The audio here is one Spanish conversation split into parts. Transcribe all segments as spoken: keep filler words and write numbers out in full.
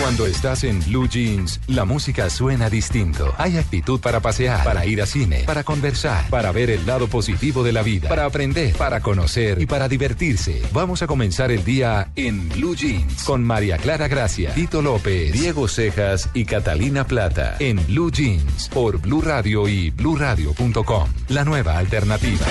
Cuando estás en Blue Jeans, la música suena distinto. Hay actitud para pasear, para ir a cine, para conversar, para ver el lado positivo de la vida, para aprender, para conocer y para divertirse. Vamos a comenzar el día en Blue Jeans con María Clara Gracia, Tito López, Diego Cejas y Catalina Plata en Blue Jeans por Blue Radio y blue radio punto com. La nueva alternativa.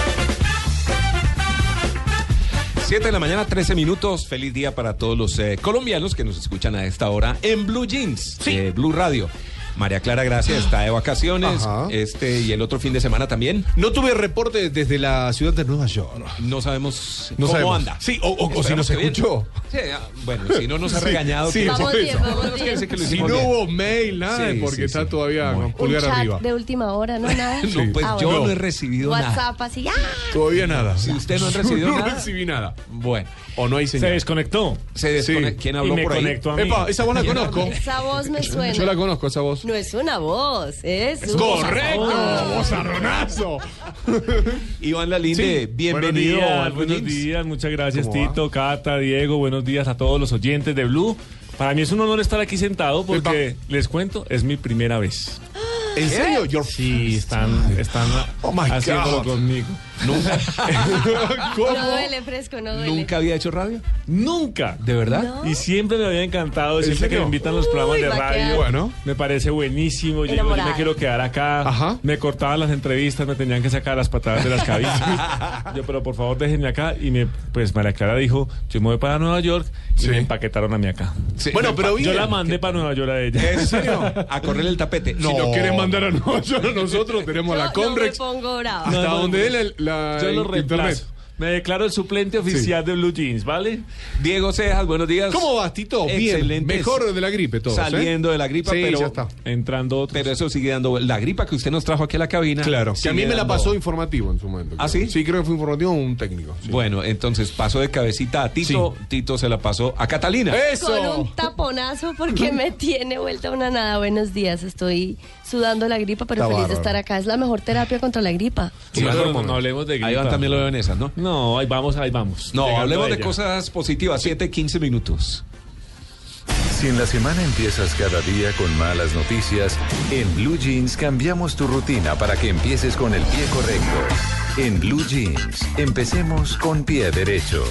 siete de la mañana, trece minutos. Feliz día para todos los eh, colombianos que nos escuchan a esta hora en Blue Jeans, sí. eh, Blue Radio. María Clara Gracia está de vacaciones. Ajá. Este y el otro fin de semana también. No tuve reporte desde la ciudad de Nueva York. No sabemos no cómo sabemos. anda. Sí, o, o, o si nos escuchó. Sí, bueno, si no nos ha regañado. Sí, que vamos sí. bien, vamos bien. Que si no bien. Hubo mail, nada, sí, porque sí, está sí. todavía con pulgar un chat arriba. De última hora, ¿no? Nada. Sí. No, pues ah, yo bueno. no he recibido WhatsApp, nada. WhatsApp así, ¡ah! Todavía nada. Si usted no ha recibido no nada. No recibí nada. Bueno. O no hay señal. Se desconectó. Se desconectó. Sí. ¿Quién habló y me por ahí? A Epa, esa voz la conozco. Esa voz me suena. Yo la conozco, esa voz. No es una voz, es, es un correcto, oh. Vozarronazo. Iván Lalinde, sí. bienvenido. Buenos días, buenos días, muchas gracias Tito, Cata, Diego, buenos días a todos los oyentes de Blue. Para mí es un honor estar aquí sentado porque, Epa. les cuento, es mi primera vez. ¿En serio? Your sí, están, están oh haciéndolo God. conmigo. Nunca. ¿Cómo? No duele, fresco, no duele. ¿Nunca había hecho radio? Nunca. ¿De verdad? No. Y siempre me había encantado, siempre que me invitan a los programas Uy, de radio. Bueno. Me parece buenísimo. Yo, yo me quiero quedar acá. Ajá. Me cortaban las entrevistas, me tenían que sacar las patadas de las cabinas. Yo, pero por favor, déjenme acá. Y me, pues María Clara dijo, yo me voy para Nueva York y sí. me empaquetaron a mí acá. Sí. Bueno, pero bien. Yo la mandé para Nueva York a ella. ¿En serio? A correr el tapete. No. Si nos quieren mandar a Nueva York, nosotros tenemos yo la Comrex. No me pongo bravo. Hasta no, no, donde él la, la yo lo internet. reemplazo. Me declaro el suplente oficial sí. de Blue Jeans, ¿vale? Diego Cejas, buenos días. ¿Cómo vas, Tito? Bien, mejor de la gripe todos, Saliendo ¿eh? de la gripa, sí, pero ya está. Entrando otros. Pero eso sigue dando la gripa que usted nos trajo aquí a la cabina. Claro, que a mí me dando... la pasó informativo en su momento. ¿Ah, sí? Sí, creo que fue informativo un técnico. Sí. Bueno, entonces pasó de cabecita a Tito, sí. Tito se la pasó a Catalina. ¡Eso! Con un taponazo porque me tiene vuelta una nada. Buenos días, estoy sudando la gripa, pero está feliz bárbaro. de estar acá. Es la mejor terapia contra la gripa. Sí, sí, pero no, no hablemos de gripa. Ahí van también lo ven esas, ¿no? No, ahí vamos, ahí vamos. No, hablemos de cosas positivas. siete, quince minutos. Si en la semana empiezas cada día con malas noticias, en Blue Jeans cambiamos tu rutina para que empieces con el pie correcto. En Blue Jeans, empecemos con pie derecho.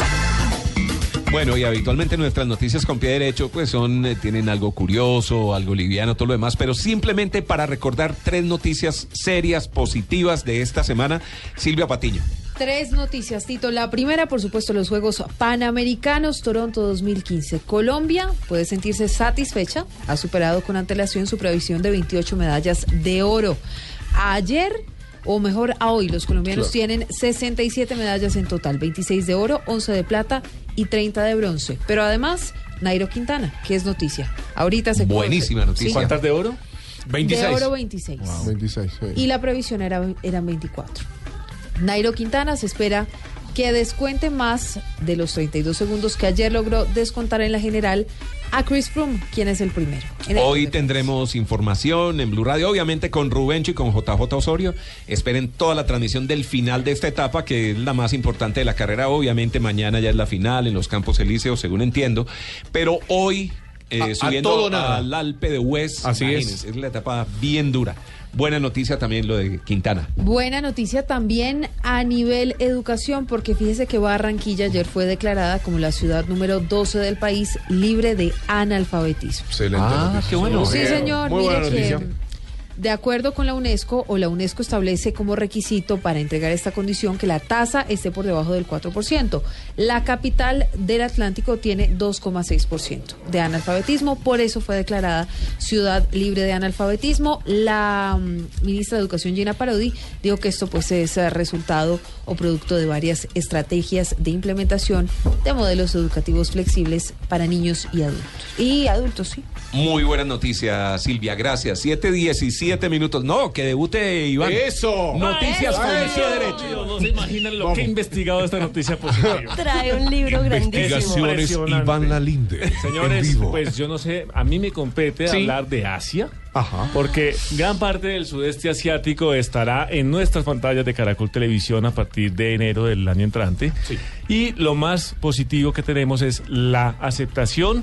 Bueno, y habitualmente nuestras noticias con pie derecho pues son, eh, tienen algo curioso, algo liviano, todo lo demás, pero simplemente para recordar tres noticias serias, positivas de esta semana. Silvia Patiño. Tres noticias, Tito. La primera, por supuesto, los Juegos Panamericanos Toronto dos mil quince. Colombia puede sentirse satisfecha, ha superado con antelación su previsión de veintiocho medallas de oro. Ayer, o mejor a hoy, los colombianos claro. tienen sesenta y siete medallas en total, veintiséis de oro, once de plata y treinta de bronce. Pero además, Nairo Quintana, que es noticia. Ahorita se Buenísima conoce. noticia. ¿Sí? ¿Cuántas de oro? veintiséis. De oro veintiséis. Wow. veintiséis sí. Y la previsión era, eran veinticuatro. Nairo Quintana se espera que descuente más de los treinta y dos segundos que ayer logró descontar en la general a Chris Froome, quien es el primero. Hoy tendremos información en Blue Radio, obviamente con Rubencho y con J J Osorio. Esperen toda la transmisión del final de esta etapa, que es la más importante de la carrera. Obviamente mañana ya es la final en los Campos Elíseos, según entiendo. Pero hoy, eh, a, subiendo a todo nada. al Alpe de Hues, así es. Es la etapa bien dura. Buena noticia también lo de Quintana. Buena noticia también a nivel educación, porque fíjese que Barranquilla ayer fue declarada como la ciudad número doce del país libre de analfabetismo. Excelente. Ah, noticia. qué bueno. Sí, señor. Muy buena Mire noticia. que de acuerdo con la UNESCO, o la UNESCO establece como requisito para entregar esta condición que la tasa esté por debajo del cuatro por ciento. La capital del Atlántico tiene dos coma seis por ciento de analfabetismo, por eso fue declarada ciudad libre de analfabetismo. La um, ministra de Educación, Gina Parodi, dijo que esto pues es resultado o producto de varias estrategias de implementación de modelos educativos flexibles para niños y adultos. Y adultos, sí. Muy buena noticia, Silvia, gracias. siete diecisiete minutos. No, que debute Iván. ¡Eso! Noticias con el pie derecho. No se imaginan lo Vamos. que he investigado esta noticia positiva. Trae un libro grandísimo. Investigaciones Iván Lalinde. Señores, pues yo no sé, a mí me compete ¿Sí? hablar de Asia. Ajá. Porque gran parte del sudeste asiático estará en nuestras pantallas de Caracol Televisión a partir de enero del año entrante. Sí. Y lo más positivo que tenemos es la aceptación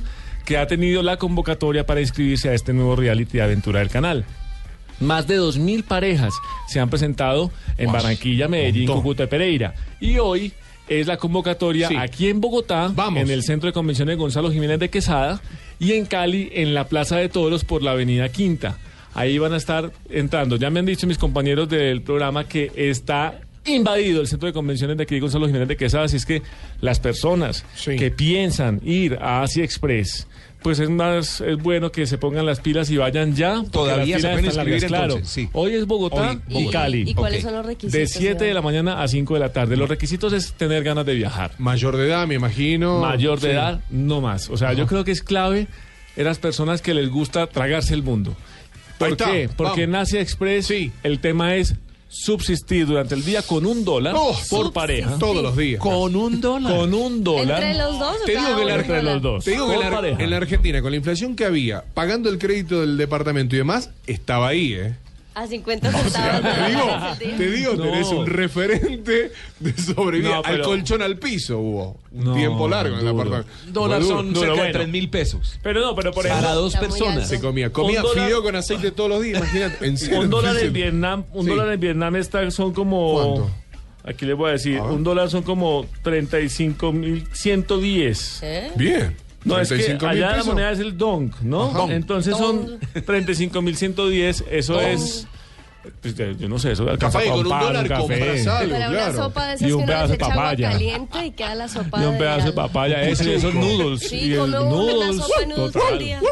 que ha tenido la convocatoria para inscribirse a este nuevo reality de aventura del canal. Más de dos mil parejas se han presentado en Barranquilla, Medellín, Cúcuta y Pereira. Y hoy es la convocatoria sí. aquí en Bogotá, Vamos. en el Centro de Convenciones Gonzalo Jiménez de Quesada, y en Cali, en la Plaza de Toros por la Avenida Quinta. Ahí van a estar entrando. Ya me han dicho mis compañeros del programa que está invadido el Centro de Convenciones de aquí Gonzalo Jiménez de Quesada, así es que las personas sí. que piensan ir a Asia Express, pues es más es bueno que se pongan las pilas y vayan ya. Todavía se pueden inscribir entonces, claro. sí. Hoy es Bogotá Hoy, y Bogotá. Cali. ¿Y cuáles okay. son los requisitos? De siete de la mañana a cinco de la tarde. Los requisitos es tener ganas de viajar. Mayor de edad, me imagino. Mayor de sí. edad, no más. O sea, Ajá. yo creo que es clave en las personas que les gusta tragarse el mundo. ¿Por qué? Porque Vamos. en Asia Express sí. el tema es subsistir durante el día con un dólar oh, por subsistir. pareja. Todos los días. Con un dólar. Con un dólar. ¿Entre los dos? Te digo que la, entre los dos. Te digo que la, en la Argentina, con la inflación que había, pagando el crédito del departamento y demás, estaba ahí, ¿eh? A cincuenta centavos. O sea, te digo, te digo no. tenés un referente de sobrevivir. No, pero... Al colchón al piso hubo un no, tiempo largo en el apartamento. Dólares son duro, cerca bueno. de tres mil pesos. Pero no, pero por ejemplo. Para dos personas. Se comía. Comía fideo con aceite todos los días, imagínate. En serio, un dólar en Vietnam, un sí. dólar en Vietnam está, son como. ¿Cuánto? Aquí les voy a decir, a un dólar son como treinta y cinco mil ciento diez. ¿Eh? Bien. No, es que allá pesos. La moneda es el dong, ¿no? Ajá. Entonces dong. son treinta y cinco mil ciento diez, eso dong. es... Pues, yo no sé, eso alcanza café, a comprar con un dólar un café. Algo, para claro. una sopa de esas y un que pedazo no de papaya. Caliente y queda la sopa y un pedazo de, de papaya, ese, esos noodles. Sí, y el come noodles, una sopa de noodles todo el día.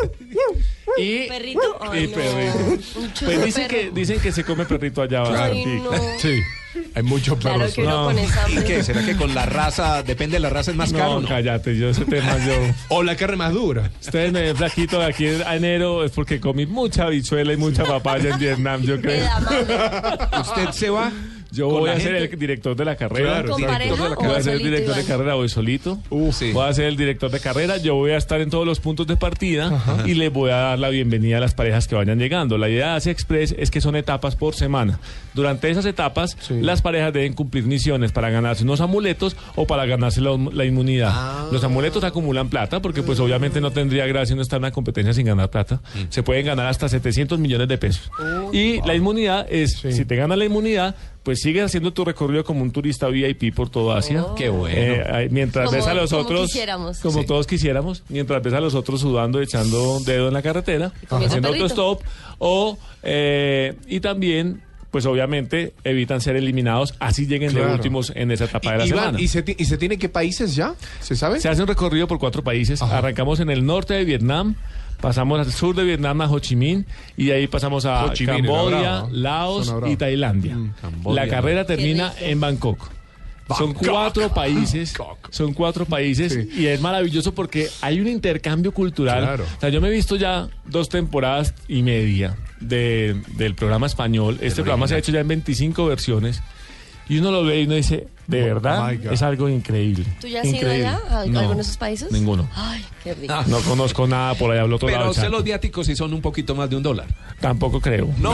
Y perrito, Ay, y no. perrito. Pues dicen que dicen que se come perrito allá bastante. Ay, no. Sí. Hay muchos perros. Claro que uno no. con esa ¿Y qué? ¿Será que con la raza, depende de la raza, es más no, caro? No, cállate, yo ese tema yo... O la carne más dura. Ustedes me ven flaquito de aquí a enero es porque comí mucha habichuela y mucha papaya en Vietnam, yo creo. ¿Usted se va? Yo voy a ser el director de la carrera. ¿Con pareja de la voy a ser el director de carrera, voy solito. Uh, sí. Voy a ser el director de carrera. Yo voy a estar en todos los puntos de partida Ajá. y les voy a dar la bienvenida a las parejas que vayan llegando. La idea de Asia Express es que son etapas por semana. Durante esas etapas, sí. las parejas deben cumplir misiones para ganarse unos amuletos o para ganarse la, la inmunidad. Ah. Los amuletos acumulan plata porque pues obviamente no tendría gracia no estar en una competencia sin ganar plata. Mm. Se pueden ganar hasta setecientos millones de pesos. Uh, y wow. la inmunidad es, sí. si te ganas la inmunidad, pues sigues haciendo tu recorrido como un turista V I P por todo Asia. Oh. Qué bueno. Eh, mientras como, ves a los como otros, quisiéramos. como sí. todos quisiéramos, mientras ves a los otros sudando, echando dedo en la carretera, haciendo autostop, o eh, y también, pues obviamente evitan ser eliminados, así lleguen claro. de últimos en esa etapa de la y, semana. Iván, ¿y, se ¿Y se tiene qué países ya? ¿Se sabe? Se hace un recorrido por cuatro países. Ajá. Arrancamos en el norte de Vietnam. Pasamos al sur de Vietnam a Ho Chi Minh y de ahí pasamos a Minh, Camboya, Laos y Tailandia. Mm, Camboya, la carrera termina en Bangkok. Bangkok. Son cuatro países, Bangkok. son cuatro países sí. y es maravilloso porque hay un intercambio cultural. Claro. O sea, yo me he visto ya dos temporadas y media de, del programa español. Este Pero programa se ha hecho ya en veinticinco versiones y uno lo ve y uno dice, de verdad, oh es algo increíble. ¿Tú ya has increíble. ido allá a no, algunos de esos países? Ninguno. Ay, qué rico. No conozco nada por allá, hablo todo Pero sé los viáticos si son un poquito más de un dólar. Tampoco creo. No.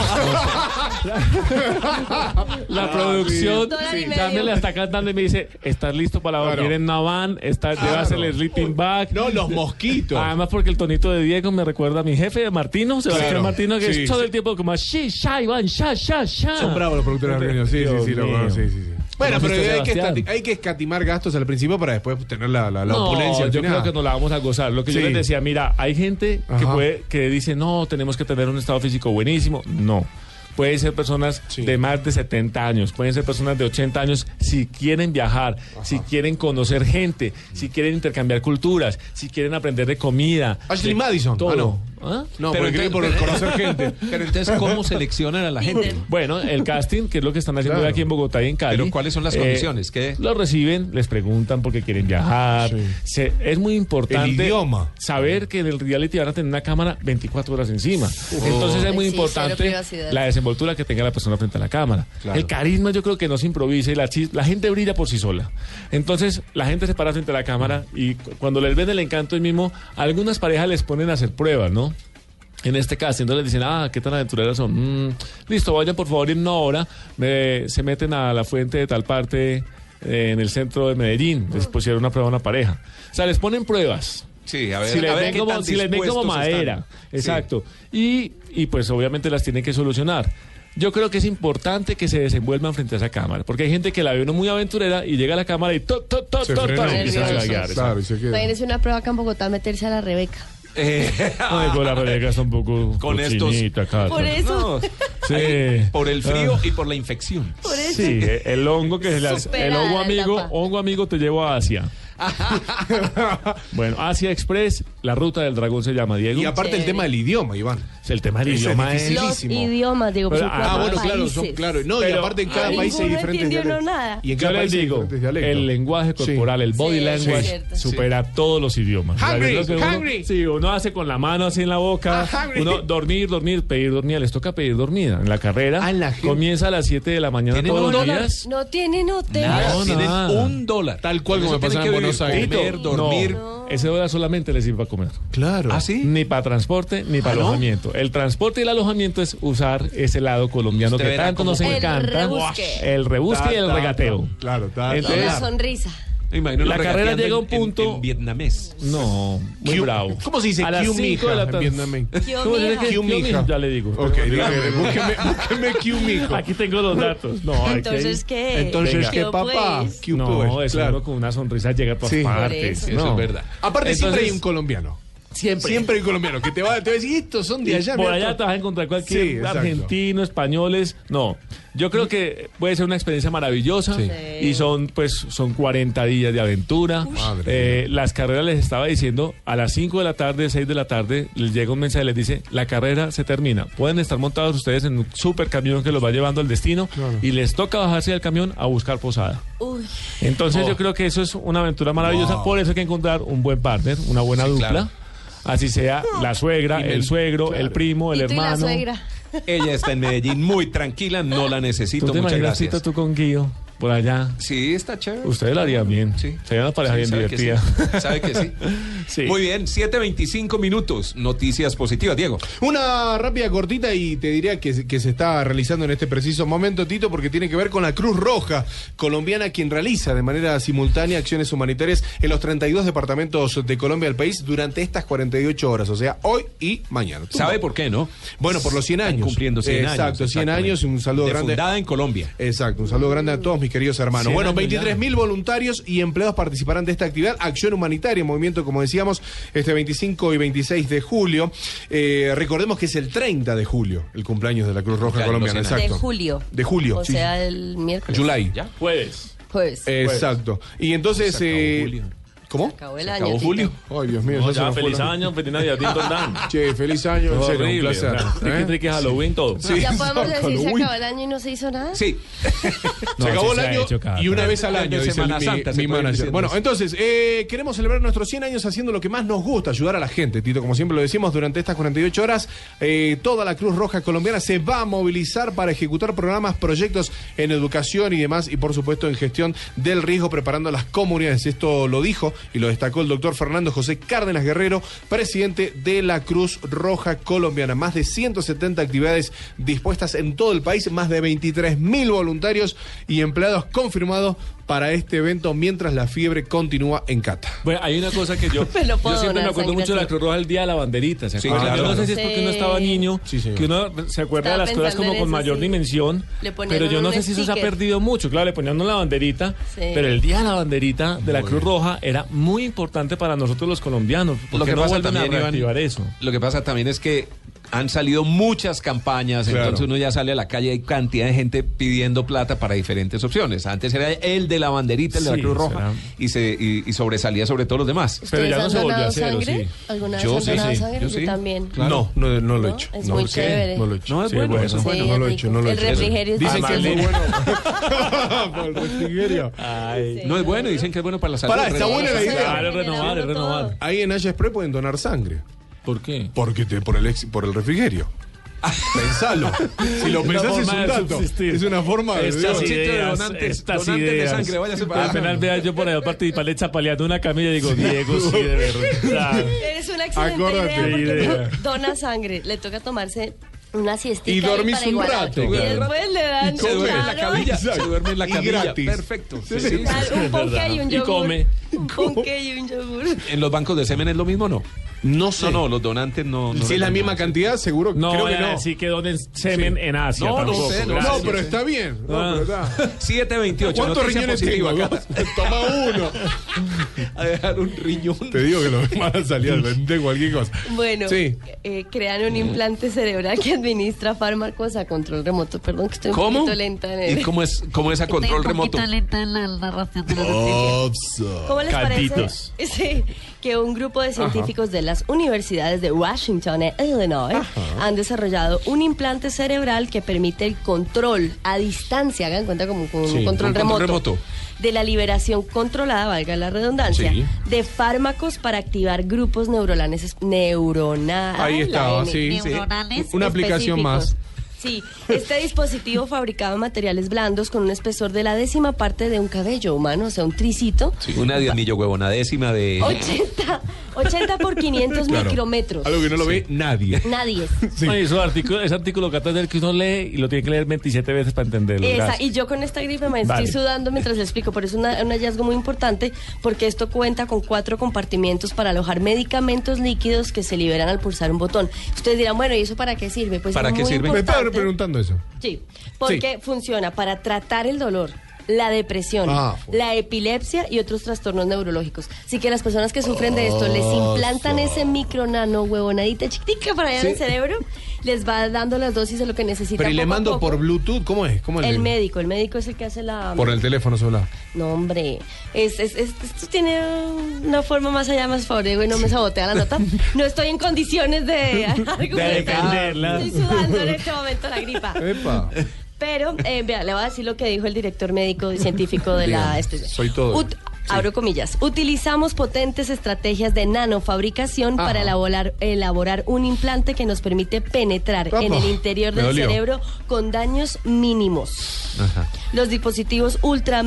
la, la ah, producción sí. ya me le está cantando y me dice, ¿estás listo para dormir claro. en una van? ¿Estás, claro. ¿Llevas el sleeping bag? No, los mosquitos. Además porque el tonito de Diego me recuerda a mi jefe de Martino, Sebastián claro. Martino, que sí, es todo sí. el tiempo como shi, sha, Iván, sha, sha, sha. Son bravos los productores argentinos. Sí, sí, sí, lo, sí, sí, sí. Bueno, pero hay que, estati- hay que escatimar gastos al principio para después tener la, la, la no, opulencia. Yo creo que nos la vamos a gozar. Lo que sí. yo les decía, mira, hay gente que puede que dice, no, tenemos que tener un estado físico buenísimo. No. Pueden ser personas sí. de más de setenta años, pueden ser personas de ochenta años si quieren viajar, Ajá. si quieren conocer gente, si quieren intercambiar culturas, si quieren aprender de comida. Ashley Madison. Todo. Ah, no. ¿Ah? No, pero entonces, por conocer gente. Pero entonces, ¿cómo seleccionan a la gente? Bueno, el casting, que es lo que están haciendo claro. aquí en Bogotá y en Cali. Pero ¿cuáles son las condiciones? Eh, ¿Qué? Los reciben, les preguntan porque quieren viajar. Sí. Se, es muy importante el idioma. saber que en el reality van a tener una cámara veinticuatro horas encima. Oh. Entonces es muy sí, importante la desenvoltura que tenga la persona frente a la cámara. Claro. El carisma yo creo que no se improvisa y la, la gente brilla por sí sola. Entonces la gente se para frente a la cámara y cuando les ven el encanto el mismo, algunas parejas les ponen a hacer pruebas, ¿no? En este caso, entonces les dicen, ah, qué tan aventureras son. Mm, listo, vayan por favor en una hora, me, se meten a la fuente de tal parte eh, en el centro de Medellín, les pusieron una prueba a una pareja. O sea, les ponen pruebas. Sí, a ver, si les a ver ven qué como, tan si les ven como madera. están. Exacto. Sí. Y, y pues obviamente las tienen que solucionar. Yo creo que es importante que se desenvuelvan frente a esa cámara, porque hay gente que la ve uno muy aventurera y llega a la cámara y to, to, to, se to, frena, to, y se hace gaguear. Claro, y se queda. Imagínese una prueba acá en Bogotá, meterse a la Rebeca. Eh, Ay, pues la Rebeca está un poco Con estos- cochinita, Por eso. no, Sí. ahí, por el frío Ah. y por la infección. Por eso. Sí, el hongo que se le hace. El Superada hongo la amigo, etapa. hongo amigo te llevo a Asia. Bueno, Asia Express, la ruta del dragón se llama, Diego. Y aparte el tema del idioma, Iván. El tema del Ese idioma es es... difícil. Los Dificilísimo. idiomas, digo, Pero, son ah, cuatro Ah, bueno, claro, países. son, claro. No, y Pero- aparte en cada Ah, país hay ninguno diferentes entendió dialectos. nada. Y en Yo cada les país hay digo, diferentes dialectos. el lenguaje corporal, el body Sí, language, cierto. supera todos los idiomas. O sea, Hungry, es lo que uno- hungry. Sí, uno hace con la mano así en la boca. Ah, hungry. Uno dormir, dormir, pedir dormida. Les toca pedir dormida. En la carrera Ah, en la gente. comienza a las siete de la mañana ¿Tienen todos un los dólar? días. No tienen hotel. Nada, No, tienen nada. un dólar. Tal cual Por como eso pasaba tienen en que Buenos Aires. Comer, No, dormir. ese dólar solamente les sirve para comer. Claro. ¿Ah, sí? Ni para transporte, ni para ¿Ah, no? alojamiento. El transporte y el alojamiento es usar ese lado colombiano Usted que verá tanto cómo- nos El encanta. rebusque. El rebusque Ta, y el ta, regateo. ta. Claro, ta, Entonces- Y ta. la sonrisa. Me imagino La uno carrera regateando llega a un en- en- punto- En, vietnamés. No, muy Q- bravo. ¿Cómo se dice A las Q cinco mija de la en tarde. vietnamés? ¿Cómo se dice que Q Q mija? mija. Ya le digo. Ok, dígame, búsqueme, búsqueme Q mijo. Aquí tengo los datos. No, aquí Entonces, hay- ¿qué? Entonces, Venga. ¿qué Yo, papá? pues. Q No, pues, es claro. uno con una sonrisa llega a todas Sí. partes. Por eso No. es verdad. Aparte siempre Entonces- hay un colombiano. Siempre. Siempre hay un colombiano que te va, te va a decir, estos son de Y allá. por mira, allá esto- te vas a encontrar cualquier Sí, exacto. argentino, españoles. No, yo creo que puede ser una experiencia maravillosa. Sí. Y son, pues, son cuarenta días de aventura. Madre Eh, las carreras les estaba diciendo a las cinco de la tarde, seis de la tarde, les llega un mensaje, les dice, la carrera se termina. Pueden estar montados ustedes en un super camión que los va llevando al destino y les toca bajarse del camión a buscar posada. Uy. Entonces Oh. yo creo que eso es una aventura maravillosa. Wow. Por eso hay que encontrar un buen partner, una buena Sí, dupla. claro. Así sea la suegra, Y el el- suegro, claro. el primo, el ¿Y tú y la hermano. suegra? Ella está en Medellín muy tranquila, no la ¿Tú necesito, te muchas imaginas, gracias. Tito, tú con Guío por allá? Sí, está chévere. Ustedes lo harían bien. Sí. Sería una pareja Sí, bien sabe que divertida. sí. Sabe que sí. Sí. Muy bien, siete veinticinco minutos. Noticias positivas, Diego. Una rápida cortita y te diría que, se- que se está realizando en este preciso momento, Tito, porque tiene que ver con la Cruz Roja colombiana, quien realiza de manera simultánea acciones humanitarias en los treinta y dos departamentos de Colombia del país durante estas cuarenta y ocho horas, o sea, hoy y mañana. Tú- ¿Sabe por qué, no? Bueno, por los cien Están años. cumpliendo cien años. Exacto, cien exactamente. años y un saludo De grande. Fundada en Colombia. Exacto, un saludo grande a todos mis queridos hermanos. cien Bueno, años veintitrés mil voluntarios y empleados participarán de esta actividad, acción humanitaria, movimiento, como decíamos, este veinticinco y veintiséis de julio. Eh, recordemos que es el treinta de julio, el cumpleaños de la Cruz Roja Claro, colombiana, los cien exacto. De julio. De julio, O sí. sea, el miércoles. July. ¿Ya? Jueves. Pues. Exacto. Y entonces... Se acabó eh, julio. ¿Cómo? Acabó el Se año. acabó Tito. julio. Ay, Dios mío. No, ya se ya, nos fue feliz la- año, feliz Navidad, Tito Dan. Che, feliz año, en serio, un Horrible. placer. Triqui, ¿eh? triqui, Halloween, todo. Sí. Ya podemos decir, se Halloween. acabó el año y no se hizo nada. Sí. No, se acabó sí el se ha año hecho cada y una tarde. vez al año, De dice Semana mi, Santa, mi se puede manager. decir Bueno, eso. entonces, eh, queremos celebrar nuestros cien años haciendo lo que más nos gusta, ayudar a la gente, Tito. Como siempre lo decimos, durante estas cuarenta y ocho horas, eh, toda la Cruz Roja colombiana se va a movilizar para ejecutar programas, proyectos en educación y demás, y por supuesto en gestión del riesgo, preparando a las comunidades. Esto lo dijo y lo destacó el doctor Fernando José Cárdenas Guerrero, presidente de la Cruz Roja colombiana. Más de ciento setenta actividades dispuestas en todo el país, más de veintitrés mil voluntarios y empleados confirmados para este evento mientras la fiebre continúa en Cata. Bueno, hay una cosa que yo, Me lo puedo yo siempre me donar, acuerdo mucho de la sangre Cruz Roja el día de la banderita. ¿se Sí, acuerdan? claro. Yo no sé si es porque uno estaba niño, Sí, señor. que uno se acuerda de Estaba las cosas pensando como en con eso, mayor sí. dimensión, Le ponían pero yo no un sé si eso se ha sticker. perdido mucho. Claro, le ponían la banderita, Sí. pero el día de la banderita de la Cruz Roja era muy importante para nosotros los colombianos. Lo que no pasa vuelven también, a Iván, reactivar eso? Lo que pasa también es que han salido muchas campañas, Claro. entonces uno ya sale a la calle y hay cantidad de gente pidiendo plata para diferentes opciones. Antes era el de la banderita, el de Sí, la Cruz Roja, será. y, se, y, y sobresalía sobre todos los demás. Pero ya ¿Ustedes no han se volvió a donado hacer, ¿o sangre? sí? ¿Alguna vez Yo han sí, donado sí, sangre? yo Yo sí. también. No, no, no lo he ¿No? hecho. Es no, muy ¿por qué? chévere. No lo he hecho. No, es Sí, bueno, bueno. eso es Sí, bueno. no lo he rico. hecho, no lo he El hecho. refrigerio es Dicen que es muy delicioso. bueno. Por el refrigerio. Ay. No es bueno, dicen que es bueno para la salud. Pará, está buena la idea. Claro, es renovar, es renovar. Ahí en Haya Spray pueden donar sangre. ¿Por qué? Porque te, por, el ex- por el refrigerio. Pensalo. Si lo Una pensás es forma un de dato. subsistir. Es una forma de... Estas sitio de ideas, donantes, estas donantes de ideas. sangre, váyase para allá. Apenas vea yo por allá participarle chapaleando una camilla y digo, Diego, sí, de verdad. Eres una excelente Acórdate. idea porque Idea. no dona sangre. Le toca tomarse una siestita Y ahí dormís para un igualar. rato. Y después le dan Se duerme en la claro, camilla, Exacto. se duerme en la Y camilla. gratis. Perfecto. Sí, Sí, sí. sí. un ponqué y un Y yogur. come. ¿Con qué y un yogur? ¿En los bancos de semen es lo mismo o no? No sé. No, no, los donantes no. no si es la misma cantidad, seguro no, creo que no. Sí que donen semen sí. en Asia. No, tampoco, no sé, no, no, pero está bien. No, ah. pero está. siete veintiocho. ¿Cuántos riñones tengo? Acá. Toma uno. A dejar un riñón. Te digo que los van a salir de cualquier cosa. Bueno, sí. eh, crean un implante cerebral que administra fármacos a control remoto. Perdón que estoy un ¿Cómo? poquito lenta. En el... ¿Y cómo es, cómo es a control remoto? Un lenta en la narración de la noticia. ¿Cómo les Calditos. parece? Sí, que un grupo de científicos Ajá. de las universidades de Washington e Illinois Ajá. han desarrollado un implante cerebral que permite el control a distancia, hagan cuenta como con sí, un control, un remoto, control remoto de la liberación controlada, valga la redundancia, sí. de fármacos para activar grupos neuronales neuronales. Ahí estaba, sí, neuronales sí. Una aplicación más. Sí, este dispositivo fabricado en materiales blandos con un espesor de la décima parte de un cabello humano, o sea, un tricito. Sí, una diezmillo huevona décima de... ochenta, ochenta por quinientos claro. micrómetros. Algo que no lo sí. ve nadie. Nadie. Sí. Oye, eso artículo, ese artículo que del que uno lee y lo tiene que leer veintisiete veces para entenderlo. Esa, y yo con esta gripe me vale. estoy sudando mientras le explico, pero es una, un hallazgo muy importante porque esto cuenta con cuatro compartimientos para alojar medicamentos líquidos que se liberan al pulsar un botón. Ustedes dirán, bueno, ¿y eso para qué sirve? Pues ¿Para es qué muy sirve? importante. Me estaba preguntando eso. Sí, porque sí. funciona para tratar el dolor, la depresión, ah, la epilepsia y otros trastornos neurológicos. Así que las personas que sufren de esto les implantan oh, ese micro nano huevonadita chiquitica para allá ¿Sí? en el cerebro, les va dando las dosis de lo que necesitan. Pero y le mando por Bluetooth, ¿cómo es? ¿Cómo es el, el médico, el médico es el que hace la... Por el teléfono celular. No, hombre, es, es, es, esto tiene una forma más allá, más favorable, y no me sabotea la nota. No estoy en condiciones de... de cantarla. Estoy sudando en este momento la gripa. Epa. Pero, eh, vea, le voy a decir lo que dijo el director médico y científico de la... Este, soy todo. Ut Sí. Abro comillas. Utilizamos potentes estrategias de nanofabricación Ajá. para elaborar, elaborar un implante que nos permite penetrar Opa, en el interior del cerebro con daños mínimos. Ajá. Los dispositivos ultra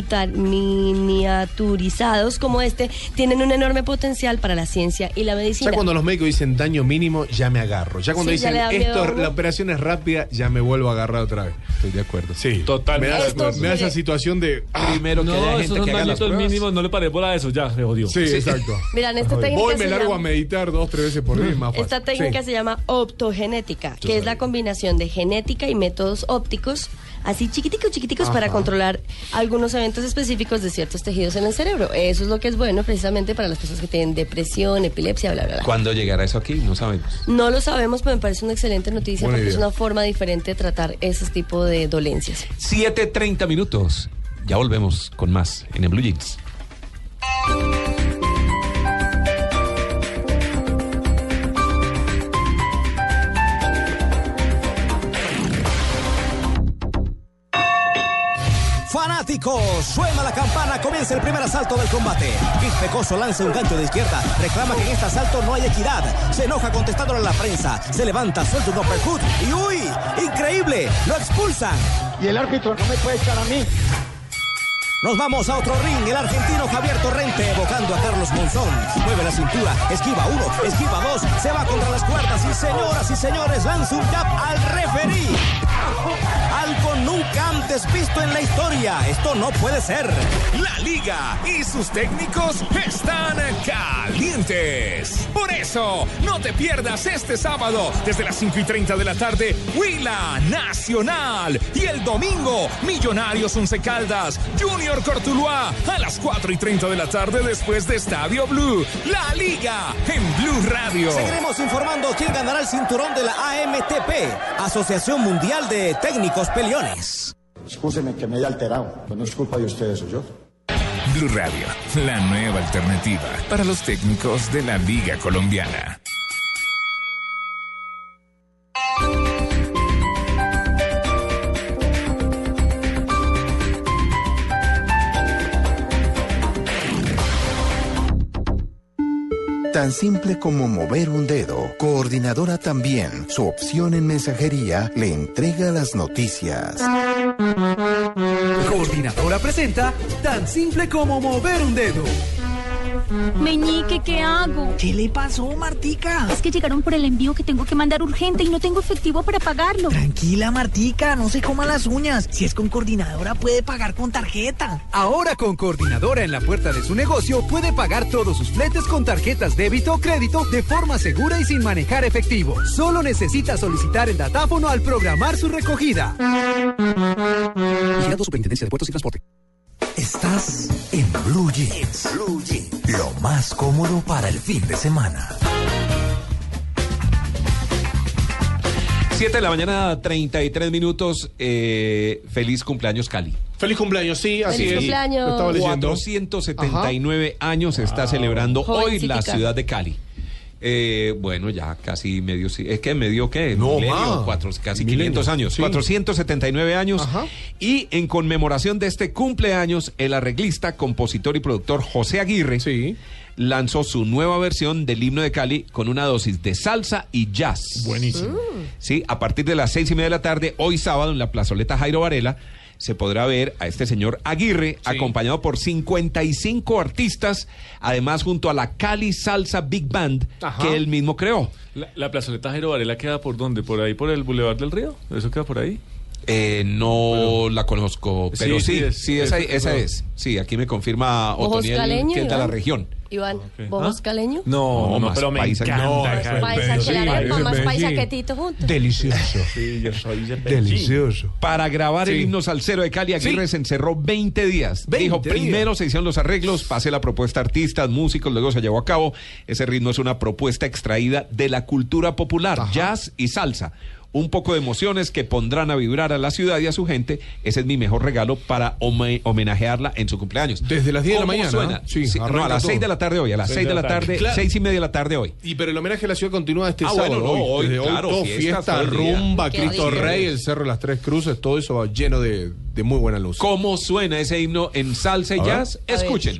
miniaturizados como este tienen un enorme potencial para la ciencia y la medicina. Ya cuando los médicos dicen daño mínimo, ya me agarro. Ya cuando sí, dicen ya esto, la operación es rápida, ya me vuelvo a agarrar otra vez. Estoy de acuerdo. Sí, totalmente. Me da, esto, me, me da esa situación de ah, primero que no, haya gente que haga las pruebas. Mínimo, no le paré bola a eso, ya, se jodió. Sí, sí. exacto. Miran, esta técnica Voy, me largo llama... a meditar dos, tres veces por día, más fácil. Esta técnica sí. se llama optogenética, Yo que sabía. es la combinación de genética y métodos ópticos, así chiquiticos, chiquiticos, Ajá. para controlar algunos eventos específicos de ciertos tejidos en el cerebro. Eso es lo que es bueno precisamente para las personas que tienen depresión, epilepsia, bla, bla, bla. ¿Cuándo llegará eso aquí? No sabemos. No lo sabemos, pero me parece una excelente noticia Buena porque idea. es una forma diferente de tratar ese tipo de dolencias. siete treinta minutos. Ya volvemos con más en el Blue Jeans. Fanáticos, suena la campana, comienza el primer asalto del combate. Kid Pecoso lanza un gancho de izquierda, reclama que en este asalto no hay equidad, se enoja contestándole a la prensa, se levanta, suelta un uppercut y ¡uy! ¡Increíble! ¡Lo expulsan! Y el árbitro no me puede echar a mí. Nos vamos a otro ring, el argentino Javier Torrente evocando a Carlos Monzón. Mueve la cintura, esquiva uno, esquiva dos, se va contra las cuerdas y señoras y señores lanza un jab al referí. Algo nunca antes visto en la historia. Esto no puede ser. La liga y sus técnicos están calientes. Por eso, no te pierdas este sábado desde las cinco y treinta de la tarde, Huila Nacional. Y el domingo, Millonarios Once Caldas, Junior Cortuluá a las cuatro y treinta de la tarde después de Estadio Blue. La liga en Blue Radio. Seguiremos informando quién ganará el cinturón de la A M T P, Asociación Mundial de Técnicos Peleones. Excúseme que me haya alterado, pues no es culpa de ustedes, soy yo. Blue Radio, la nueva alternativa para los técnicos de la Liga Colombiana. Tan simple como mover un dedo. Coordinadora también. Su opción en mensajería le entrega las noticias. Coordinadora presenta Tan simple como mover un dedo. Meñique, ¿qué hago? ¿Qué le pasó, Martica? Es que llegaron por el envío que tengo que mandar urgente y no tengo efectivo para pagarlo. Tranquila, Martica, no se coma las uñas. Si es con Coordinadora, puede pagar con tarjeta. Ahora con Coordinadora en la puerta de su negocio, puede pagar todos sus fletes con tarjetas débito o crédito de forma segura y sin manejar efectivo. Solo necesita solicitar el datáfono al programar su recogida. Vigilado Superintendencia de Puertos y Transporte. Estás en Blue Jeans. Blue Jeans. Lo más cómodo para el fin de semana. siete de la mañana, treinta y tres minutos. Eh, feliz cumpleaños, Cali. Feliz cumpleaños, sí, así Feliz es. cumpleaños. Lo estaba leyendo. cuatrocientos setenta y nueve Ajá. años está wow. celebrando hoy la ciudad de Cali. Eh, bueno, ya casi medio... Es que medio, ¿qué? No, Milenio, cuatro, casi Milenio, quinientos años. Sí. cuatrocientos setenta y nueve años. Ajá. Y en conmemoración de este cumpleaños, el arreglista, compositor y productor José Aguirre sí. lanzó su nueva versión del himno de Cali con una dosis de salsa y jazz. Buenísimo. Mm. Sí, a partir de las seis y media de la tarde, hoy sábado, en la plazoleta Jairo Varela, se podrá ver a este señor Aguirre, sí. acompañado por cincuenta y cinco artistas, además junto a la Cali Salsa Big Band, Ajá. que él mismo creó. ¿La, la plazoleta Jairo Varela queda por dónde? ¿Por ahí, por el Boulevard del Río? ¿Eso queda por ahí? Eh, no pero, la conozco, pero sí, sí, sí, es, sí esa, es, esa es. Sí, aquí me confirma Otoniel, caleño, que es de Iván? la región. Iván, okay. ¿vos ¿Ah? caleño? No, no, no, pero me paisa, encanta. No, paisa, que la arepa, más paisa que Tito juntos. Delicioso. Sí, yo soy de Delicioso. Para grabar sí. el himno salsero de Cali, Aguirre sí. se encerró veinte días. veinte Dijo, días. Primero se hicieron los arreglos, pasé la propuesta a artistas, músicos, luego se llevó a cabo. Ese ritmo es una propuesta extraída de la cultura popular, Ajá. jazz y salsa. Un poco de emociones que pondrán a vibrar a la ciudad y a su gente. Ese es mi mejor regalo para home- homenajearla en su cumpleaños. Desde las diez de la mañana. Suena? Sí, sí, no, a las seis de la tarde hoy, a las seis de la tarde, claro. seis y media de la tarde hoy. Y pero el homenaje a la ciudad continúa este ah, sábado. Bueno, no, hoy, Desde claro, hoy todo fiesta, fiesta todo rumba, Qué Cristo bien. Rey, el Cerro de las Tres Cruces, todo eso va lleno de, de muy buena luz. ¿Cómo suena ese himno en salsa y A jazz? ver. Escuchen.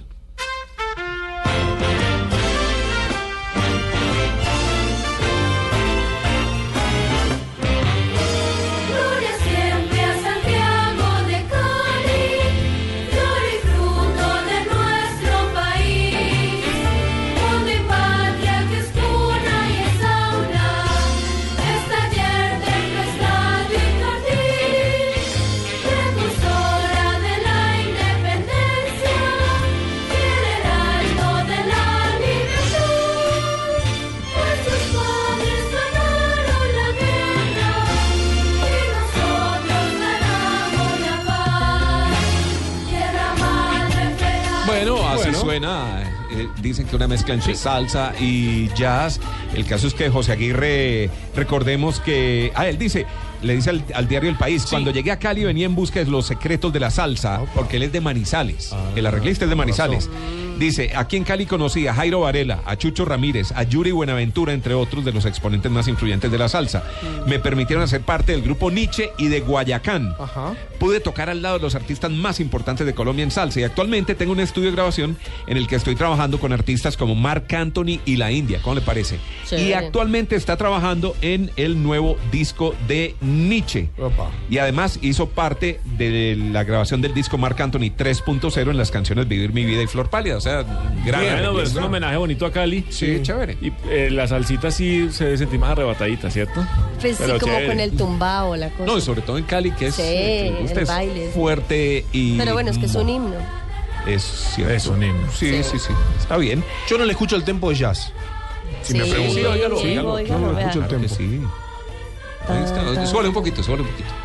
Bueno, así bueno. suena. Eh, dicen que una mezcla entre sí. salsa y jazz. El caso es que José Aguirre, recordemos que... Ah, él dice... Le dice al, al diario El País, sí. cuando llegué a Cali venía en busca de los secretos de la salsa, Opa. porque él es de Manizales, ah, el arreglista es de Manizales. Dice, aquí en Cali conocí a Jairo Varela, a Chucho Ramírez, a Yuri Buenaventura, entre otros de los exponentes más influyentes de la salsa. Mm. Me permitieron hacer parte del grupo Nietzsche y de Guayacán. Ajá. Pude tocar al lado de los artistas más importantes de Colombia en salsa y actualmente tengo un estudio de grabación en el que estoy trabajando con artistas como Marc Anthony y La India. ¿Cómo le parece? Sí. Y actualmente está trabajando en el nuevo disco de Nietzsche. Opa. Y además hizo parte de la grabación del disco Marc Anthony tres punto cero en las canciones Vivir mi vida y Flor Pálida. O sea, gran bueno, pues es un homenaje bonito a Cali. Sí, sí. chévere. Y eh, la salsita sí se sentí más arrebatadita, ¿cierto? Pues Pero sí, como chévere. Con el tumbao, la cosa. No, y sobre todo en Cali, que es, sí, eh, el es baile. fuerte y... Pero bueno, es que es un himno. Es cierto. Es un himno. Sí, sí, sí, sí. Está bien. Yo no le escucho el tempo de jazz. Si sí, me preguntan. Sí, óigalo, sí, óigalo, óigalo, no le escucho el claro tempo. Sí. Ahí está. Súbale un poquito, súbale un poquito.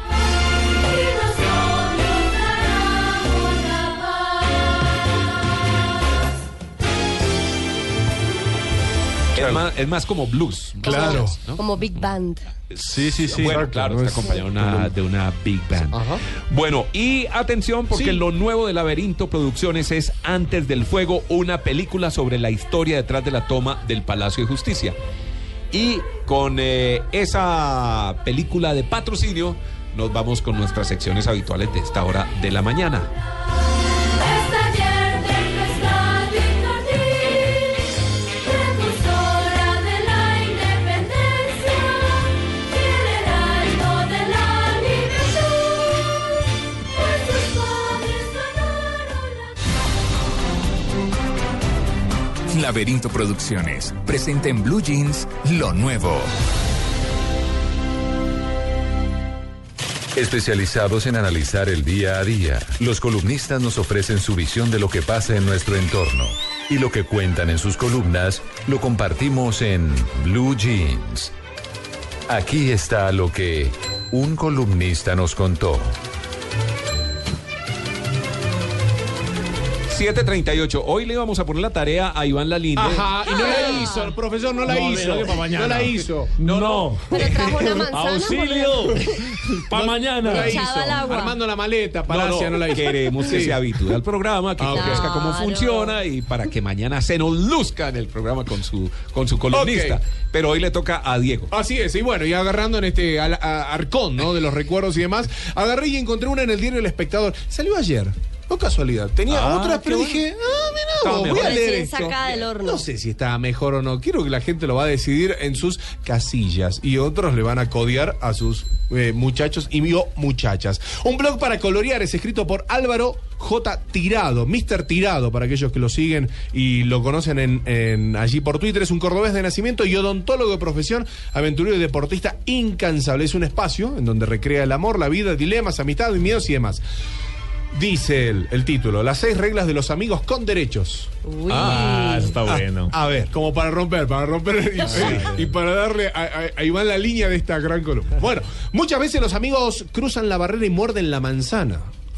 Es más, es más como blues. Claro. ¿No? Como Big Band. Sí, sí, sí. Bueno, Exacto, claro, no está es... acompañado una, de una Big Band. Ajá. Bueno, y atención porque sí. lo nuevo de Laberinto Producciones es Antes del Fuego, una película sobre la historia detrás de la toma del Palacio de Justicia. Y con eh, esa película de patrocinio nos vamos con nuestras secciones habituales de esta hora de la mañana. Laberinto Producciones presenta en Blue Jeans lo nuevo. Especializados en analizar el día a día, los columnistas nos ofrecen su visión de lo que pasa en nuestro entorno. Y lo que cuentan en sus columnas, lo compartimos en Blue Jeans. Aquí está lo que un columnista nos contó. siete treinta y ocho. Hoy le íbamos a poner la tarea a Iván Lalinde. Ajá, y no la hizo, el profesor no la no, hizo. No, no la hizo. No, no. Pero trajo una manzana. ¡Auxilio! Para no, mañana. No la hizo. Armando la maleta, Palacia no, no, no la hizo. Queremos que sí. se habitúe al programa, que ah, conozca okay. cómo funciona y para que mañana se nos luzca en el programa con su, con su columnista. Okay. Pero hoy le toca a Diego. Así es, y bueno, y agarrando en este a, a, arcón, ¿no? De los recuerdos y demás, agarré y encontré una en el diario El Espectador. Salió ayer. No casualidad. Tenía ah, otra, pero bueno. dije, ah, mira, voy a leer esto. Del horno. No sé si está mejor o no. Quiero que la gente lo va a decidir en sus casillas. Y otros le van a codear a sus eh, muchachos y mío muchachas. Un blog para colorear es escrito por Álvaro J. Tirado, mister Tirado, para aquellos que lo siguen y lo conocen en, en allí por Twitter. Es un cordobés de nacimiento y odontólogo de profesión, aventurero y deportista incansable. Es un espacio en donde recrea el amor, la vida, dilemas, amistad, miedos y demás. Dice el, el título, las seis reglas de los amigos con derechos. Uy. Ah, eso está bueno. A, a ver, como para romper, para romper y, y para darle a, a, a Iván la línea de esta gran columna. Bueno, muchas veces los amigos cruzan la barrera y muerden la manzana.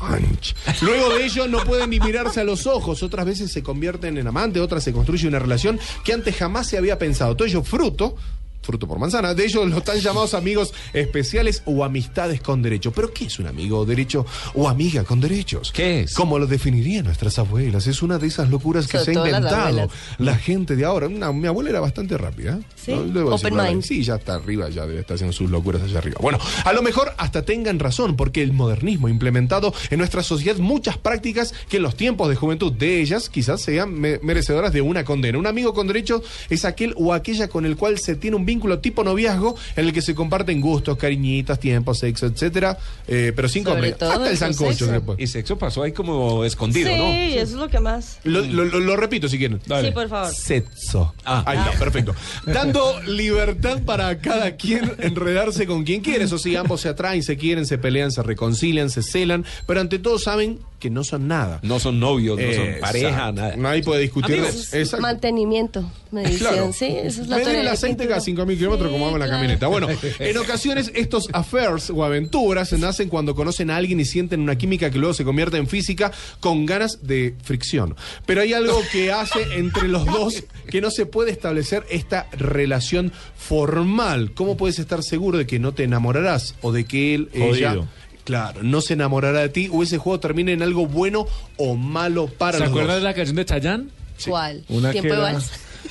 Luego de ello no pueden ni mirarse a los ojos. Otras veces se convierten en amantes, otras se construye una relación que antes jamás se había pensado. Todo ello fruto fruto por manzana, de ellos los están llamados amigos especiales o amistades con derechos. ¿Pero qué es un amigo derecho o amiga con derechos? ¿Qué es? Como lo definirían nuestras abuelas. Es una de esas locuras que Sobre se ha inventado la gente de ahora. Una, mi abuela era bastante rápida. Sí, ¿no? Open mind. Sí, ya está arriba, ya debe estar haciendo sus locuras allá arriba. Bueno, a lo mejor hasta tengan razón, porque el modernismo ha implementado en nuestra sociedad muchas prácticas que en los tiempos de juventud de ellas quizás sean me merecedoras de una condena. Un amigo con derechos es aquel o aquella con el cual se tiene un vínculo tipo noviazgo en el que se comparten gustos, cariñitas, tiempo, sexo, etcétera, eh, pero sin comer. Hasta el sancocho. Después. Y sexo pasó ahí como escondido, sí, ¿no? Sí, eso es lo que más. Lo, lo, lo, lo repito si quieren. Dale. Sí, por favor. Sexo. Ah, ahí está, perfecto. Dando libertad para cada quien enredarse con quien quiere. Eso sí, ambos se atraen, se quieren, se pelean, se reconcilian, se celan, pero ante todo saben que no son nada. No son novios, no son eh, pareja, exacto. nada. Nadie puede discutir. Exacto. Mantenimiento, medición, claro. Sí, esa es la teoría. El aceite cada cinco mil kilómetros como hago en la claro. camioneta. Bueno, en ocasiones estos affairs o aventuras nacen cuando conocen a alguien y sienten una química que luego se convierte en física con ganas de fricción. Pero hay algo que hace entre los dos que no se puede establecer esta relación formal. ¿Cómo puedes estar seguro de que no te enamorarás o de que él, Jodido. ella... Claro, no se enamorará de ti o ese juego termine en algo bueno o malo para los dos. ¿Se acuerdan de la canción de Chayanne? Sí. ¿Cuál? Una ¿Tiempo que de era... vals?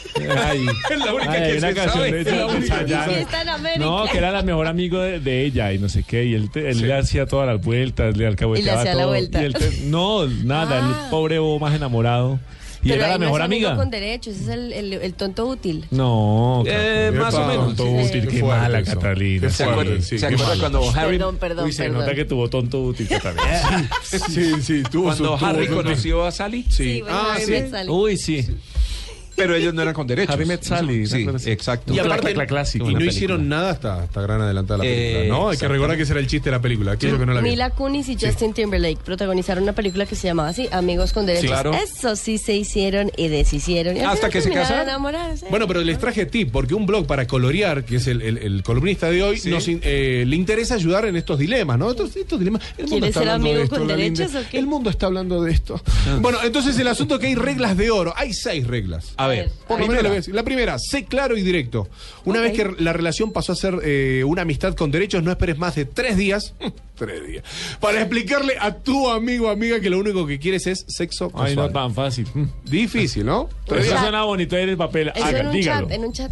Ay, es la única Ay, que una se canción sabe. de ella, sí, está en América. No, que era la mejor amigo de, de ella y no sé qué. Y él, él sí. le hacía todas las vueltas, le alcahueteaba y le hacía todo. La vuelta. Y él te, no, nada, ah. el pobre bobo más enamorado. Y pero era la mejor no es amigo amiga. Con derechos, ese es el, el, el tonto útil. No, eh, más o menos. Tonto sí, útil, sí, qué mala, eso. Catalina. ¿Se acuerdan sí, sí, cuando Harry? Perdón, perdón, Uy, se perdón. nota que tuvo tonto útil, Catalina. sí, sí, sí, tuvo Cuando su, Harry tuvo conoció a Sally. Sí. sí bueno, ah, sí. Uy, sí. Pero ellos no eran con derechos. Harry Met Sally. Sí, exacto. Y aparte, la clásica, y no hicieron nada hasta, hasta gran adelantada la película, eh, ¿no? Hay que recordar que ese era el chiste de la película, aquello que no la vi. Mila Kunis y Justin sí. Timberlake protagonizaron una película que se llamaba así, Amigos con Derechos. Sí, claro. Eso sí se hicieron y deshicieron. Y hasta que se casaron. Enamorarse. Bueno, pero les traje tip, porque un blog para colorear, que es el, el, el columnista de hoy, sí. nos, eh, le interesa ayudar en estos dilemas, ¿no? Estos, estos dilemas. El mundo está ser hablando amigo de esto, con derechos o qué? El mundo está hablando de esto. Ah. Bueno, entonces el asunto es que hay reglas de oro. Hay seis reglas. A ver, por lo menos la primera, sé claro y directo. Una okay. vez que la relación pasó a ser eh, una amistad con derechos, no esperes más de tres días, tres días, para explicarle a tu amigo o amiga que lo único que quieres es sexo casual. Ay, no tan fácil. Difícil, ¿no? Eso suena bonito en el papel. Eso Haga, en un dígalo. chat, en un chat.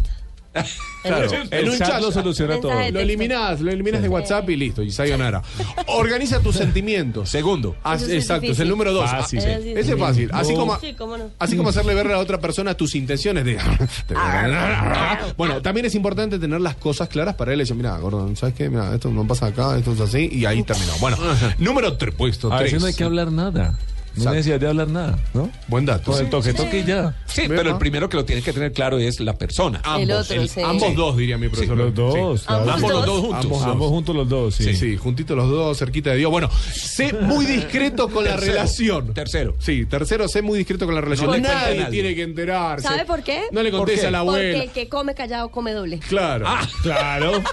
Claro, en un chat lo soluciona todo. Lo eliminas, lo eliminas sí. de WhatsApp y listo, y sayonara. Organiza tus sentimientos. Segundo. As, exacto, es, es el número dos. Fácil, ah, sí. Ese es fácil. No. Así como, sí, cómo no. así como hacerle ver a la otra persona tus intenciones de. Bueno, también es importante tener las cosas claras para él. Decir, mira, Gordon, ¿sabes qué? Mira, esto no pasa acá, esto es así, y ahí terminó. Bueno, número tres, puesto A tres. veces no hay que hablar nada. No hay necesidad de hablar nada, ¿no? Buen dato. Con sí. el toque, toque y ya. Sí, pero el primero que lo tiene que tener claro es la persona. Ambos, el otro, el, sí. ambos Sí. dos, diría mi profesor. Sí, los dos. Sí. Claro. Ambos Ambos los dos. dos juntos. Ambos, ambos juntos los dos, sí. Sí, sí, juntitos los dos, cerquita de Dios. Bueno, sé muy discreto con la Tercero. relación. Tercero. Sí, tercero, sé muy discreto con la relación. No le nadie, cuente a nadie. tiene que enterarse. ¿Sabe por qué? No le contés qué? a la Porque abuela. el que come callado come doble. Claro. Ah, Claro.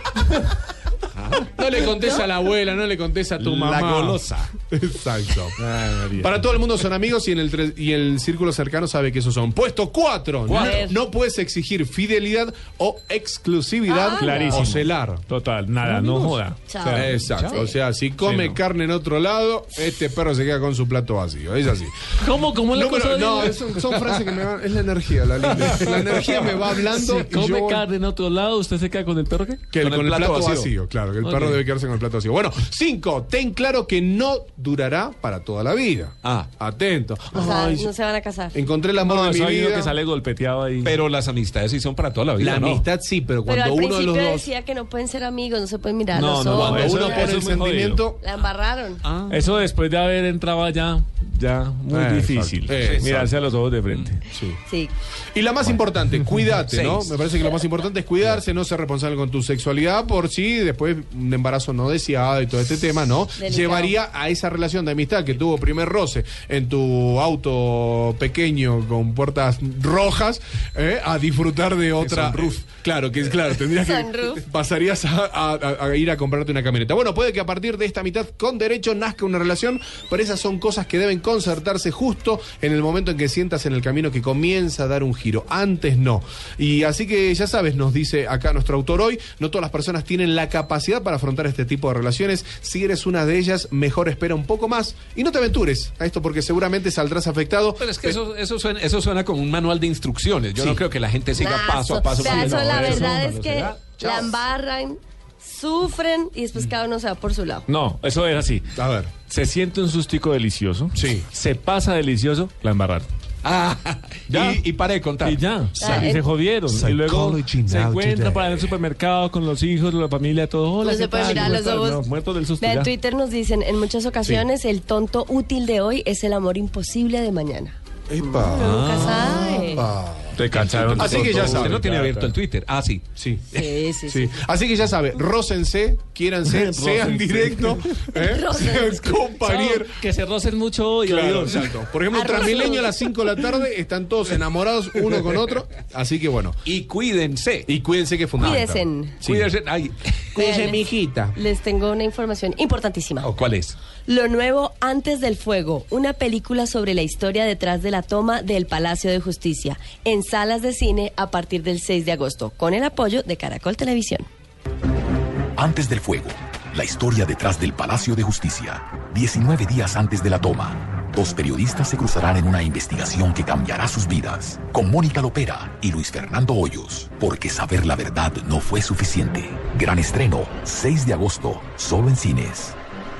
No le contés a la abuela, no le contés a tu La mamá. golosa. Exacto. Ay, María. Para todo el mundo son amigos y en el tre- y el círculo cercano sabe que esos son. Puesto cuatro. No, no puedes exigir fidelidad o exclusividad Ah, Clarísimo. o celar. Total, nada, no joda. Chao. O sea, Exacto. chao. O sea, si come Sí, no. carne en otro lado, este perro se queda con su plato vacío. Es así. ¿Cómo, cómo es la No, cosa pero- de- no, son, son frases que me van. Es la energía, la linda. La energía me va hablando. Si y come yo- carne en otro lado, ¿usted se queda con el perro qué? Que el- con, el plato, vacío. claro, que el Ok. perro debe quedarse con el plato vacío. Bueno, cinco, ten claro que no durará para toda la vida. Ah. Atento. O sea, Ay, no se van a casar. encontré el amor No, de eso mi hay uno vida. que sale golpeteado ahí. Pero las amistades sí son para toda la vida, La ¿no? amistad sí, pero Pero cuando al uno de principio los dos. decía que no pueden ser amigos, no se pueden mirar a No, los no, no, ojos. Cuando eso- uno pone eso el es muy sentimiento. La embarraron. Ah. Eso después de haber entrado allá, ya muy Eh, difícil. exacto. Eh, Mirarse a los ojos de frente. Sí. Sí. Y la más importante, cuídate, ¿no? Seis. Me parece que lo más importante es cuidarse, no ser responsable con tu sexualidad por si después un embarazo no deseado y todo este tema, ¿no? Delicado. Llevaría a esa relación de amistad que tuvo primer roce en tu auto pequeño con puertas rojas, ¿eh? A disfrutar de otra. sunroof. Claro, que claro, tendrías que. Sunroof. Pasarías a, a- a ir a comprarte una camioneta. Bueno, puede que a partir de esta mitad con derecho nazca una relación, pero esas son cosas que deben concertarse justo en el momento en que sientas en el camino que comienza a dar un giro. Antes no. Y así que ya sabes, nos dice acá nuestro autor hoy, no todas las personas tienen la capacidad para afrontar este tipo de relaciones. Si eres una de ellas, mejor espera un poco más y no te aventures a esto porque seguramente saldrás afectado. Pero es que eso, eso, suena, eso suena como un manual de instrucciones. Yo Sí. no creo que la gente siga Nah, paso a paso. o sea, con eso eso. la No, verdad eso es no que será. Chao. la embarran, sufren y después cada uno se va por su lado. No, eso es así. A ver. Se siente un sustico delicioso. Sí. Se pasa delicioso, la embarraron. Ah, Ya. y, y paré de contar. Y ya. Ah, y eh. se jodieron. Y luego Psychology se now encuentra today. para ir al supermercado con los hijos, la familia, todo. Hola, No se ¿qué puede tal? mirar ¿Cómo los estás? ojos. No, muertos del susto. Ve, en ya. Twitter nos dicen, en muchas ocasiones el tonto útil de hoy es el amor imposible de mañana. Epa. Uno nunca sabe. Epa. Te cansaron. Así que ya Usted saben. no tiene abierto el Twitter. Ah, sí. Sí. Sí, sí, sí. Sí. Así que ya sabe, rócense, quiéranse, sean Rócense. directos, ¿eh? Rócense. sean compañeros. Chao, que se rocen mucho hoy. Claro, adiós. exacto. Por ejemplo, en Arroz. Transmilenio a las cinco de la tarde están todos enamorados uno con otro. Así que bueno. Y cuídense. Y cuídense que es fundamental. Cuídense. Sí. Cuídense. Ay. Cuídense, Vean, mijita. Les tengo una información importantísima. Oh, ¿cuál es? Lo nuevo Antes del Fuego, una película sobre la historia detrás de la toma del Palacio de Justicia, en salas de cine a partir del seis de agosto, con el apoyo de Caracol Televisión. Antes del fuego, la historia detrás del Palacio de Justicia. diecinueve días antes de la toma, dos periodistas se cruzarán en una investigación que cambiará sus vidas. Con Mónica Lopera y Luis Fernando Hoyos, porque saber la verdad no fue suficiente. Gran estreno, seis de agosto, solo en cines.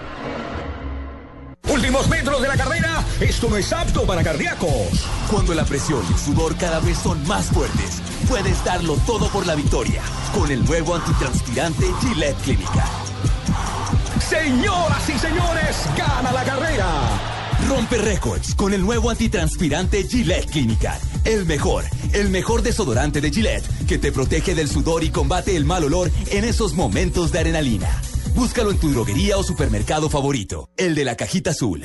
Últimos metros de la carrera, esto no es apto para cardíacos. Cuando la presión y el sudor cada vez son más fuertes, puedes darlo todo por la victoria con el nuevo antitranspirante Gillette Clinical. Señoras y señores, gana la carrera. Rompe récords con el nuevo antitranspirante Gillette Clinical. El mejor, el mejor desodorante de Gillette que te protege del sudor y combate el mal olor en esos momentos de adrenalina. Búscalo en tu droguería o supermercado favorito, el de la cajita azul.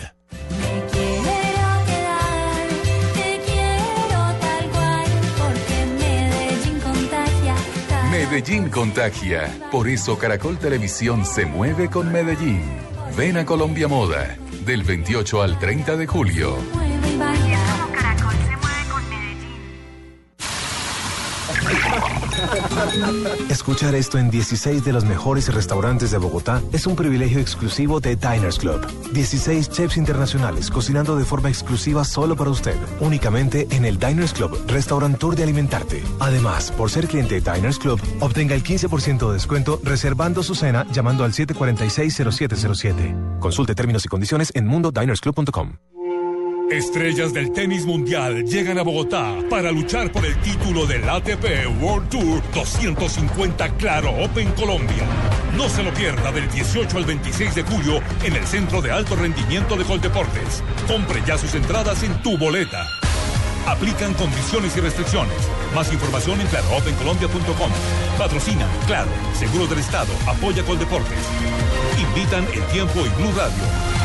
Medellín contagia. Por eso Caracol Televisión se mueve con Medellín. Ven a Colombia Moda, del veintiocho al treinta de julio. Escuchar esto en dieciséis de los mejores restaurantes de Bogotá es un privilegio exclusivo de Diners Club. dieciséis chefs internacionales cocinando de forma exclusiva solo para usted, únicamente en el Diners Club, Restaurant Tour de Alimentarte. Además, por ser cliente de Diners Club, obtenga el quince por ciento de descuento reservando su cena llamando al siete cuatro seis, cero siete cero siete. Consulte términos y condiciones en mundo diners club punto com. Estrellas del tenis mundial llegan a Bogotá para luchar por el título del A T P World Tour doscientos cincuenta Claro Open Colombia. No se lo pierda del dieciocho al veintiséis de julio en el Centro de Alto Rendimiento de Coldeportes. Compre ya sus entradas en tu boleta. Aplican condiciones y restricciones. Más información en claro open colombia punto com. Patrocina Claro, Seguros del Estado, apoya Coldeportes. Invitan El Tiempo y Blue Radio.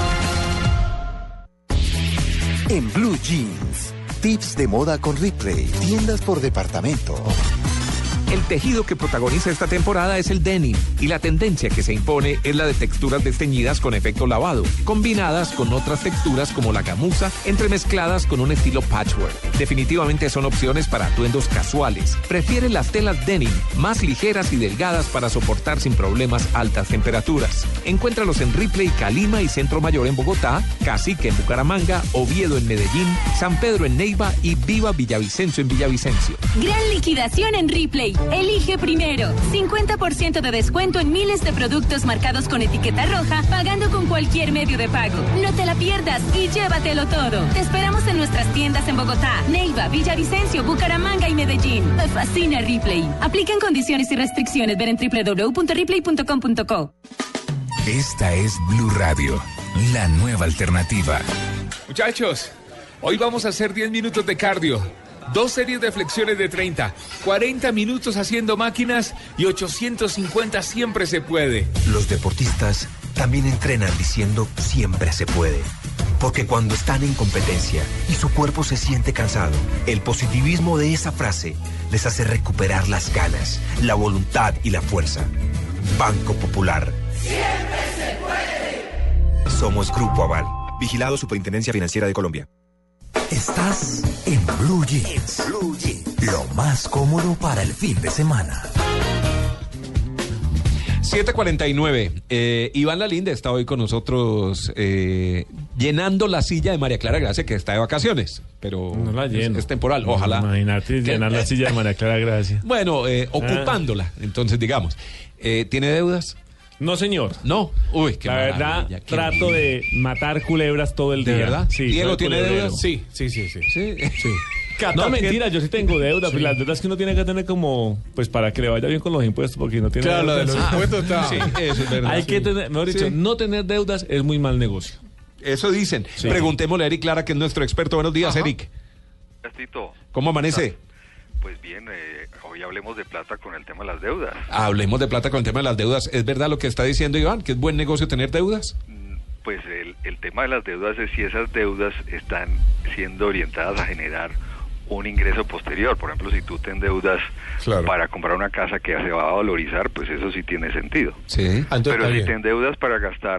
En Blue Jeans, tips de moda con Ripley, tiendas por departamento. El tejido que protagoniza esta temporada es el denim y la tendencia que se impone es la de texturas desteñidas con efecto lavado, combinadas con otras texturas como la gamuza, entremezcladas con un estilo patchwork. Definitivamente son opciones para atuendos casuales. Prefiere las telas denim, más ligeras y delgadas para soportar sin problemas altas temperaturas. Encuéntralos en Ripley, Calima y Centro Mayor en Bogotá, Cacique en Bucaramanga, Oviedo en Medellín, San Pedro en Neiva y Viva Villavicencio en Villavicencio. Gran liquidación en Ripley. Elige primero. cincuenta por ciento de descuento en miles de productos marcados con etiqueta roja, pagando con cualquier medio de pago. No te la pierdas y llévatelo todo. Te esperamos en nuestras tiendas en Bogotá, Neiva, Villavicencio, Bucaramanga y Medellín. Me fascina Ripley. Aplican condiciones y restricciones. Ver en doble u doble u doble u punto ripley punto com punto co. Esta es Blue Radio, la nueva alternativa. Muchachos, hoy vamos a hacer diez minutos de cardio. Dos series de flexiones de treinta, cuarenta minutos haciendo máquinas y ochocientos cincuenta siempre se puede. Los deportistas también entrenan diciendo siempre se puede. Porque cuando están en competencia y su cuerpo se siente cansado, el positivismo de esa frase les hace recuperar las ganas, la voluntad y la fuerza. Banco Popular. ¡Siempre se puede! Somos Grupo Aval. Vigilado Superintendencia Financiera de Colombia. Estás en Blue Jeans. Blue Jeans. Lo más cómodo para el fin de semana. siete cuarenta y nueve. Eh, Iván Lalinde está hoy con nosotros eh, llenando la silla de María Clara Gracia, que está de vacaciones, pero no la lleno. Es, es temporal, ojalá. Imagínate llenar la silla de María Clara Gracia. Bueno, eh, ocupándola, entonces digamos. Eh, ¿Tiene deudas? No, señor. No. Uy, qué La verdad, qué trato maravilla. de matar culebras todo el ¿De día. verdad? Sí. ¿Diego tiene culebrero. deudas? Sí, sí, sí, sí. Sí. sí. No, mentira, yo sí tengo deuda. Sí. Pues las deudas que uno tiene que tener como, pues para que le vaya bien con los impuestos, porque no tiene claro, deudas. Claro, de los impuestos está. Sí, eso es verdad. Hay sí. que tener, mejor dicho, sí. no tener deudas es muy mal negocio. Eso dicen. Sí. Preguntémosle a Eric Clara, que es nuestro experto. Buenos días, Ajá. Eric. Gastito. ¿Cómo amanece? Pues bien, eh, hoy hablemos de plata con el tema de las deudas. Hablemos de plata con el tema de las deudas. ¿Es verdad lo que está diciendo Iván, que es buen negocio tener deudas? Pues el, el tema de las deudas es si esas deudas están siendo orientadas a generar un ingreso posterior. Por ejemplo, si tú te endeudas claro. para comprar una casa que se va a valorizar, pues eso sí tiene sentido. Sí. Pero si te endeudas para gastar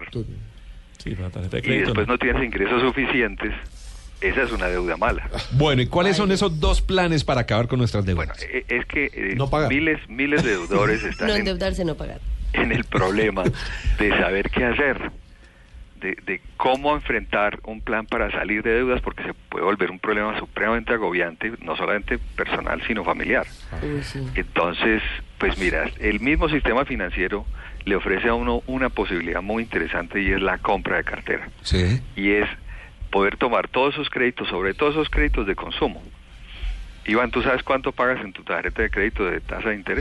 sí, para tarjeta de y crédito, después no. no tienes ingresos suficientes, esa es una deuda mala. Bueno, ¿y cuáles Ay. son esos dos planes para acabar con nuestras deudas? Bueno, eh, es que eh, no pagar. miles miles de deudores están no en, endeudarse, no pagar. en el problema de saber qué hacer, de, de cómo enfrentar un plan para salir de deudas, porque se puede volver un problema supremamente agobiante, no solamente personal, sino familiar. Uy, sí. Entonces, pues mira, el mismo sistema financiero le ofrece a uno una posibilidad muy interesante y es la compra de cartera. Sí. Y es poder tomar todos esos créditos, sobre todo esos créditos de consumo. Iván, ¿tú sabes cuánto pagas en tu tarjeta de crédito de tasa de interés?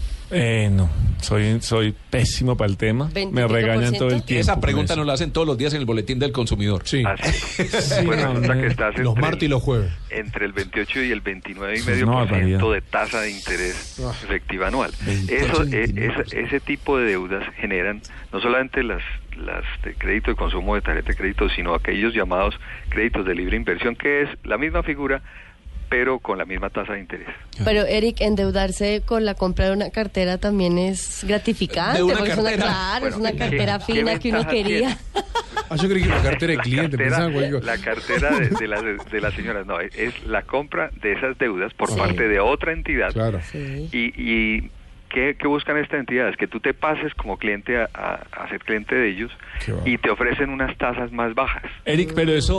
Eh, no, soy soy pésimo para el tema. Me regañan todo el tiempo. Esa pregunta nos la hacen todos los días en el boletín del consumidor. Sí. Ah, sí. sí bueno, no, resulta no, que estás los martes y los jueves. Entre el veintiocho y el veintinueve coma Es cinco una por ciento barbaridad. de tasa de interés Ah. efectiva anual. veintiocho, Eso, eh, veintinueve. esa- ese tipo de deudas generan no solamente las las de crédito de consumo de tarjeta de crédito, sino aquellos llamados créditos de libre inversión, que es la misma figura, pero con la misma tasa de interés. Pero, Eric, endeudarse con la compra de una cartera también es gratificante. De una porque es una, cartera. claro, Bueno, es una ¿qué- cartera qué fina que uno ventaja quería. Ah, yo creí que la cartera de La cliente. cartera, pensaba cualquier cosa. la cartera de, de, las, de las señoras, no, es, es la compra de esas deudas por Sí. parte de otra entidad. Claro. Sí. Y, y ¿qué, qué buscan estas entidades? Que tú te pases como cliente a, a, a ser cliente de ellos Qué va. y te ofrecen unas tasas más bajas. Eric, pero eso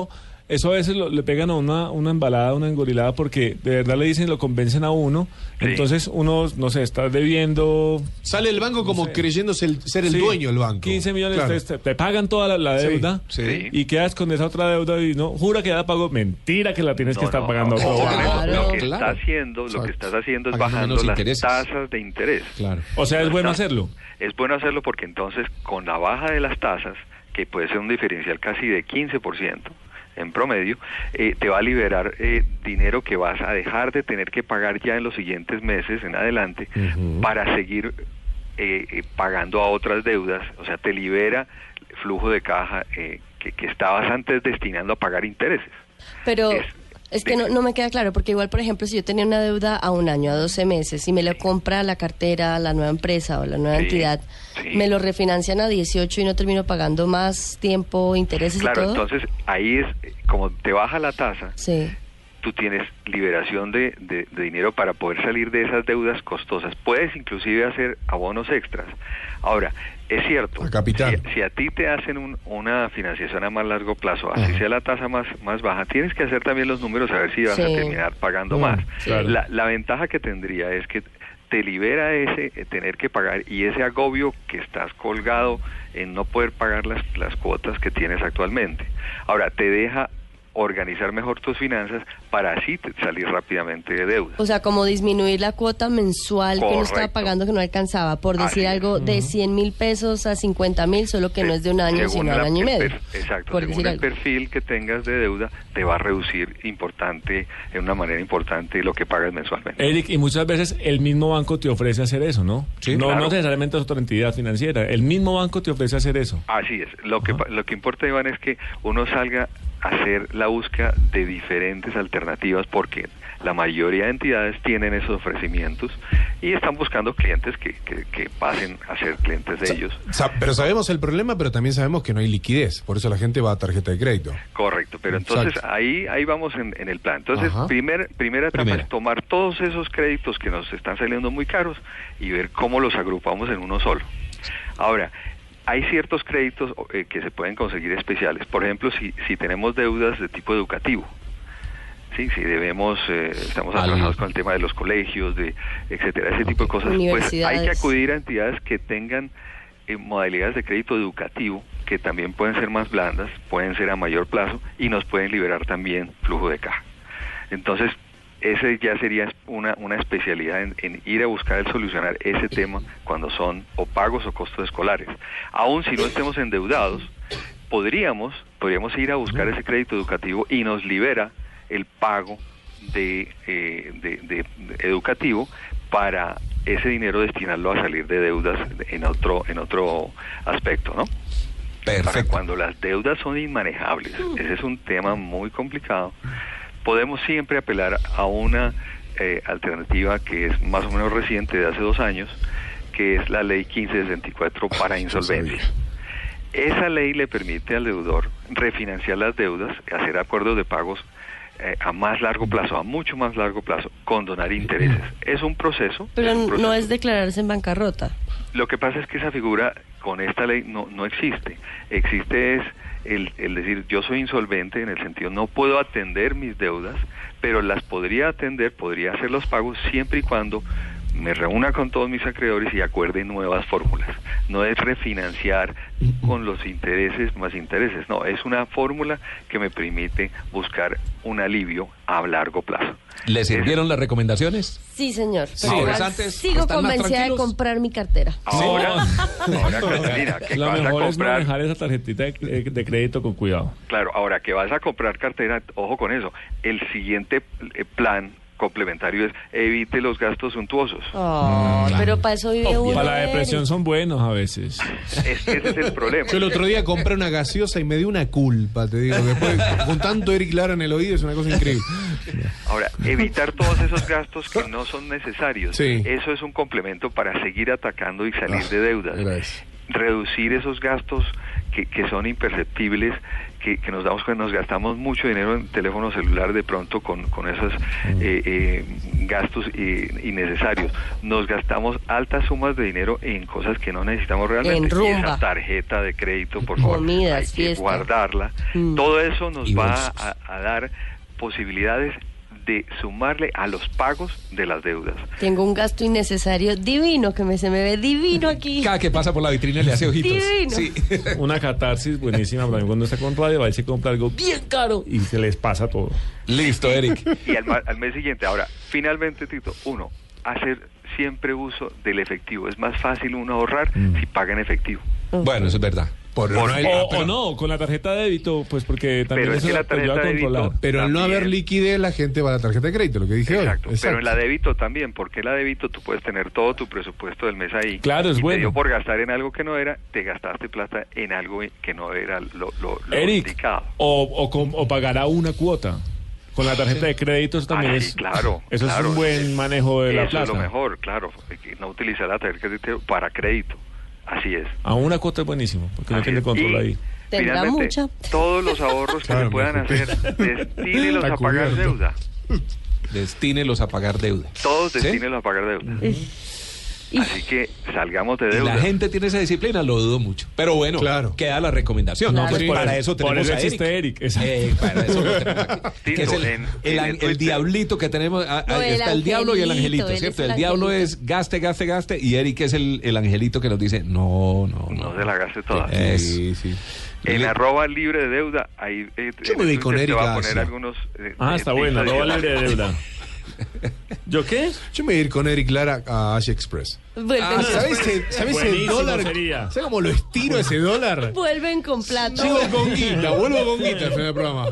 eso a veces lo, le pegan a una, una embalada, una engorilada, porque de verdad le dicen, lo convencen a uno, sí. Entonces uno, no sé, está debiendo... Sale el banco como no sé, creyéndose el, ser el sí, dueño del banco. quince millones, claro. te, te pagan toda la, la deuda, sí, sí. y quedas con esa otra deuda y no, jura que ya la pagó, mentira que la tienes no, que estar no, pagando. No, todo. Claro. Lo que claro. está haciendo, lo Exacto. que estás haciendo es bajando las intereses. tasas de interés. Claro. O sea, es bueno hacerlo. Es bueno hacerlo porque entonces con la baja de las tasas, que puede ser un diferencial casi de quince por ciento en promedio, eh, te va a liberar eh, dinero que vas a dejar de tener que pagar ya en los siguientes meses en adelante uh-huh. para seguir eh, eh, pagando a otras deudas. O sea, te libera flujo de caja eh, que, que estabas antes destinando a pagar intereses. Pero... Es, Es que no, no me queda claro, porque igual, por ejemplo, si yo tenía una deuda a un año, a doce meses, y me lo compra la cartera, la nueva empresa o la nueva sí, entidad, sí. me lo refinancian a dieciocho y no termino pagando más tiempo, intereses claro, y todo. Claro, entonces ahí es, como te baja la tasa, sí. tú tienes liberación de, de, de dinero para poder salir de esas deudas costosas. Puedes inclusive hacer abonos extras. Ahora, es cierto, si, si a ti te hacen un, una financiación a más largo plazo, así Ajá. sea la tasa más, más baja, tienes que hacer también los números a ver si vas sí. a terminar pagando uh, más. Claro. La, la ventaja que tendría es que te libera ese eh, tener que pagar y ese agobio que estás colgado en no poder pagar las, las cuotas que tienes actualmente. Ahora, te deja organizar mejor tus finanzas para así salir rápidamente de deuda. O sea, como disminuir la cuota mensual Correcto. que uno estaba pagando que no alcanzaba, por decir así algo, es. de cien mil pesos a cincuenta mil, solo que sí. no es de un año, según sino de un año y medio. Per, exacto, por según el algo. perfil que tengas de deuda, te va a reducir importante, en una manera importante, lo que pagas mensualmente. Eric, y muchas veces el mismo banco te ofrece hacer eso, ¿no? Sí, no, claro. no necesariamente es otra entidad financiera, el mismo banco te ofrece hacer eso. Así es, lo que, lo que importa, Iván, es que uno salga hacer la búsqueda de diferentes alternativas porque la mayoría de entidades tienen esos ofrecimientos y están buscando clientes que, que, que pasen a ser clientes de Sa- ellos. Sa- pero sabemos el problema, pero también sabemos que no hay liquidez, por eso la gente va a tarjeta de crédito. Correcto, pero entonces Exacto. ahí ahí vamos en, en el plan. Entonces, primer, primera etapa primera. es tomar todos esos créditos que nos están saliendo muy caros y ver cómo los agrupamos en uno solo. Ahora, hay ciertos créditos eh, que se pueden conseguir especiales. Por ejemplo, si, si tenemos deudas de tipo educativo, sí, si debemos, eh, estamos atrasados con el tema de los colegios, de etcétera, ese tipo de cosas, pues hay que acudir a entidades que tengan eh, modalidades de crédito educativo que también pueden ser más blandas, pueden ser a mayor plazo y nos pueden liberar también flujo de caja. Entonces, ese ya sería una, una especialidad en, en ir a buscar el solucionar ese tema cuando son o pagos o costos escolares. Aún si no estemos endeudados, podríamos, podríamos ir a buscar ese crédito educativo y nos libera el pago de, eh, de, de, de educativo para ese dinero destinarlo a salir de deudas en otro, en otro aspecto, ¿no? Perfecto. Para cuando las deudas son inmanejables, ese es un tema muy complicado. Podemos siempre apelar a una eh, alternativa que es más o menos reciente, de hace dos años, que es la ley quince sesenta y cuatro para insolvencia. Esa ley le permite al deudor refinanciar las deudas, hacer acuerdos de pagos eh, a más largo plazo, a mucho más largo plazo, condonar intereses. Es un proceso. Pero es un proceso. No es declararse en bancarrota. Lo que pasa es que esa figura con esta ley no, no existe. Existe es el, el decir, yo soy insolvente en el sentido, no puedo atender mis deudas, pero las podría atender, podría hacer los pagos siempre y cuando me reúna con todos mis acreedores y acuerde nuevas fórmulas. No es refinanciar con los intereses más intereses, no, es una fórmula que me permite buscar un alivio a largo plazo. ¿Le sirvieron es, las recomendaciones? Sí, señor. Pero sí, igual antes, sigo convencida de comprar mi cartera. Ahora, ahora Catalina, ¿qué Lo vas mejor a es comprar? manejar esa tarjetita de, de crédito con cuidado. Claro, ahora que vas a comprar cartera, ojo con eso. El siguiente eh, plan complementario es evite los gastos suntuosos. Oh, mm, pero para eso vive uno. Para la depresión son buenos a veces. Es que ese es el problema. Yo el otro día compré una gaseosa y me dio una culpa, te digo. Después, con tanto Eric Lara en el oído, es una cosa increíble. Ahora, evitar todos esos gastos que no son necesarios. Sí. Eso es un complemento para seguir atacando y salir ah, de deudas. Gracias. reducir esos gastos que, que son imperceptibles, que, que nos damos cuenta, nos gastamos mucho dinero en teléfono celular de pronto con, con esos eh, eh, gastos eh, innecesarios. Nos gastamos altas sumas de dinero en cosas que no necesitamos realmente. En rumba. Y esa tarjeta de crédito, por favor, comidas, hay que fiesta. guardarla. Mm. Todo eso nos Y va bolsos. a, a dar posibilidades de sumarle a los pagos de las deudas. Tengo un gasto innecesario divino, que me, se me ve divino aquí. Cada que pasa por la vitrina le hace ojitos. Divino. Sí. Una catarsis buenísima también cuando está con radio, va y se compra algo bien caro y se les pasa todo. Listo, Eric. Y al, ma- al mes siguiente, ahora, finalmente, Tito, uno, hacer siempre uso del efectivo. Es más fácil uno ahorrar Mm. si paga en efectivo. Bueno, eso es verdad. Por, Por- no hay- O, pero, o no, con la tarjeta de débito, pues porque también Pero es eso que la te ayuda a tarjeta de débito- controlar. pero al no también. haber liquidez, la gente va a la tarjeta de crédito, lo que dije Exacto, hoy. pero en la débito también, porque la débito tú puedes tener todo tu presupuesto del mes ahí. Claro, es y bueno. te dio por gastar en algo que no era, te gastaste plata en algo que no era lo, lo, lo Eric, indicado. o, o, com- o pagará una cuota. Con la tarjeta de crédito eso también Ah, sí, es... claro, Eso claro. es un buen manejo de la Eso plata. es lo mejor, claro. No utilizar la tarjeta de crédito para crédito. Así es. A una cuota es buenísimo, porque no Así tiene es. control Y, ahí. Tendrá finalmente, mucha. todos los ahorros que Claro, se puedan me hacer, destínelos Está a pagar cubierto. deuda. Destínelos a pagar deuda. Todos ¿Sí? destínelos a pagar deuda. Así que salgamos de Y deuda. la gente tiene esa disciplina, lo dudo mucho. Pero bueno, Claro. queda la recomendación. Claro. Pues Sí. para Por- eso por tenemos eso a Eric. existe Eric, exacto. Eh, para eso lo tenemos aquí. Tito, Que es el, en- el, en an- el el Twitter. diablito que tenemos. ah, No, ah, el está el diablo y el angelito, angelito, él es ¿cierto? el El diablo angelito. es gaste, gaste, gaste. Y Eric es el, el angelito que nos dice: no, no, no. No se la gaste toda. Es- Sí, sí. En Le- arroba libre de deuda, ahí eh, Yo en me el vi con Twitter te Erika va a poner Asia. algunos. eh, Ah, eh, está tips buena, no adicionales. libre de deuda. ¿Yo qué? Yo me voy a ir con Eric Lara a Asia Express. Vuelven, Ah, ¿Sabes, el- ¿sabes el Buenísimo dólar? sería. ¿Sabes cómo lo estiro ese dólar? vuelven con plata. Llego con guita, vuelvo con guita al final del programa.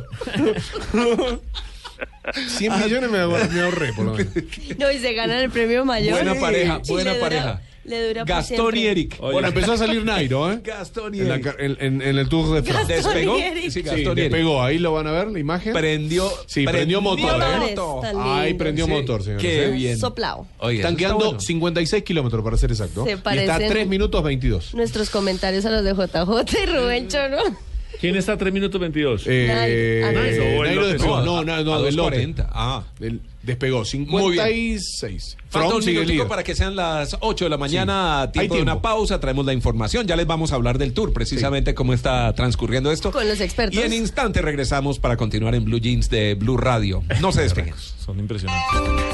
cien millones me, ahor- me ahorré, por lo menos. No, y se ganan el premio mayor. Buena pareja, Y buena le dura- pareja. Le dura para Gastón y siempre. Eric. Oye. Bueno, empezó a salir Nairo, ¿eh? Gastón y En, la Eric. ca- en- en- en el Tour de Francia. Gastón ¿Despegó? y Eric. Sí, Sí, Gastón y Eric. despegó. Ahí lo van a ver, la imagen. Prendió, Sí, prendió motor, ¿eh? motor. Tan Ahí lindo. prendió Sí, motor, señores. qué ¿eh? bien. Soplado. Oye, Están eso está quedando bueno. cincuenta y seis kilómetros, para ser exacto. Se Y está a parecen- tres minutos veintidós. Nuestros comentarios a los de J J y Rubén Choro. ¿Quién está a tres minutos veintidós? Eh, Nairo. Ah, Nairo, o el Nairo lote. despegó. No, No, a- no, a no, dos del lote. cuarenta. Ah. Del- despegó. cincuenta y seis. Falta Froome un sigue minutico líder. para que sean las ocho de la mañana, Sí. tiempo Hay de una tiempo. pausa, traemos la información, ya les vamos a hablar del tour, precisamente cómo está transcurriendo esto. Con los expertos. Y en instante regresamos para continuar en Blue Jeans de Blue Radio. No se despeguen. Son impresionantes.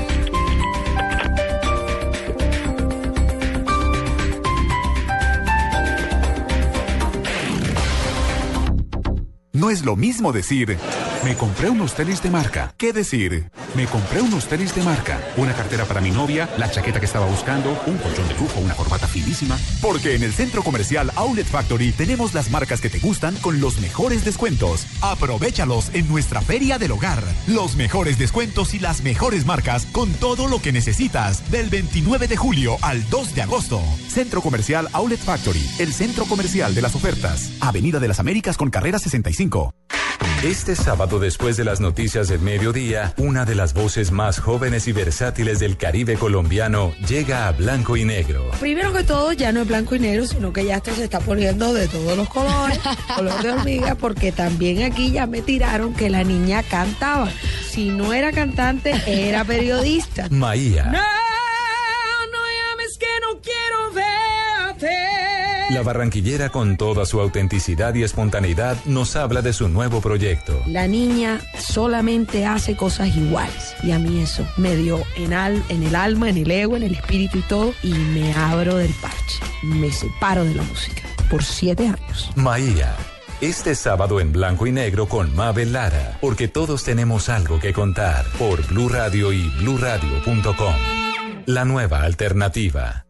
No es lo mismo decir, me compré unos tenis de marca, que decir, me compré unos tenis de marca, una cartera para mi novia, la chaqueta que estaba buscando, un colchón de lujo, una corbata finísima. Porque en el Centro Comercial Outlet Factory tenemos las marcas que te gustan con los mejores descuentos. Aprovéchalos en nuestra Feria del Hogar. Los mejores descuentos y las mejores marcas con todo lo que necesitas del veintinueve de julio al dos de agosto. Centro Comercial Outlet Factory, el centro comercial de las ofertas. Avenida de las Américas con carrera sesenta y cinco. Este sábado, después de las noticias del mediodía, una de las voces más jóvenes y versátiles del Caribe colombiano llega a Blanco y Negro. Primero que todo, ya no es blanco y negro, sino que ya esto se está poniendo de todos los colores, color de hormiga, porque también aquí ya me tiraron que la niña cantaba. Si no era cantante, era periodista. Maía, No, no llames que no quiero verte. la barranquillera con toda su autenticidad y espontaneidad, nos habla de su nuevo proyecto. La niña solamente hace cosas iguales. Y a mí eso me dio en, al, en el alma, en el ego, en el espíritu y todo. Y me abro del parche. Me separo de la música. Por siete años. Maía, este sábado en Blanco y Negro con Mabel Lara, porque todos tenemos algo que contar, por Blue Radio y blue radio punto com. La nueva alternativa.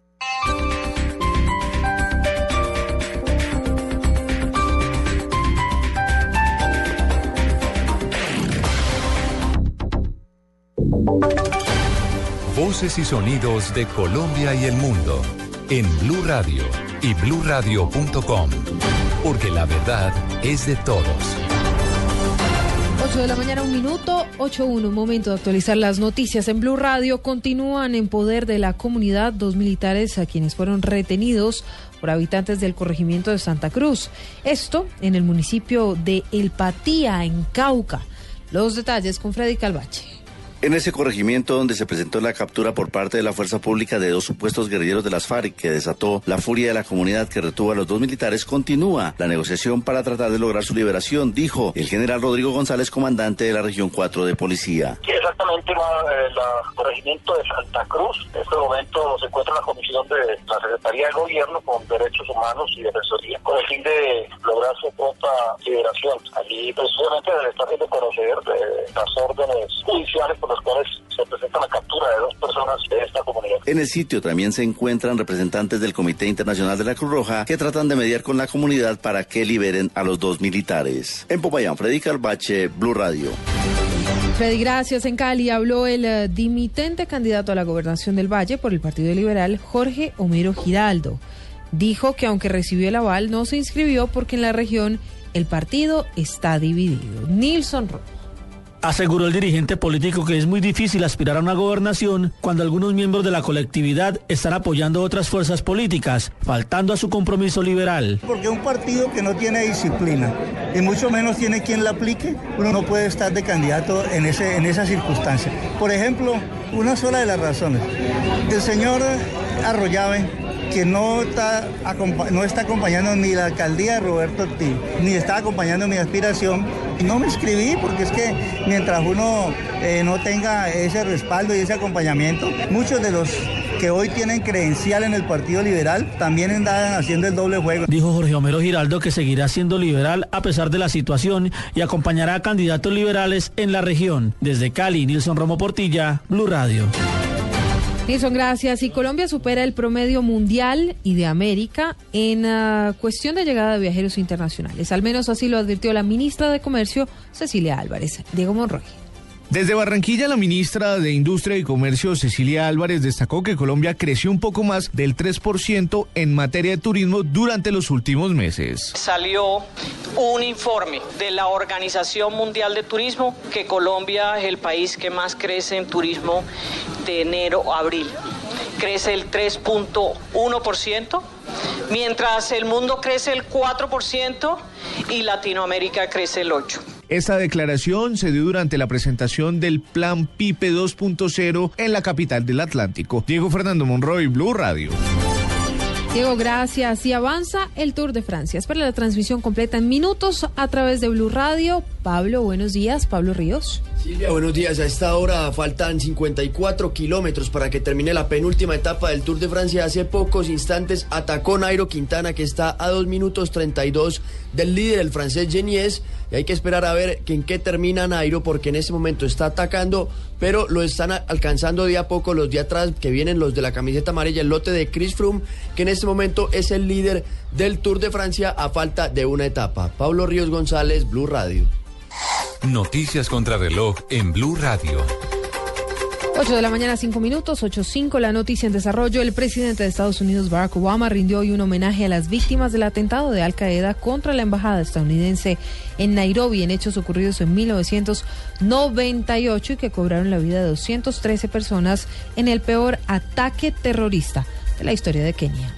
Voces y sonidos de Colombia y el mundo en Blue Radio y blue radio punto com, porque la verdad es de todos. ocho de la mañana, un minuto, ocho uno, un momento de actualizar las noticias en Blue Radio. Continúan en poder de la comunidad dos militares a quienes fueron retenidos por habitantes del corregimiento de Santa Cruz. Esto en el municipio de El Patía, en Cauca. Los detalles con Freddy Calvache. En ese corregimiento donde se presentó la captura por parte de la fuerza pública de dos supuestos guerrilleros de las FARC que desató la furia de la comunidad que retuvo a los dos militares, continúa la negociación para tratar de lograr su liberación, dijo el general Rodrigo González, comandante de la región cuatro de policía. Sí, exactamente, el corregimiento de Santa Cruz. En este momento se encuentra la comisión de la Secretaría de Gobierno con Derechos Humanos y Defensoría con el fin de lograr su pronta liberación. Allí precisamente se está haciendo conocer de las órdenes judiciales por las cuales se presenta la captura de dos personas de esta comunidad. En el sitio también se encuentran representantes del Comité Internacional de la Cruz Roja que tratan de mediar con la comunidad para que liberen a los dos militares. En Popayán, Freddy Calvache, Blue Radio. Freddy, gracias. En Cali habló el uh, dimitente candidato a la gobernación del Valle por el Partido Liberal, Jorge Homero Giraldo. Dijo que aunque recibió el aval, no se inscribió porque en la región el partido está dividido. Nilson Ross. Aseguró el dirigente político que es muy difícil aspirar a una gobernación cuando algunos miembros de la colectividad están apoyando otras fuerzas políticas, faltando a su compromiso liberal. Porque un partido que no tiene disciplina y mucho menos tiene quien la aplique, uno no puede estar de candidato en, ese, en esa circunstancia. Por ejemplo, una sola de las razones. El señor Arroyave, que no está, no está acompañando ni la alcaldía de Roberto Ortiz, ni está acompañando mi aspiración. No me inscribí porque es que mientras uno eh, no tenga ese respaldo y ese acompañamiento, muchos de los que hoy tienen credencial en el Partido Liberal también andan haciendo el doble juego. Dijo Jorge Homero Giraldo que seguirá siendo liberal a pesar de la situación y acompañará a candidatos liberales en la región. Desde Cali, Nilson Romo Portilla, Blue Radio. Nilson, gracias. Y Colombia supera el promedio mundial y de América en uh, cuestión de llegada de viajeros internacionales. Al menos así lo advirtió la ministra de Comercio, Cecilia Álvarez. Diego Monroy. Desde Barranquilla, la ministra de Industria y Comercio, Cecilia Álvarez, destacó que Colombia creció un poco más del tres por ciento en materia de turismo durante los últimos meses. Salió un informe de la Organización Mundial de Turismo que Colombia es el país que más crece en turismo de enero a abril. Crece el tres punto uno por ciento, mientras el mundo crece el cuatro por ciento y Latinoamérica crece el ocho por ciento. Esta declaración se dio durante la presentación del Plan PIPE dos punto cero en la capital del Atlántico. Diego Fernando Monroy, Blue Radio. Diego, gracias. Y avanza el Tour de Francia. Espera la transmisión completa en minutos a través de Blue Radio. Pablo, buenos días. Pablo Ríos. Silvia, buenos días. A esta hora faltan cincuenta y cuatro kilómetros para que termine la penúltima etapa del Tour de Francia. Hace pocos instantes atacó Nairo Quintana, que está a dos minutos treinta y dos del líder, el francés Genies. Y hay que esperar a ver en qué termina Nairo, porque en este momento está atacando, pero lo están alcanzando de a poco los de atrás, que vienen los de la camiseta amarilla, el lote de Chris Froome, que en este momento es el líder del Tour de Francia a falta de una etapa. Pablo Ríos González, Blue Radio. Noticias contra reloj en Blue Radio. ocho de la mañana, cinco minutos, ocho cinco, la noticia en desarrollo. El presidente de Estados Unidos, Barack Obama, rindió hoy un homenaje a las víctimas del atentado de Al Qaeda contra la embajada estadounidense en Nairobi, en hechos ocurridos en mil novecientos noventa y ocho y que cobraron la vida de doscientas trece personas en el peor ataque terrorista de la historia de Kenia.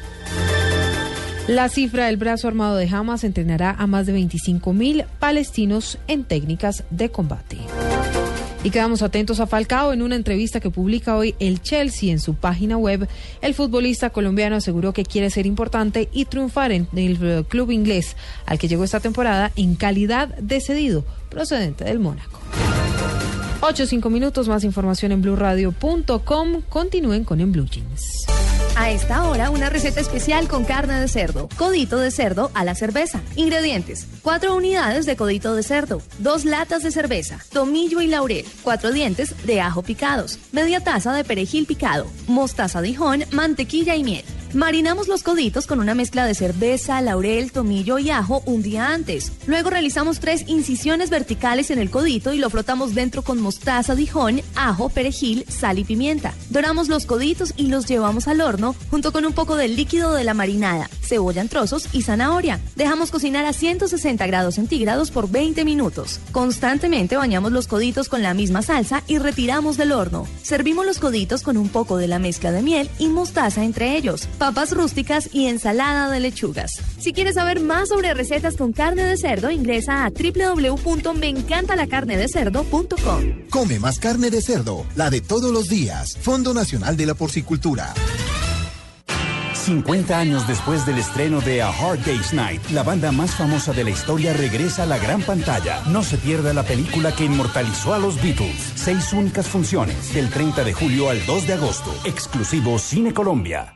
La cifra del brazo armado de Hamas entrenará a más de veinticinco mil palestinos en técnicas de combate. Y quedamos atentos a Falcao. En una entrevista que publica hoy el Chelsea en su página web, el futbolista colombiano aseguró que quiere ser importante y triunfar en el club inglés al que llegó esta temporada en calidad de cedido procedente del Mónaco. ocho cinco minutos, más información en blue radio punto com. Continúen con En Blue Jeans. A esta hora, una receta especial con carne de cerdo. Codito de cerdo a la cerveza. Ingredientes: cuatro unidades de codito de cerdo, dos latas de cerveza, tomillo y laurel, cuatro dientes de ajo picados, media taza de perejil picado, mostaza Dijon, mantequilla y miel. Marinamos los coditos con una mezcla de cerveza, laurel, tomillo y ajo un día antes. Luego realizamos tres incisiones verticales en el codito y lo frotamos dentro con mostaza Dijon, ajo, perejil, sal y pimienta. Doramos los coditos y los llevamos al horno junto con un poco del líquido de la marinada. cebolla en trozos y zanahoria. Dejamos cocinar a ciento sesenta grados centígrados por veinte minutos. Constantemente bañamos los coditos con la misma salsa y retiramos del horno. Servimos los coditos con un poco de la mezcla de miel y mostaza entre ellos, papas rústicas y ensalada de lechugas. Si quieres saber más sobre recetas con carne de cerdo, ingresa a doble u doble u doble u punto me encanta la carne de cerdo punto com. Come más carne de cerdo, la de todos los días. Fondo Nacional de la Porcicultura. cincuenta años después del estreno de A Hard Day's Night, la banda más famosa de la historia regresa a la gran pantalla. No se pierda la película que inmortalizó a los Beatles. Seis únicas funciones, del treinta de julio al dos de agosto. Exclusivo Cine Colombia.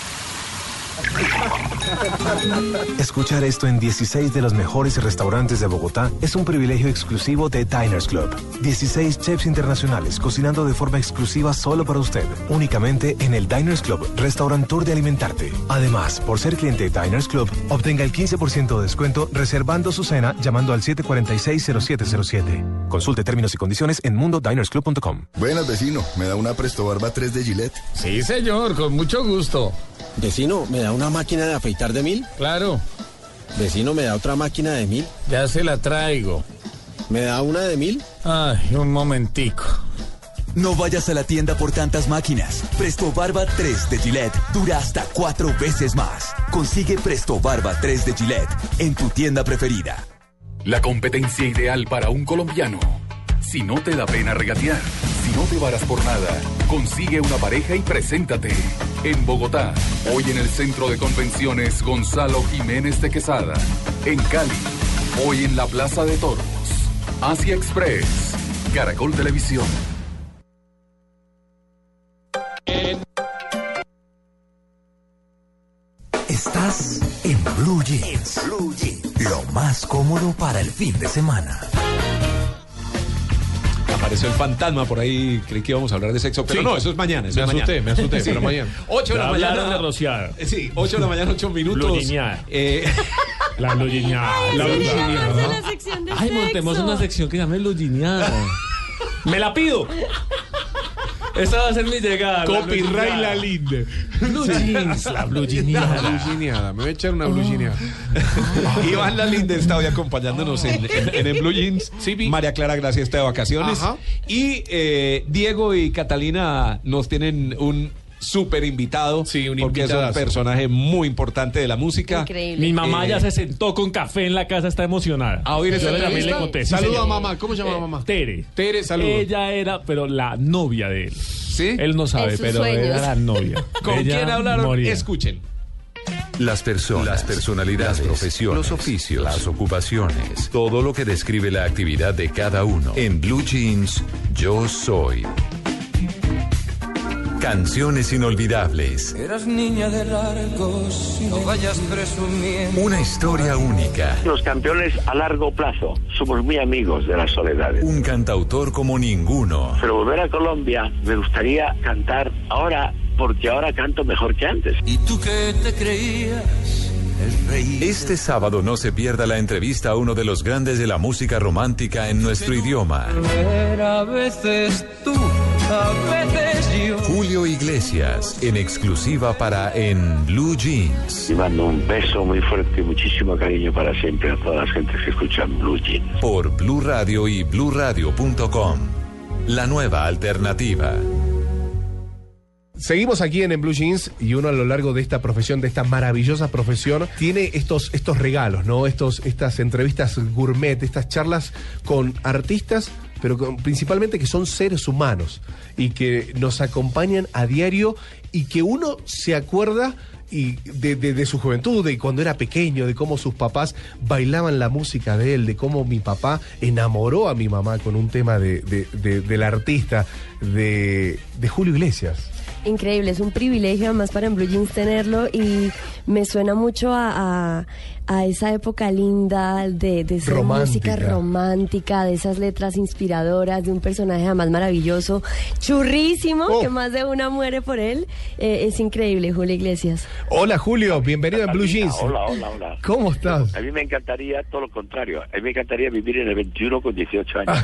Escuchar esto en dieciséis de los mejores restaurantes de Bogotá es un privilegio exclusivo de Diners Club. dieciséis chefs internacionales cocinando de forma exclusiva solo para usted, únicamente en el Diners Club, Restaurant Tour de Alimentarte. Además, por ser cliente de Diners Club, obtenga el quince por ciento de descuento reservando su cena llamando al siete cuatro seis, cero siete cero siete. Consulte términos y condiciones en mundo diners club punto com. Buenas, vecino. ¿Me da una Presto Barba tres de Gillette? Sí, señor, con mucho gusto. Vecino, ¿me da una máquina de afeitar de mil? Claro. Vecino, ¿me da otra máquina de mil? Ya se la traigo. ¿Me da una de mil? Ay, un momentico. No vayas a la tienda por tantas máquinas. Presto Barba tres de Gillette dura hasta cuatro veces más. Consigue Presto Barba tres de Gillette en tu tienda preferida. La competencia ideal para un colombiano. Si no te da pena regatear, si no te varas por nada, consigue una pareja y preséntate. En Bogotá, hoy en el Centro de Convenciones Gonzalo Jiménez de Quesada. En Cali, hoy en la Plaza de Toros. Asia Express, Caracol Televisión. Estás en Blue Jeans. Blue Jeans. Lo más cómodo para el fin de semana. Apareció el fantasma por ahí, creí que íbamos a hablar de sexo, pero sí. no, eso es mañana. Eso me es asusté, mañana. me asusté, sí. pero mañana. ocho de la mañana. de rociada. Sí, ocho de la mañana, ocho minutos. Blugineada. Eh, la blugineada. La blugineada. Ay, montemos una sección que llame blugineada. ¡Me la pido! Esa va a ser mi llegada. Copyright la linde. Blue Jeans, la blue jeaniada. La blue jeaniada. Me voy a echar una blue jeaniada. Iván Lalinde está hoy acompañándonos en, en, en el Blue Jeans. Sí, María Clara Gracia está de vacaciones. Ajá. Y eh, Diego y Catalina nos tienen un súper invitado. Sí, un porque es un personaje muy importante de la música. Increíble. Mi mamá eh, ya se sentó con café en la casa, está emocionada. A oír Yo le llamé y le conté. Saluda a mamá. ¿Cómo se llama eh, mamá? Tere. Tere, saludos. Ella era, pero la novia de él. ¿Sí? Él no sabe, pero sueños. era la novia. ¿Con Ella quién hablaron? Moría. Escuchen. Las personas, las personalidades, las profesiones, los oficios, las ocupaciones, todo lo que describe la actividad de cada uno. En Blue Jeans, Yo Soy. Canciones inolvidables. Eras niña de largos, no vayas presumiendo. Una historia única. Los campeones a largo plazo. Somos muy amigos de las soledades. Un cantautor como ninguno. Pero volver a Colombia, me gustaría cantar ahora, porque ahora canto mejor que antes. ¿Y tú qué te creías? El rey. Este sábado no se pierda la entrevista a uno de los grandes de la música romántica en nuestro idioma. A veces tú, a veces yo. Julio Iglesias, en exclusiva para En Blue Jeans. Y mando un beso muy fuerte y muchísimo cariño para siempre a todas las gentes que escuchan Blue Jeans. Por Blue Radio y blue radio punto com. La nueva alternativa. Seguimos aquí en, en Blue Jeans y uno a lo largo de esta profesión, de esta maravillosa profesión, tiene estos, estos regalos, ¿no? Estos, estas entrevistas gourmet, estas charlas con artistas, pero con, principalmente que son seres humanos y que nos acompañan a diario y que uno se acuerda y de, de, de su juventud, de cuando era pequeño, de cómo sus papás bailaban la música de él, de cómo mi papá enamoró a mi mamá con un tema de, de, de, del artista, de, de Julio Iglesias. Increíble, es un privilegio además para en Blue Jeans tenerlo y me suena mucho a, a, a esa época linda de, de esa romántica. música romántica, de esas letras inspiradoras, de un personaje además maravilloso, churrísimo, oh. que más de una muere por él. Eh, es increíble, Julio Iglesias. Hola Julio, bienvenido a Blue Jeans. Hola, hola, hola. ¿Cómo estás? A mí me encantaría todo lo contrario. A mí me encantaría vivir en el veintiuno con dieciocho años.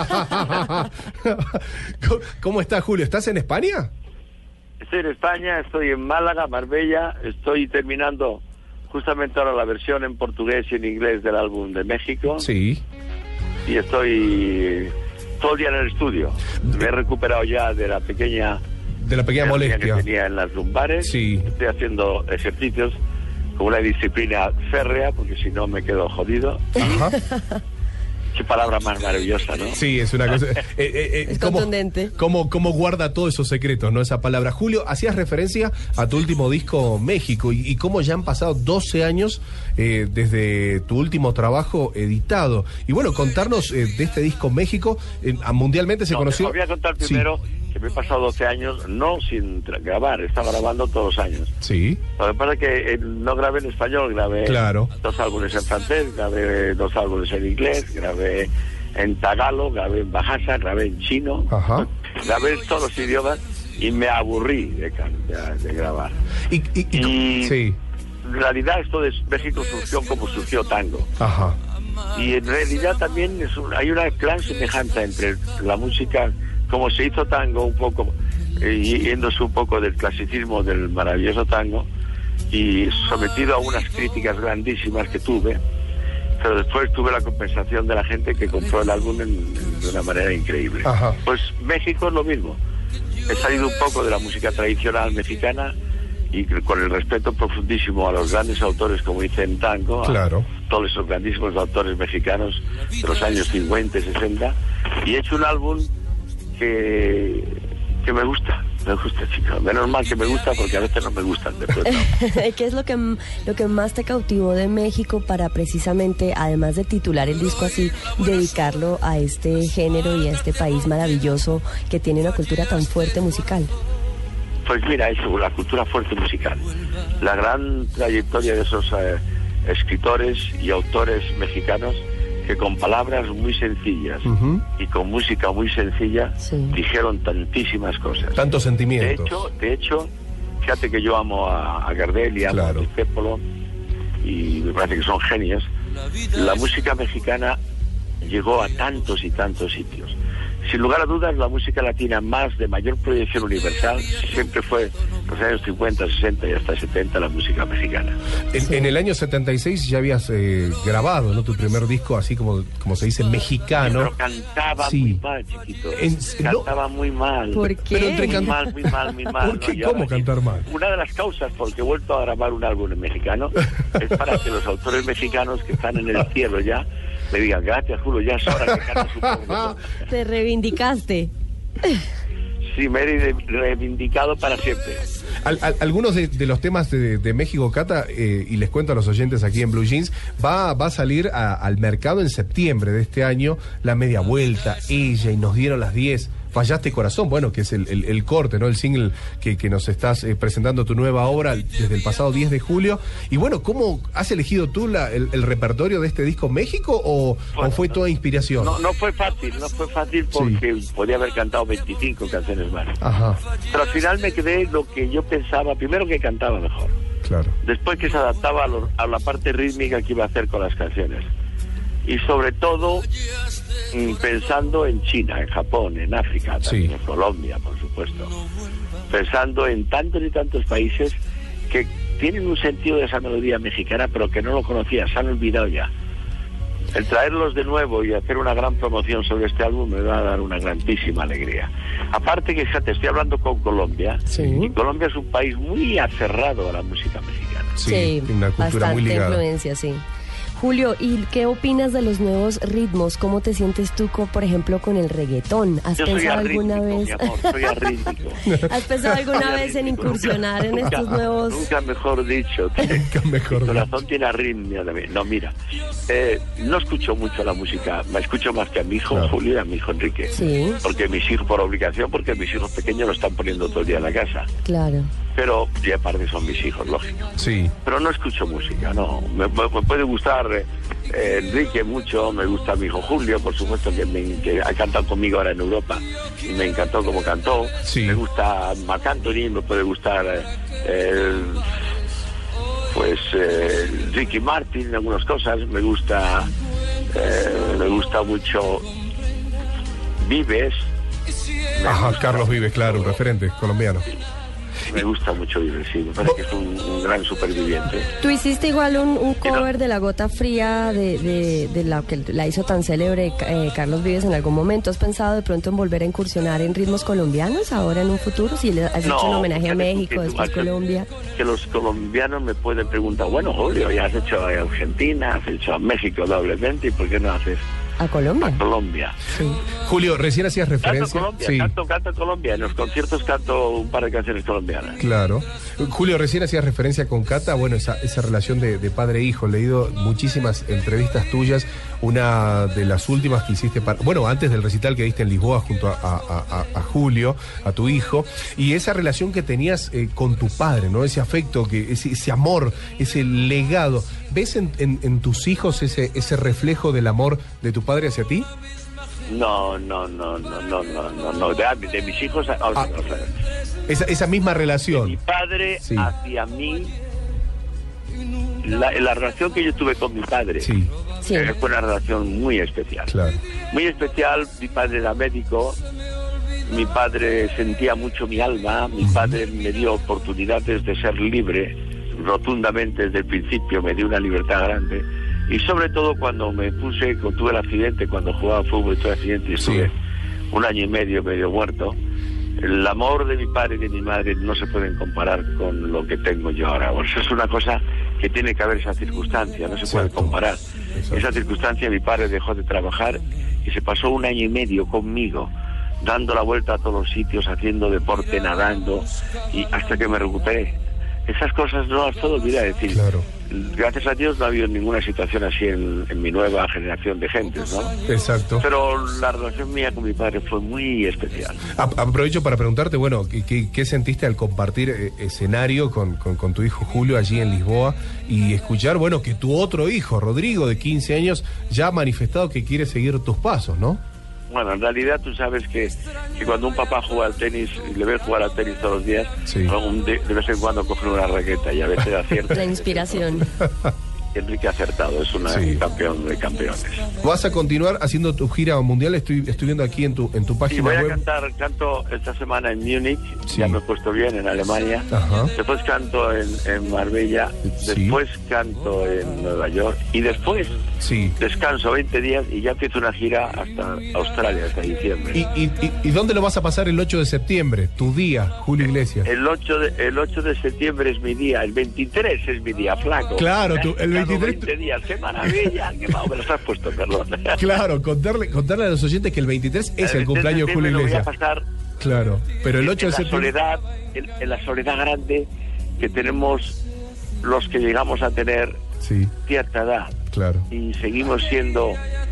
¿Cómo estás, Julio? ¿Estás en España? Estoy en España, estoy en Málaga, Marbella, estoy terminando justamente ahora la versión en portugués y en inglés del álbum de México. Sí. Y estoy todo el día en el estudio. Me he recuperado ya de la pequeña... De la pequeña molestia que tenía en las lumbares. Sí. Estoy haciendo ejercicios con una disciplina férrea, porque si no me quedo jodido. Ajá. Qué palabra más maravillosa, ¿no? Sí, es una cosa... Eh, eh, eh, es ¿cómo, contundente. Cómo, cómo guarda todos esos secretos, ¿no? Esa palabra. Julio, hacías referencia a tu último disco, México, y, y cómo ya han pasado doce años eh, desde tu último trabajo editado. Y bueno, contarnos eh, de este disco, México, eh, mundialmente se no, conoció... Te voy a contar primero... Sí. Que me he pasado doce años no sin grabar, estaba grabando todos los años. Sí. Lo que pasa es que eh, no grabé en español, grabé claro. dos álbumes en francés, grabé dos álbumes en inglés, grabé en tagalo, grabé en bahasa, grabé en chino, Ajá. grabé en todos los idiomas y me aburrí de, de, de grabar. Y, y, y, y sí. en realidad esto de México surgió como surgió tango. Ajá. Y en realidad también es un, hay una gran semejanza entre la música... Como se hizo tango un poco, eh, yéndose un poco del clasicismo del maravilloso tango y sometido a unas críticas grandísimas que tuve, pero después tuve la compensación de la gente que compró el álbum en, en, de una manera increíble. Ajá. Pues México es lo mismo. He salido un poco de la música tradicional mexicana y con el respeto profundísimo a los grandes autores, como hice en tango, claro. a todos esos grandísimos autores mexicanos de los años cincuenta y sesenta, y he hecho un álbum Que, que me gusta, me gusta, chicos. Menos mal que me gusta porque a veces no me gustan. ¿Qué es lo que, lo que más te cautivó de México para precisamente, además de titular el disco así, dedicarlo a este género y a este país maravilloso que tiene una cultura tan fuerte musical? Pues mira, eso, la cultura fuerte musical. La gran trayectoria de esos eh, escritores y autores mexicanos que con palabras muy sencillas uh-huh. y con música muy sencilla sí. dijeron tantísimas cosas. Tantos sentimientos. De hecho, de hecho, fíjate que yo amo a, a Gardel y amo claro. a Discépolo y me parece que son genios. La música mexicana llegó a tantos y tantos sitios. Sin lugar a dudas, la música latina más de mayor proyección universal siempre fue los años cincuenta, sesenta y hasta setenta la música mexicana. En, sí. en el año setenta y seis ya habías eh, grabado, ¿no? Tu primer disco, así como, como se dice, mexicano. Sí, pero cantaba sí. muy mal, chiquito. En, cantaba no. muy mal. ¿Por qué? Pero entre muy can... mal, muy mal, muy mal. ¿Por qué? ¿No? ¿Cómo cantar mal? Una de las causas por que he vuelto a grabar un álbum en mexicano es para que los autores mexicanos que están en el cielo ya me digan, gracias, Julio, ya es hora que cantes un poco. Te reivindicaste. Sí, me he reivindicado para siempre. Al, al, algunos de, de los temas de, de México, Cata, eh, y les cuento a los oyentes aquí en Blue Jeans, va, va a salir a, al mercado en septiembre de este año, La Media Vuelta, Ella, y Nos Dieron las diez. Fallaste Corazón, bueno, que es el, el, el corte, ¿no? El single que, que nos estás eh, presentando tu nueva obra desde el pasado diez de julio. Y bueno, ¿cómo has elegido tú la, el, el repertorio de este disco México o, bueno, o fue toda inspiración? No, no fue fácil, no fue fácil porque sí. podía haber cantado veinticinco canciones más. Ajá. Pero al final me quedé lo que yo pensaba, primero que cantaba mejor. Claro. Después que se adaptaba a, lo, a la parte rítmica que iba a hacer con las canciones. Y sobre todo pensando en China, en Japón, en África, también sí. en Colombia, por supuesto. Pensando en tantos y tantos países que tienen un sentido de esa melodía mexicana, pero que no lo conocían, se han olvidado ya. El traerlos de nuevo y hacer una gran promoción sobre este álbum me va a dar una grandísima alegría. Aparte que, fíjate, estoy hablando con Colombia, sí. y Colombia es un país muy aferrado a la música mexicana. Sí, sí una cultura bastante muy ligada. Influencia, sí. Julio, ¿y qué opinas de los nuevos ritmos? ¿Cómo te sientes tú, con, por ejemplo, con el reggaetón? ¿Has Yo pensado soy alguna vez? Mi amor, soy arrítmico. ¿Has pensado alguna vez en incursionar en nunca, estos nuevos? Nunca mejor dicho. Nunca mejor Mi corazón tiene arritmia también. No, mira, eh, no escucho mucho la música, me escucho más que a mi hijo claro. Julio y a mi hijo Enrique. Sí. Porque mis hijos, por obligación, porque mis hijos pequeños lo están poniendo todo el día en la casa. Claro. Pero, y aparte son mis hijos, lógico. Sí. Pero no escucho música, no. Me, me puede gustar eh, Enrique mucho, me gusta mi hijo Julio, por supuesto, que, me, que ha cantado conmigo ahora en Europa y me encantó como cantó. Sí. Me gusta Marc Anthony, me puede gustar eh, pues eh, Ricky Martin en algunas cosas, me gusta eh, me gusta mucho Vives. Ajá, Carlos Vives, claro, un referente colombiano. Me gusta mucho vivir, sí, me parece que es un, un gran superviviente. Tú hiciste igual un, un cover de La Gota Fría, de, de, de la que la hizo tan célebre eh, Carlos Vives en algún momento. ¿Has pensado de pronto en volver a incursionar en ritmos colombianos ahora en un futuro? Si le has no, hecho un homenaje a México, después Colombia. Que los colombianos me pueden preguntar, bueno, Julio, ya has hecho a Argentina, has hecho a México doblemente, ¿y por qué no haces a Colombia? A Colombia. Sí. Julio, recién hacías referencia. Canto Colombia, sí. canto, canto Colombia. En los conciertos canto un par de canciones colombianas. Claro. Julio, recién hacías referencia con Cata, bueno, esa, esa relación de, de padre e hijo. He leído muchísimas entrevistas tuyas. Una de las últimas que hiciste, para, bueno, antes del recital que diste en Lisboa junto a, a, a, a Julio, a tu hijo, y esa relación que tenías eh, con tu padre, ¿no? Ese afecto, que ese, ese amor, ese legado. ¿Ves en, en, en tus hijos ese, ese reflejo del amor de tu padre hacia ti? No, no, no, no, no, no, no, no. De, de mis hijos, o, ah, o sea, esa, esa misma relación. De mi padre sí. hacia mí, la, la relación que yo tuve con mi padre sí. Sí. fue una relación muy especial. Claro. Muy especial. Mi padre era médico, mi padre sentía mucho mi alma, mi uh-huh. padre me dio oportunidades de ser libre, rotundamente desde el principio, me dio una libertad grande. Y sobre todo cuando me puse, cuando tuve el accidente, cuando jugaba fútbol, tuve el accidente y estuve sí. un año y medio, medio muerto. El amor de mi padre y de mi madre no se pueden comparar con lo que tengo yo ahora. Por eso es una cosa que tiene que haber esa circunstancia, no se Exacto. puede comparar. Exacto. Esa circunstancia, mi padre dejó de trabajar y se pasó un año y medio conmigo, dando la vuelta a todos los sitios, haciendo deporte, nadando, y hasta que me recuperé. Esas cosas no las puedo olvidar, es decir, claro. gracias a Dios no ha habido ninguna situación así en, en mi nueva generación de gentes, ¿no? Exacto. Pero la relación mía con mi padre fue muy especial. A aprovecho para preguntarte, bueno, ¿qué, qué sentiste al compartir eh, escenario con, con, con tu hijo Julio allí en Lisboa y escuchar, bueno, que tu otro hijo, Rodrigo, de quince años, ya ha manifestado que quiere seguir tus pasos, ¿no? Bueno, en realidad tú sabes que, que cuando un papá juega al tenis y le ves jugar al tenis todos los días, sí. de, de vez en cuando coge una raqueta y a veces acierta. La inspiración. Enrique ha acertado, es una, sí. un campeón de campeones. ¿Vas a continuar haciendo tu gira mundial? Estoy, estoy viendo aquí en tu, en tu página web. Sí, voy a cantar, canto esta semana en Múnich, sí. ya me he puesto bien, en Alemania. Ajá. Después canto en, en Marbella, sí. después canto en Nueva York y después sí. descanso veinte días y ya empiezo una gira hasta Australia, hasta diciembre. ¿Y, y, y, ¿Y dónde lo vas a pasar el ocho de septiembre? Tu día, Julio Iglesias. El ocho de, el ocho de septiembre es mi día, el veintitrés es mi día, flaco. Claro, tú, el veintitrés... veinte días, qué maravilla, qué mal me los has puesto, perdón. Claro, contarle, contarle a los oyentes que el veintitrés es el, el cumpleaños de Julio Iglesias. Voy a pasar claro, pero el ocho en de septiembre... La soledad, en, en la soledad grande que tenemos los que llegamos a tener sí. cierta edad. Claro. Y seguimos siendo...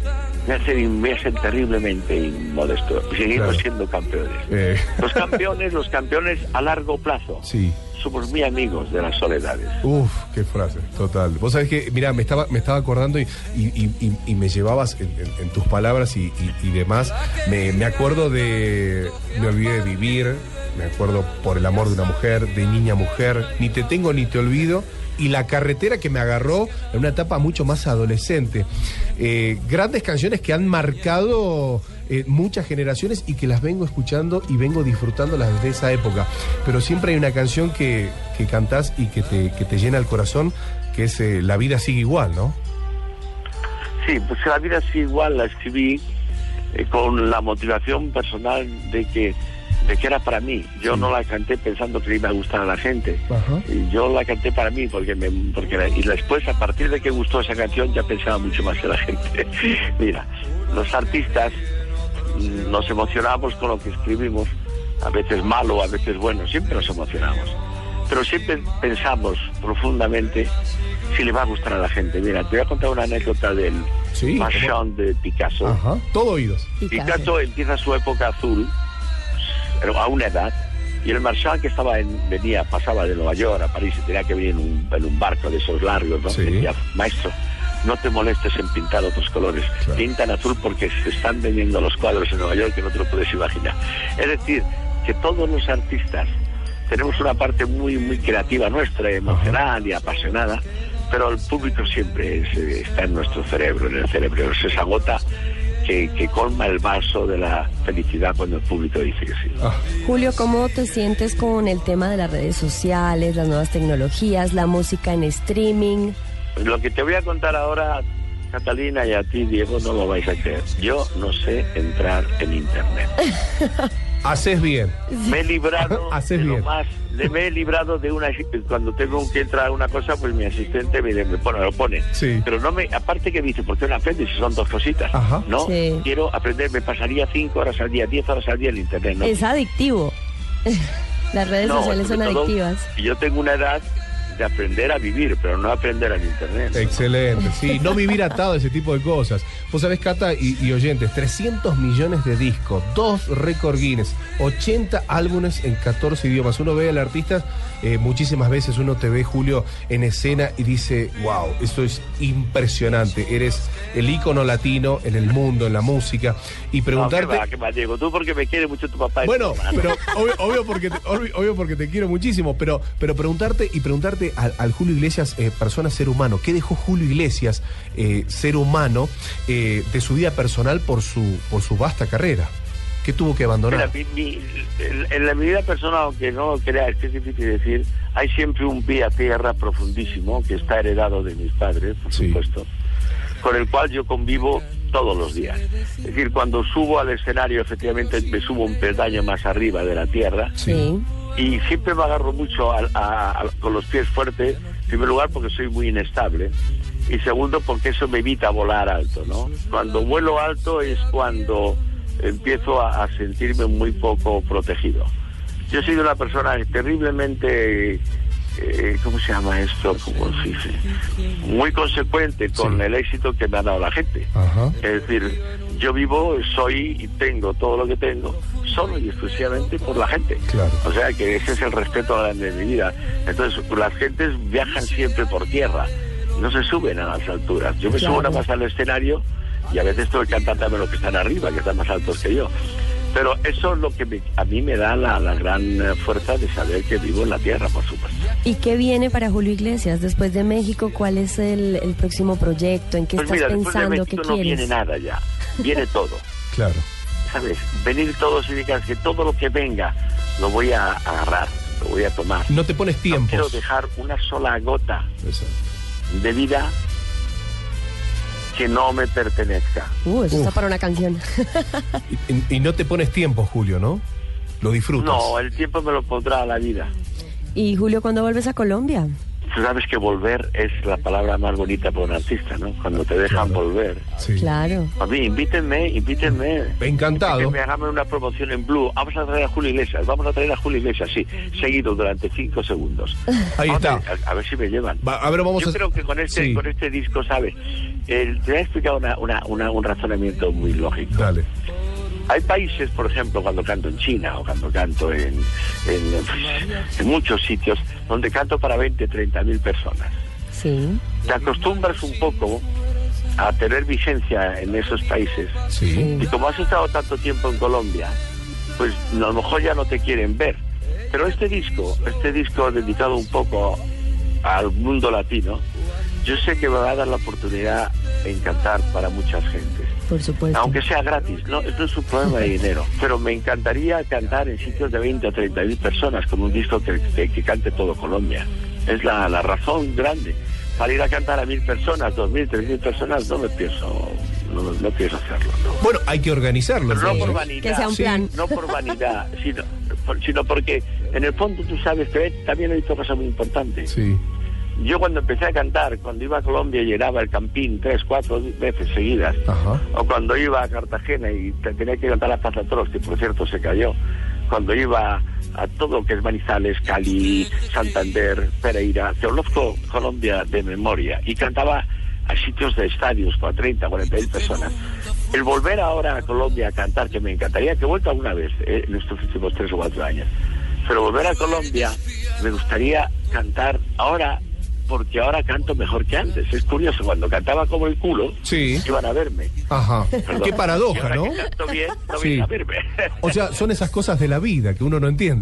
Me hacen, me hacen terriblemente inmodesto. Y seguimos claro. siendo campeones. Eh. Los campeones, los campeones a largo plazo. Sí. Somos muy amigos de las soledades. Uf, qué frase, total. Vos sabés que, mira, me estaba, me estaba acordando y, y, y, y me llevabas en, en, en tus palabras y, y, y demás. Me, me acuerdo de Me olvidé de vivir, me acuerdo Por el amor de una mujer, de Niña Mujer, Ni te tengo ni te olvido. Y La carretera, que me agarró en una etapa mucho más adolescente. Eh, grandes canciones que han marcado eh, muchas generaciones y que las vengo escuchando y vengo disfrutándolas desde esa época. Pero siempre hay una canción que, que cantás y que te, que te llena el corazón, que es eh, La vida sigue igual, ¿no? Sí, pues La vida sigue igual la escribí eh, con la motivación personal de que de que era para mí. Yo sí. no la canté pensando que le iba a gustar a la gente. Ajá. Y yo la canté para mí porque me porque la, y después, a partir de que gustó esa canción, ya pensaba mucho más que la gente. Mira, los artistas nos emocionamos con lo que escribimos, a veces malo, a veces bueno, siempre nos emocionamos, pero siempre pensamos profundamente si le va a gustar a la gente. Mira, te voy a contar una anécdota del sí, Marchand de Picasso. Ajá, todo oídos. Picasso. Picasso empieza su época azul, pero a una edad, y el Marchand, que estaba en, venía, pasaba de Nueva York a París y tenía que venir en un, en un barco de esos largos, ¿no? Sí. Decía, maestro, no te molestes en pintar otros colores, claro. Pinta en azul porque se están vendiendo los cuadros en Nueva York que no te lo puedes imaginar. Es decir, que todos los artistas tenemos una parte muy, muy creativa nuestra, emocional Ajá. y apasionada, pero el público siempre es, está en nuestro cerebro, en el cerebro, es esa gota que, que colma el vaso de la felicidad cuando el público dice que sí. Ah. Julio, ¿cómo te sientes con el tema de las redes sociales, las nuevas tecnologías, la música en streaming? Lo que te voy a contar ahora, Catalina, y a ti, Diego, no lo vais a creer. Yo no sé entrar en internet. Haces bien. Me he librado Haces de bien. lo más, de, me he librado de una, cuando tengo que entrar a una cosa, pues mi asistente me, me pone, lo pone. Sí. Pero no me, aparte que dice, ¿por qué no aprendes si son dos cositas? Ajá. No, Sí. quiero aprender, me pasaría cinco horas al día, diez horas al día en internet, ¿no? Es adictivo. Las redes No, sociales son sobre todo, adictivas. yo tengo una edad de aprender a vivir, pero no aprender en internet. Excelente, sí, no vivir atado a ese tipo de cosas. Vos sabés, Cata y, y oyentes, trescientos millones de discos, dos récord Guinness, ochenta álbumes en catorce idiomas. Uno ve al artista, eh, muchísimas veces uno te ve, Julio, en escena y dice, wow, esto es impresionante, eres el ícono latino en el mundo, en la música. Y preguntarte... No, ¿qué va, qué va, Diego? Tú porque me quiere mucho tu papá y Bueno, tu mamá, ¿no? pero obvio, obvio porque te, obvio, obvio porque te quiero muchísimo, pero, pero preguntarte y preguntarte al, al Julio Iglesias, eh, persona, ser humano, ¿qué dejó Julio Iglesias, eh, ser humano, eh, de su vida personal por su, por su vasta carrera? ¿Qué tuvo que abandonar? Mira, mi, mi, en, en la mi vida personal, aunque no lo creas, que es difícil decir, hay siempre un pie a tierra profundísimo que está heredado de mis padres, por Sí. supuesto, con el cual yo convivo todos los días. Es decir, cuando subo al escenario, efectivamente me subo un peldaño más arriba de la tierra. Sí. Y siempre me agarro mucho a, a, a, con los pies fuertes, en primer lugar porque soy muy inestable y segundo porque eso me evita volar alto, ¿no? Cuando vuelo alto es cuando empiezo a, a sentirme muy poco protegido. Yo he sido una persona terriblemente, eh, ¿cómo se llama esto? ¿Cómo se dice? Muy consecuente con sí. el éxito que me ha dado la gente. Ajá. Es decir, yo vivo, soy y tengo todo lo que tengo solo y exclusivamente por la gente. Claro. O sea que ese es el respeto grande de mi vida. Entonces las gentes viajan siempre por tierra, no se suben a las alturas. Yo me claro. subo nada más al escenario y a veces tengo que cantar también los que están arriba, que están más altos que yo. Pero eso es lo que me, a mí me da la, la gran fuerza de saber que vivo en la tierra, por supuesto. ¿Y qué viene para Julio Iglesias después de México? ¿Cuál es el, el próximo proyecto? ¿En qué pues estás mira, pensando? Después de México ¿Qué no quieres? viene nada ya, viene todo. Claro. ¿Sabes? Venir todo significa que todo lo que venga lo voy a agarrar, lo voy a tomar. No te pones tiempos. No quiero dejar una sola gota Exacto. de vida que no me pertenezca. Uh, eso Uf. está para una canción. y, y no te pones tiempo, Julio, ¿no? Lo disfrutas. No, el tiempo me lo pondrá a la vida. ¿Y Julio, cuándo vuelves a Colombia? Tú sabes que volver es la palabra más bonita para un artista, ¿no? Cuando te dejan claro. volver. Sí. Claro. A mí, invítenme, invítenme. Encantado. Invítenme, háganme una promoción en Blue. Vamos a traer a Julio Iglesias, vamos a traer a Julio Iglesias, sí. Seguido durante cinco segundos. Ahí vamos está. A, a ver si me llevan. Va, a ver, vamos Yo a... creo que con este, sí. con este disco, ¿sabes? Eh, te voy a explicar una, una, una, un razonamiento muy lógico. Dale. Hay países, por ejemplo, cuando canto en China o cuando canto en, en, en muchos sitios, donde canto para veinte, treinta mil personas. Sí. Te acostumbras un poco a tener vigencia en esos países. Sí. Y como has estado tanto tiempo en Colombia, pues a lo mejor ya no te quieren ver. Pero este disco, este disco dedicado un poco al mundo latino, yo sé que me va a dar la oportunidad en cantar para muchas gentes. Por supuesto. Aunque sea gratis, no, esto es un problema de dinero. Pero me encantaría cantar en sitios de veinte o treinta mil personas con un disco que, que, que cante todo Colombia. Es la, la razón grande. Para ir a cantar a mil personas, dos mil, tres mil personas, no me pienso, no, no pienso hacerlo. No. Bueno, hay que organizarlo. Pero no por vanidad, que sea un plan. Sí, no por vanidad, sino, por, sino porque en el fondo tú sabes que también he visto cosas muy importantes. Sí. Yo cuando empecé a cantar, cuando iba a Colombia llenaba el Campín tres, cuatro veces seguidas. Ajá. O cuando iba a Cartagena y tenía que cantar la Plaza Toros, que por cierto se cayó. Cuando iba a todo lo que es Manizales, Cali, Santander, Pereira, conozco Colombia de memoria y cantaba a sitios de estadios para treinta, cuarenta mil personas. El volver ahora a Colombia a cantar, que me encantaría, que he vuelto alguna vez eh, en estos últimos tres o cuatro años, pero volver a Colombia me gustaría cantar ahora, porque ahora canto mejor que antes. Es curioso, cuando cantaba como el culo, sí. iban a verme. Ajá. Perdón. Qué paradoja, ¿no? Que canto bien, no sí. vienen a verme. O sea, son esas cosas de la vida que uno no entiende.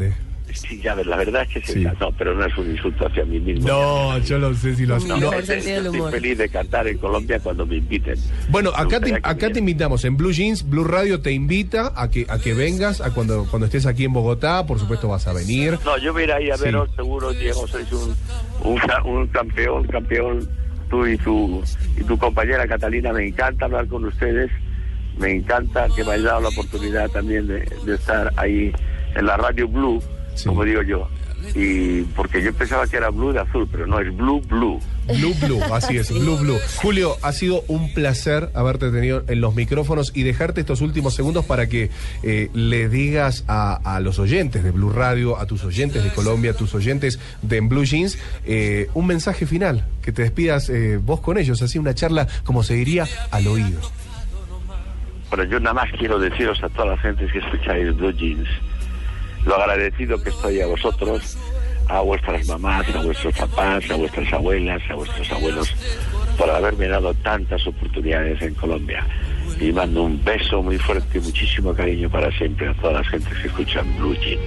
Sí, ya ves, la verdad es que sí. Sí. No, pero no es un insulto hacia mí mismo. No, yo lo sé si lo No, no, no, estoy feliz de cantar en Colombia cuando me inviten. Bueno, acá te, Me gustaría que acá te invitamos en Blue Jeans, Blue Radio te invita a que a que vengas a cuando cuando estés aquí en Bogotá, por supuesto vas a venir. No, yo voy a ir ahí a Sí. veros, seguro, Diego, sois un, un, ca- un campeón, campeón, tú y tu, y tu compañera Catalina, me encanta hablar con ustedes, me encanta que me hayas dado la oportunidad también de, de estar ahí en la radio Blue, como digo yo, y porque yo pensaba que era Blue de azul, pero no, es Blue Blue. Blue Blue, así es, Blue Blue. Julio, ha sido un placer haberte tenido en los micrófonos y dejarte estos últimos segundos para que eh, le digas a, a los oyentes de Blue Radio, a tus oyentes de Colombia, a tus oyentes de En Blue Jeans, eh, un mensaje final, que te despidas eh, vos con ellos, así una charla, como se diría, al oído. Bueno, yo nada más quiero deciros a toda la gente que escucháis Blue Jeans, lo agradecido que estoy a vosotros, a vuestras mamás, a vuestros papás, a vuestras abuelas, a vuestros abuelos, por haberme dado tantas oportunidades en Colombia. Y mando un beso muy fuerte y muchísimo cariño para siempre a todas las gentes que escuchan Blue Jeans.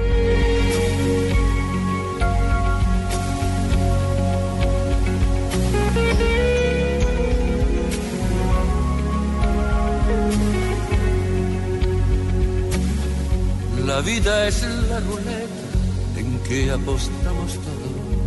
La vida es la ruleta en que apostamos todo.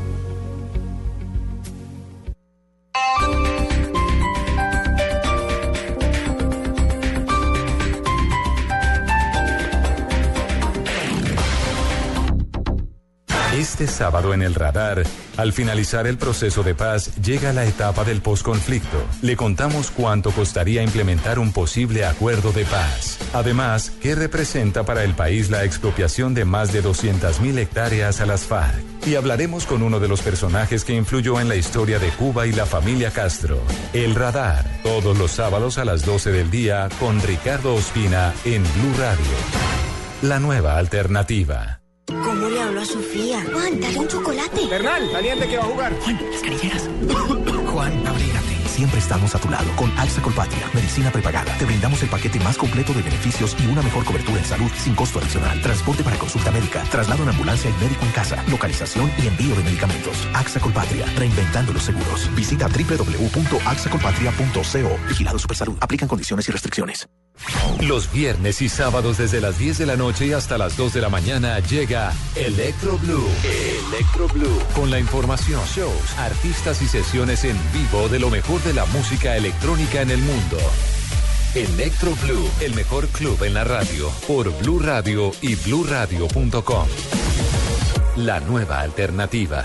Este sábado en el Radar, al finalizar el proceso de paz, llega la etapa del posconflicto. Le contamos cuánto costaría implementar un posible acuerdo de paz. Además, qué representa para el país la expropiación de más de doscientas mil hectáreas a las FARC. Y hablaremos con uno de los personajes que influyó en la historia de Cuba y la familia Castro. El Radar, todos los sábados a las doce del día, con Ricardo Ospina en Blue Radio. La nueva alternativa. ¿Cómo le hablo a Sofía? Juan, dale un chocolate. Bernal, caliente que va a jugar. Juan, las canilleras. Juan, abrígate. Siempre estamos a tu lado. Con AXA Colpatria, medicina prepagada. Te brindamos el paquete más completo de beneficios y una mejor cobertura en salud sin costo adicional. Transporte para consulta médica, traslado en ambulancia y médico en casa, localización y envío de medicamentos. AXA Colpatria, reinventando los seguros. Visita doble u doble u doble u punto axa colpatria punto co. Vigilado Supersalud. Aplican condiciones y restricciones. Los viernes y sábados desde las diez de la noche y hasta las dos de la mañana llega Electro Blue. Electro Blue. Con la información, shows, artistas y sesiones en vivo de lo mejor de la música electrónica en el mundo. Electro Blue, el mejor club en la radio, por Blue Radio y blue radio punto com. La nueva alternativa.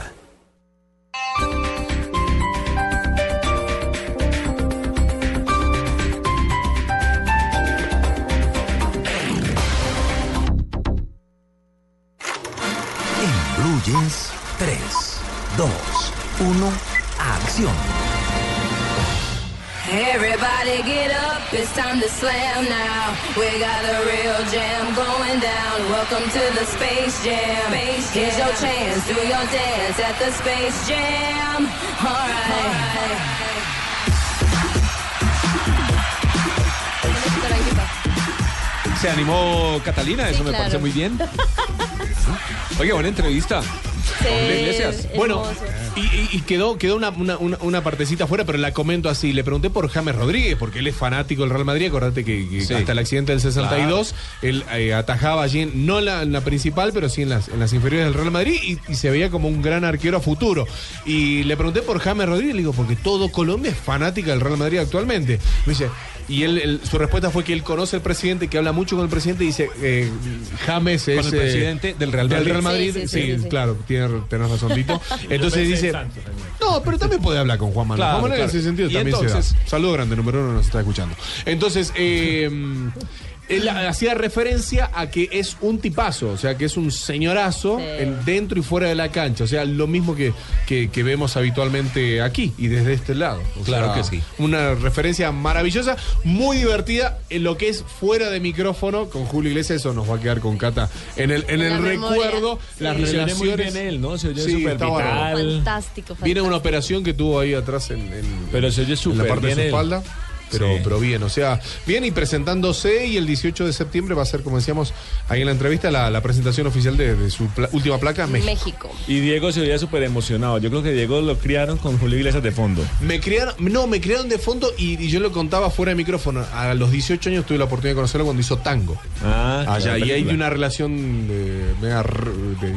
Blue Jeans, tres, dos, uno, acción. Everybody get up, it's time to slam now. We got a real jam going down. Welcome to the Space Jam. Here's your chance, do your dance at the Space Jam. All right. Se animó Catalina, eso Sí, me claro. parece muy bien. Oye, buena entrevista. Hombre, Iglesias. Bueno, y, y- y quedó, quedó una, una, una- una partecita afuera, pero la comento así. Le pregunté por James Rodríguez, porque él es fanático del Real Madrid. Acordate que, que Sí. hasta el accidente del sesenta y dos, él eh, atajaba allí, en- no la, en la principal, pero sí en las, en las inferiores del Real Madrid, y, y se veía como un gran arquero a futuro. Y le pregunté por James Rodríguez, le digo, porque todo Colombia es fanática del Real Madrid actualmente. Me dice, y él, él- su respuesta fue que él conoce al presidente, que habla mucho con el presidente, y dice, eh, James es... Con el eh, presidente del Real del Madrid. Real Madrid, Sí, sí, sí, sí, sí. claro, tiene, tenés razón, Lito. Entonces dice... No, pero también puede hablar con Juan Manuel. Claro, Juan Manuel claro. en ese sentido Y también entonces- se da. Saludo grande, número uno nos está escuchando. Entonces, eh, él hacía referencia a que es un tipazo, o sea, que es un señorazo Sí. en- dentro y fuera de la cancha. O sea, lo mismo que, que, que vemos habitualmente aquí y desde este lado. O Claro sea, que sí. Una referencia maravillosa, muy divertida en lo que es fuera de micrófono con Julio Iglesias. Eso nos va a quedar con Cata en el, en En el la memoria. recuerdo, Sí. las Se oye relaciones. muy bien él, ¿no? Se oye Sí, súper está bárbaro. vital. Fantástico, fantástico. Viene una operación que tuvo ahí atrás en, en- Pero se oye en la súper parte de bien su él. espalda. pero, Sí. pero bien, o sea, bien y presentándose, y el dieciocho de septiembre va a ser, como decíamos ahí en la entrevista, la, la presentación oficial de, de su pla- última placa, México. México. Y Diego se veía súper emocionado. Yo creo que Diego lo criaron con Julio Iglesias de fondo. Me criaron, no, me criaron de fondo y, y yo lo contaba fuera de micrófono. A los dieciocho años tuve la oportunidad de conocerlo cuando hizo Tango. Ah, Allá, claro, y hay película. una relación de, mega r- de-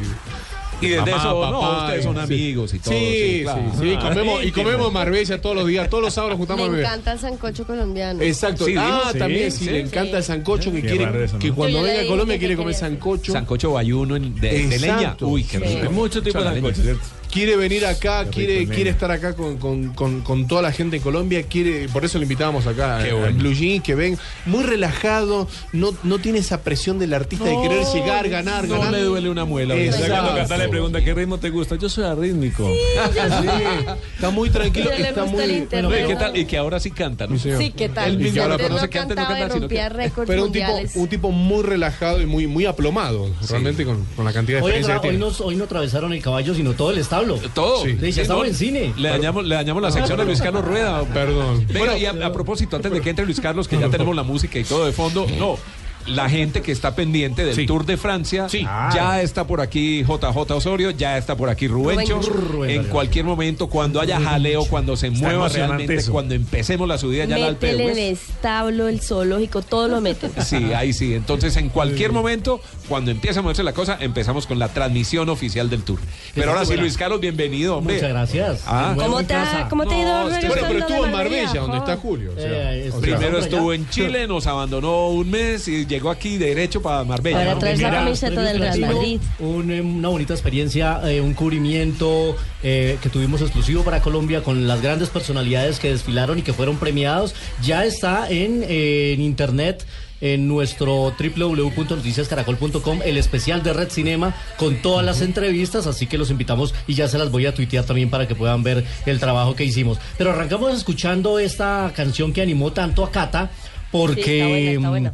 Y desde mamá, eso, papá, no, ustedes son sí. amigos y todo. Sí, claro. sí, sí, Ah, comemos, y íntimo. comemos en Marbella todos los días, todos los sábados nos Me juntamos a beber. encanta el sancocho colombiano. Exacto. Sí, ah, dijo, también sí, sí, sí, le sí. encanta el sancocho, que Qué quiere raro eso, ¿no? que cuando Yo ya le venga a dije Colombia que quiere comer quería sancocho. Sancocho bayuno en- de, de leña. Exacto. Uy, qué Sí. rico. Hay muchos tipos de Chalareña. sancocho, ¿cierto? Quiere venir acá, Qué quiere, rico, nene. quiere estar acá con, con, con, con toda la gente en Colombia, quiere, por eso lo invitábamos acá Qué a- bueno. a Blue Jeans, que ven muy relajado, no, no tiene esa presión del artista de querer llegar, ganar, No ganar. le duele una muela. Exacto. Ya cuando canta le pregunta qué ritmo te gusta. Yo soy arrítmico. Sí, está muy tranquilo, Ya le está gusta el muy... internet. No, ¿y qué tal? Y que ahora sí canta, ¿no? señor. Sí, ¿qué tal? El Y que ahora Antes no no sé qué antes no cantaba y cantaba, sino que- rompía récords Pero un tipo, mundiales. un tipo muy relajado y muy, muy aplomado, realmente con, con la cantidad de Hoy, experiencia entra- que hoy, tiene. nos, hoy no atravesaron el caballo, sino todo el establo. Todo. Sí. Sí, ya estamos en cine. Le dañamos, le dañamos la sección a Luis Carlos Rueda. Perdón. Venga, y a, a propósito, antes de que entre Luis Carlos, que ya tenemos la música y todo de fondo, no. La gente que está pendiente del Sí. Tour de Francia, Sí. ya está por aquí J J Osorio, ya está por aquí Rubencho. Rubencho. En cualquier momento, cuando haya jaleo, cuando se mueva emocionante realmente, eso. cuando empecemos la subida ya al Alpe de Métele el Hues. establo, el zoológico, todo lo meten. Sí, ahí sí. Entonces, en cualquier momento, cuando empiece a moverse la cosa, empezamos con la transmisión oficial del tour. Pero ahora sí, buena. Luis Carlos, bienvenido, hombre. Muchas gracias. Ah. Vuelvo ¿Cómo en te, ha, casa. ¿Cómo te ha ido No, regresando Bueno, pero de estuvo en Marbella, Marbella, donde jo? está Julio. o sea, Eh, o sea, Primero Hombre, estuvo ya. en Chile, nos abandonó un mes y llegó aquí derecho para Marbella. Para ¿no? traer la Mira, camiseta del Real Latino, Madrid. un, eh, una bonita experiencia, eh, un cubrimiento eh, que tuvimos exclusivo para Colombia con las grandes personalidades que desfilaron y que fueron premiados. Ya está en, eh, en internet. En nuestro doble u doble u doble u punto noticias caracol punto com, el especial de Red Cinema con todas las entrevistas, así que los invitamos y ya se las voy a tuitear también para que puedan ver el trabajo que hicimos. Pero arrancamos escuchando esta canción que animó tanto a Cata, porque Sí, está buena, está buena. mm,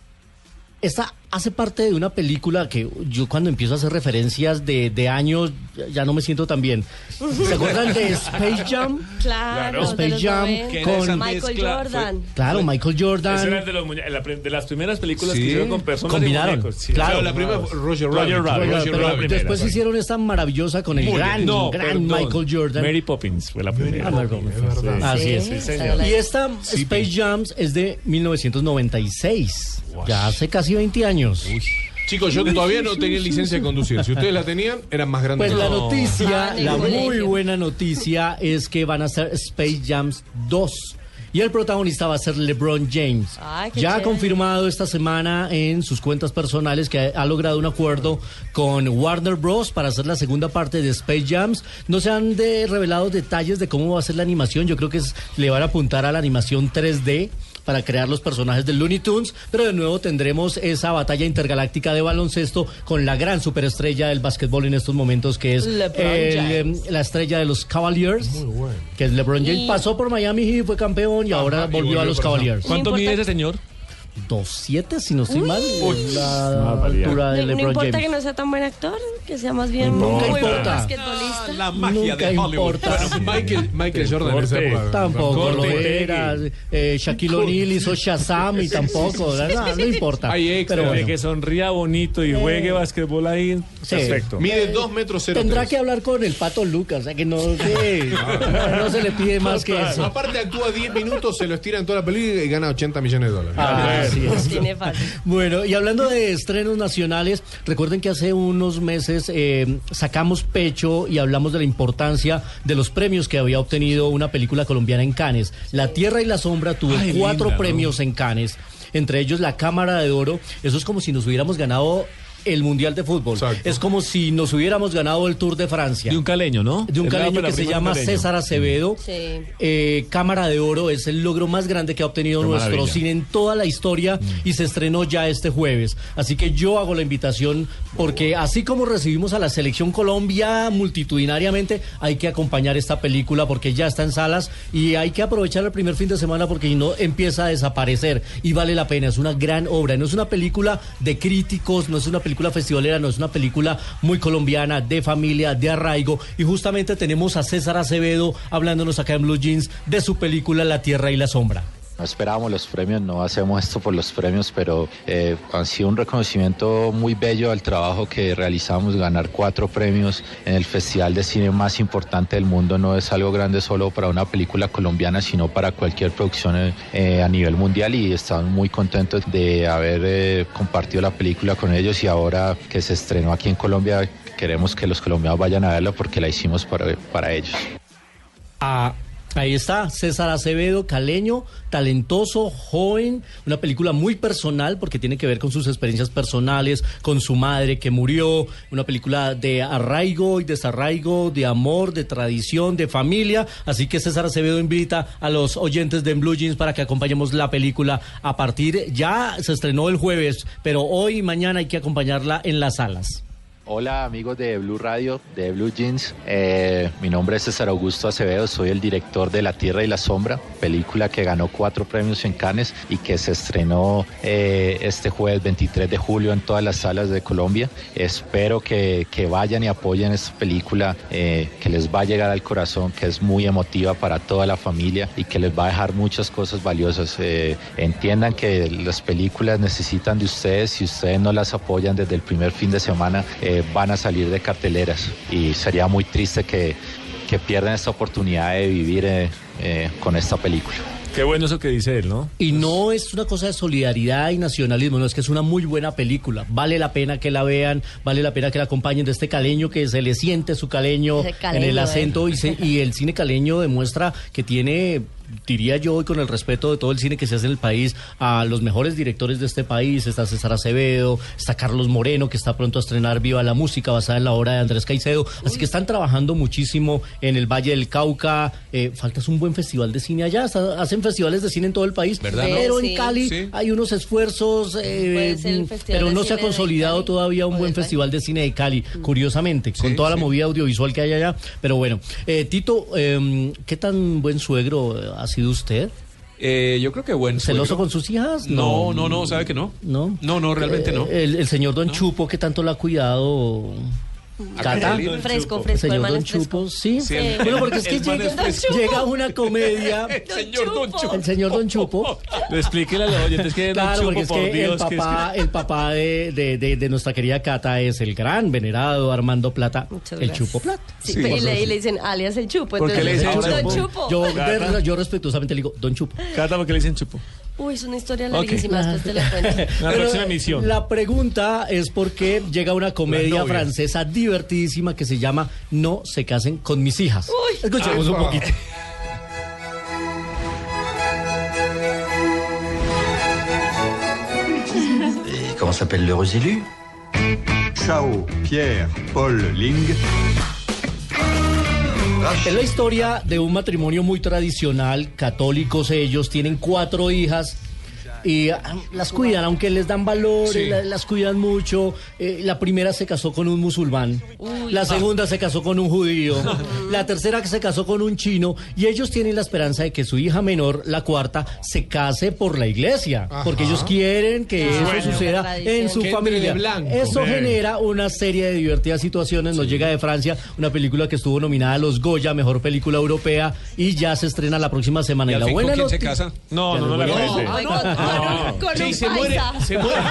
esta hace parte de una película que yo cuando empiezo a hacer referencias de, de años ya- ya no me siento tan bien. ¿Se acuerdan de Space Jam? Claro, Space de los Jam noventa. con Michael mezcla, Jordan. Claro, Michael Jordan. Ese era de, los muñe- la pre- de las primeras películas Sí. que hicieron con personas Combinaron. y muñecos. Sí. Claro, la primera fue Roger Roger Rabbit. Rabbit. Oiga, Roger pero Rabbit. después primera, hicieron esta maravillosa con el Muy gran, bien. No, gran perdón. Michael Jordan. Mary Poppins fue la primera. Ah, Mary Poppins, es verdad. Así Sí, es. sí, señor. Y esta Space Jams es de mil novecientos noventa y seis. Ya hace casi veinte años. Chicos, yo todavía no tenía licencia de conducir. Si ustedes la tenían, eran más grandes. Pues que la yo. noticia, Ah, en la el muy colegio. buena noticia es que van a ser Space Jams dos. Y el protagonista va a ser LeBron James. Ay, qué ya ha chévere. confirmado esta semana en sus cuentas personales que ha, ha logrado un acuerdo con Warner Bros. Para hacer la segunda parte de Space Jams. No se han de- revelado detalles de cómo va a ser la animación. Yo creo que es- le van a apuntar a la animación tres D para crear los personajes de Looney Tunes, pero de nuevo tendremos esa batalla intergaláctica de baloncesto con la gran superestrella del básquetbol en estos momentos, que es LeBron el, James. eh, la estrella de los Cavaliers, que es LeBron James. Y- Pasó por Miami Heat, fue campeón y ahora y volvió, volvió a los para acá. Cavaliers. ¿Cuánto No mide importa- ese señor? dos siete, si no estoy Uy. mal, es la barbaridad. altura de No, no LeBron importa James. que no sea tan buen actor, que sea más bien Nunca muy buen importa. basquetbolista. La magia Nunca de Hollywood. importa. Bueno, Michael, Michael Jordan en esa Corte. época. Tampoco Corte, lo pegue. era. Eh, Shaquille O'Neal hizo Shazam y tampoco. No, no importa. Hay extra. Pero De bueno. que sonría bonito y juegue basquetbol ahí. Sí. Perfecto. Mide dos metros cero Tendrá tres. que hablar con el Pato Lucas, o sea que no, sí, no, no se le pide más que eso. Aparte actúa diez minutos, se lo estira en toda la película y gana ochenta millones de dólares. Ah, así es. Tiene fácil. Bueno, y hablando de estrenos nacionales, recuerden que hace unos meses eh, sacamos pecho y hablamos de la importancia de los premios que había obtenido una película colombiana en Cannes. La Tierra y la Sombra tuvo Ay, cuatro linda, ¿no? premios en Cannes, entre ellos la Cámara de Oro. Eso es como si nos hubiéramos ganado el Mundial de Fútbol. Exacto. Es como si nos hubiéramos ganado el Tour de Francia. De un caleño, ¿no? De un Es la caleño ópera que se prima de un llama caleño. César Acevedo. Sí. Eh, Cámara de Oro es el logro más grande que ha obtenido Qué nuestro maravilla. cine en toda la historia y se estrenó ya este jueves. Así que yo hago la invitación porque así como recibimos a la Selección Colombia multitudinariamente, hay que acompañar esta película porque ya está en salas y hay que aprovechar el primer fin de semana porque si no empieza a desaparecer y vale la pena. Es una gran obra. No es una película de críticos, no es una película festivalera, no es una película muy colombiana, de familia, de arraigo. Y justamente tenemos a César Acevedo hablándonos acá en Blue Jeans de su película La Tierra y la Sombra. No esperábamos los premios, no hacemos esto por los premios, pero eh, ha sido un reconocimiento muy bello al trabajo que realizamos. Ganar cuatro premios en el festival de cine más importante del mundo no es algo grande solo para una película colombiana, sino para cualquier producción eh, a nivel mundial, y estamos muy contentos de haber eh, compartido la película con ellos, y ahora que se estrenó aquí en Colombia queremos que los colombianos vayan a verla porque la hicimos para, para ellos. Ah. Ahí está, César Acevedo, caleño, talentoso, joven, una película muy personal porque tiene que ver con sus experiencias personales, con su madre que murió, una película de arraigo y desarraigo, de amor, de tradición, de familia, así que César Acevedo invita a los oyentes de En Blue Jeans para que acompañemos la película a partir, ya se estrenó el jueves, pero hoy y mañana hay que acompañarla en las salas. Hola amigos de Blue Radio, de Blue Jeans, eh, mi nombre es César Augusto Acevedo, soy el director de La Tierra y la Sombra, película que ganó cuatro premios en Cannes y que se estrenó eh, este jueves veintitrés de julio en todas las salas de Colombia. Espero que, que vayan y apoyen esta película, eh, que les va a llegar al corazón, que es muy emotiva para toda la familia y que les va a dejar muchas cosas valiosas. Eh, entiendan que las películas necesitan de ustedes, si ustedes no las apoyan desde el primer fin de semana, eh, van a salir de carteleras y sería muy triste que, que pierdan esta oportunidad de vivir eh, eh, con esta película. Qué bueno eso que dice él, ¿no? Y no es una cosa de solidaridad y nacionalismo, no, es que es una muy buena película. Vale la pena que la vean, vale la pena que la acompañen de este caleño, que se le siente su caleño, caleño en el acento, eh. y, se, y el cine caleño demuestra que tiene, diría yo, y con el respeto de todo el cine que se hace en el país, a los mejores directores de este país. Está César Acevedo, está Carlos Moreno, que está pronto a estrenar Viva la Música, basada en la obra de Andrés Caicedo. Así que están trabajando muchísimo en el Valle del Cauca. Eh, falta un buen festival de cine allá. Está, hacen festivales de cine en todo el país, ¿verdad? Pero sí, en Cali sí. hay unos esfuerzos, eh, pero no se ha consolidado todavía un buen festival de cine de Cali, mm. curiosamente, sí, con toda sí. la movida audiovisual que hay allá. Pero bueno, eh, Tito, eh, ¿qué tan buen suegro ha sido usted? Eh, yo creo que bueno. ¿Celoso suegro? Con sus hijas? No, no, no, ¿sabe que no? No, no, no realmente eh, no. El, el señor Don no. Chupo, ¿qué tanto lo ha cuidado? ¿Cata? Fresco, fresco. El señor Don Chupo, sí. sí. Bueno, porque es que el llega, llega una comedia. El señor Don Chupo. El señor Don Chupo. Explíquele a los oyentes que es Don Claro, Chupo, porque es por que Dios, el papá, que es... el papá de, de, de, de nuestra querida Cata es el gran venerado Armando Plata, Muchas el gracias. Chupo Plata. Sí, sí. Y, le, y le dicen alias el Chupo. ¿Por qué le dicen Don Chupo? Chupo? Yo, de, yo respetuosamente le digo Don Chupo. Cata, ¿por qué le dicen Chupo? Uy, es una historia larguísima, okay. Después te la cuento. La próxima emisión. La pregunta es por qué llega una comedia francesa divertidísima que se llama No se casen con mis hijas. Uy. Escuchemos ah, un poquito. Et comment s'appelle l'heureux élu? Chao, Pierre, Paul, Ling. Es la historia de un matrimonio muy tradicional, católicos ellos, tienen cuatro hijas y ah, las cuidan, aunque les dan valores, sí. la, las cuidan mucho. Eh, la primera se casó con un musulmán, Uy, la segunda ah. se casó con un judío, la tercera se casó con un chino, y ellos tienen la esperanza de que su hija menor, la cuarta, se case por la iglesia, Ajá. porque ellos quieren que ah, eso bueno. suceda en su que familia. Eso Bien. genera una serie de divertidas situaciones. Nos sí. llega de Francia una película que estuvo nominada a los Goya, mejor película europea, y ya se estrena la próxima semana. ¿Y, y al la fin buena con quién noti- se casa? No, no, no, no la cuente. No. Con sí, un se paisa. muere, se muere.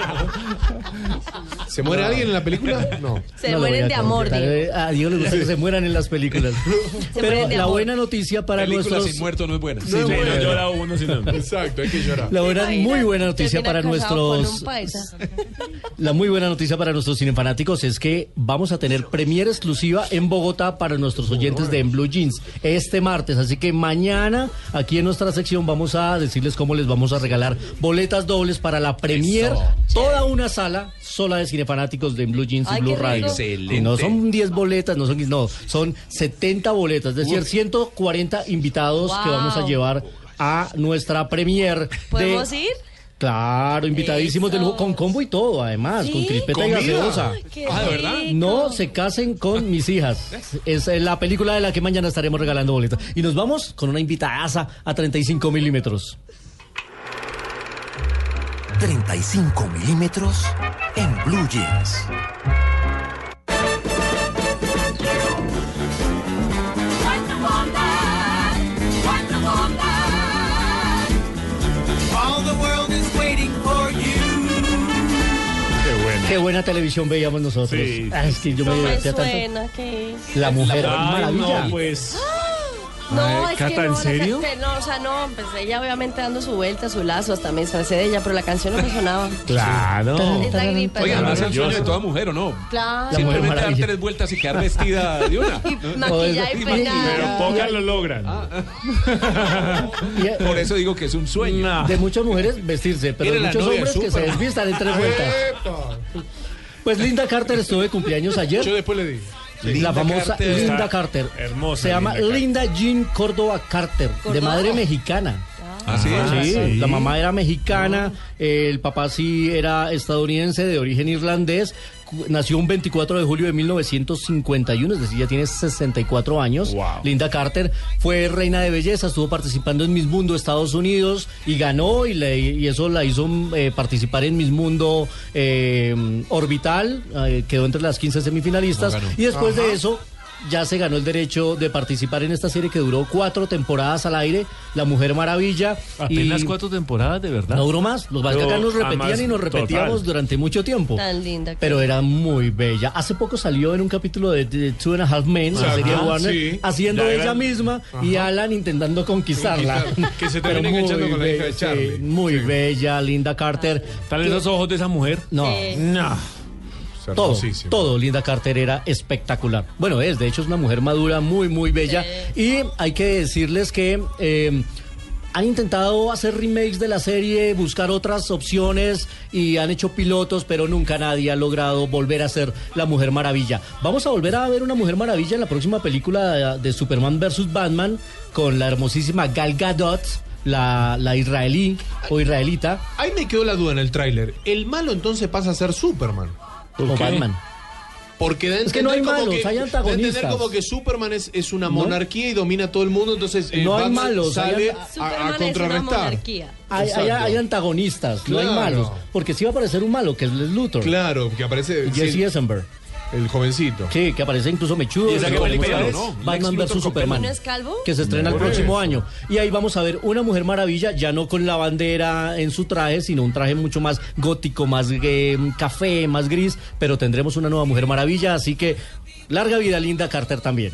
¿Se muere alguien en la película? No. Se no mueren de amor, Diego. A Diego le gusta que se mueran en las películas. Pero la buena noticia para película nuestros... sin muerto no es buena. Sí, no, sí, bueno. no llora uno sin nada. Exacto, hay que llorar. La buena, muy buena noticia para nuestros... La muy buena noticia para nuestros cinefanáticos es que vamos a tener premiere exclusiva en Bogotá para nuestros oyentes de En Blue Jeans este martes. Así que mañana, aquí en nuestra sección, vamos a decirles cómo les vamos a regalar boletas dobles para la premier. Eso. Toda una sala sola de cinefanáticos de En Blue Jeans Ay, y Blue Radio. Excelente. Y no son diez boletas, no son, no, son setenta boletas, es decir, Uf. ciento cuarenta invitados wow. que vamos a llevar a nuestra premier. ¿Podemos de... ir? Claro, invitadísimos de lujo, con combo y todo, además, ¿Sí? con crispeta y gaseosa. Ah, ¿de verdad? No se casen con mis hijas. Es la película de la que mañana estaremos regalando boletas. Y nos vamos con una invitadaza a treinta y cinco milímetros. treinta y cinco milímetros en Blue Jeans. Qué buena televisión veíamos nosotros. Sí. Ah, es que yo me No me divertía tanto. suena que... La Mujer Ay, Maravilla. no, pues. No, Ay, es Cata, que no, ¿en la serio? ca- no, o sea, no, pues ella obviamente dando su vuelta, su lazo, hasta me disfracé de ella, pero la canción no me sonaba. Claro. Es la gripa. Oiga, es la además el gripa. sueño de toda mujer, ¿o no? Claro. Simplemente dar Maravilla. tres vueltas y quedar vestida de una. Y maquillada y Pero peinada. pocas lo logran. Y, eh, Por eso digo que es un sueño. de muchas mujeres vestirse, pero Mire de la muchos novia hombres de que se Superman. desvistan en tres vueltas. Pues Linda Carter estuvo de cumpleaños ayer. Yo después le digo. La Linda famosa Carter. Linda Está Carter. hermosa, Se llama Linda Carter. Linda Jean Córdoba Carter, de ¿Córdoba? madre mexicana. ¿Ah, sí? Sí, sí. la mamá era mexicana, eh, el papá sí era estadounidense de origen irlandés. Cu- Nació un veinticuatro de julio de mil novecientos cincuenta y uno, es decir, ya tiene sesenta y cuatro años. Wow. Linda Carter fue reina de belleza, estuvo participando en Miss Mundo Estados Unidos y ganó, y, le- y eso la hizo eh, participar en Miss Mundo eh, Orbital, eh, quedó entre las quince semifinalistas, No ganó. y después Ajá. de eso ya se ganó el derecho de participar en esta serie que duró cuatro temporadas al aire, La Mujer Maravilla. Apenas y cuatro temporadas, de verdad. no duró más, los más que Pero acá nos repetían además, y nos repetíamos total. durante mucho tiempo. Tan linda. que- Pero era muy bella. Hace poco salió en un capítulo de, de Two and a Half Men, la Ajá, serie de Warner, sí. haciendo La ella gran- misma y Alan intentando conquistarla. Conquistar. Que se Pero termina enganchando muy con la hija de bella, sí, Charlie. muy Sí. bella, Linda Carter. ¿Están en los ojos de esa mujer? No, Sí. No. todo, Hermosísimo. todo Linda Carter era espectacular. Bueno, es, de hecho es una mujer madura, muy, muy bella. Y hay que decirles que eh, han intentado hacer remakes de la serie, buscar otras opciones y han hecho pilotos, pero nunca nadie ha logrado volver a ser la Mujer Maravilla. Vamos a volver a ver una Mujer Maravilla en la próxima película de, de Superman versus Batman con la hermosísima Gal Gadot, la, la israelí o israelita. Ahí me quedó la duda en el tráiler. El malo entonces pasa a ser Superman. O qué? Batman. Porque da a Es que no hay entender como malos, que- hay da a entender antagonistas. como que Superman es, es una No. monarquía y domina a todo el mundo, entonces eh, No hay Batman malos, hay sale anta- a, a Superman es una contrarrestar. monarquía. Hay, hay, Exacto. hay antagonistas, no hay Claro. malos. Porque sí va a aparecer un malo, que es Les Luthor. Claro, que aparece Jesse sí, Eisenberg. el jovencito. Sí, que aparece incluso mechudo. ¿Y esa que qué lo película vemos es? a ver, ¿No? Lex Batman Luthor versus con Superman. ¿No es calvo? Que se estrena el Por próximo eso. año. Y ahí vamos a ver una Mujer Maravilla, ya no con la bandera en su traje, sino un traje mucho más gótico, más eh, café, más gris. Pero tendremos una nueva Mujer Maravilla, así que larga vida Linda Carter también.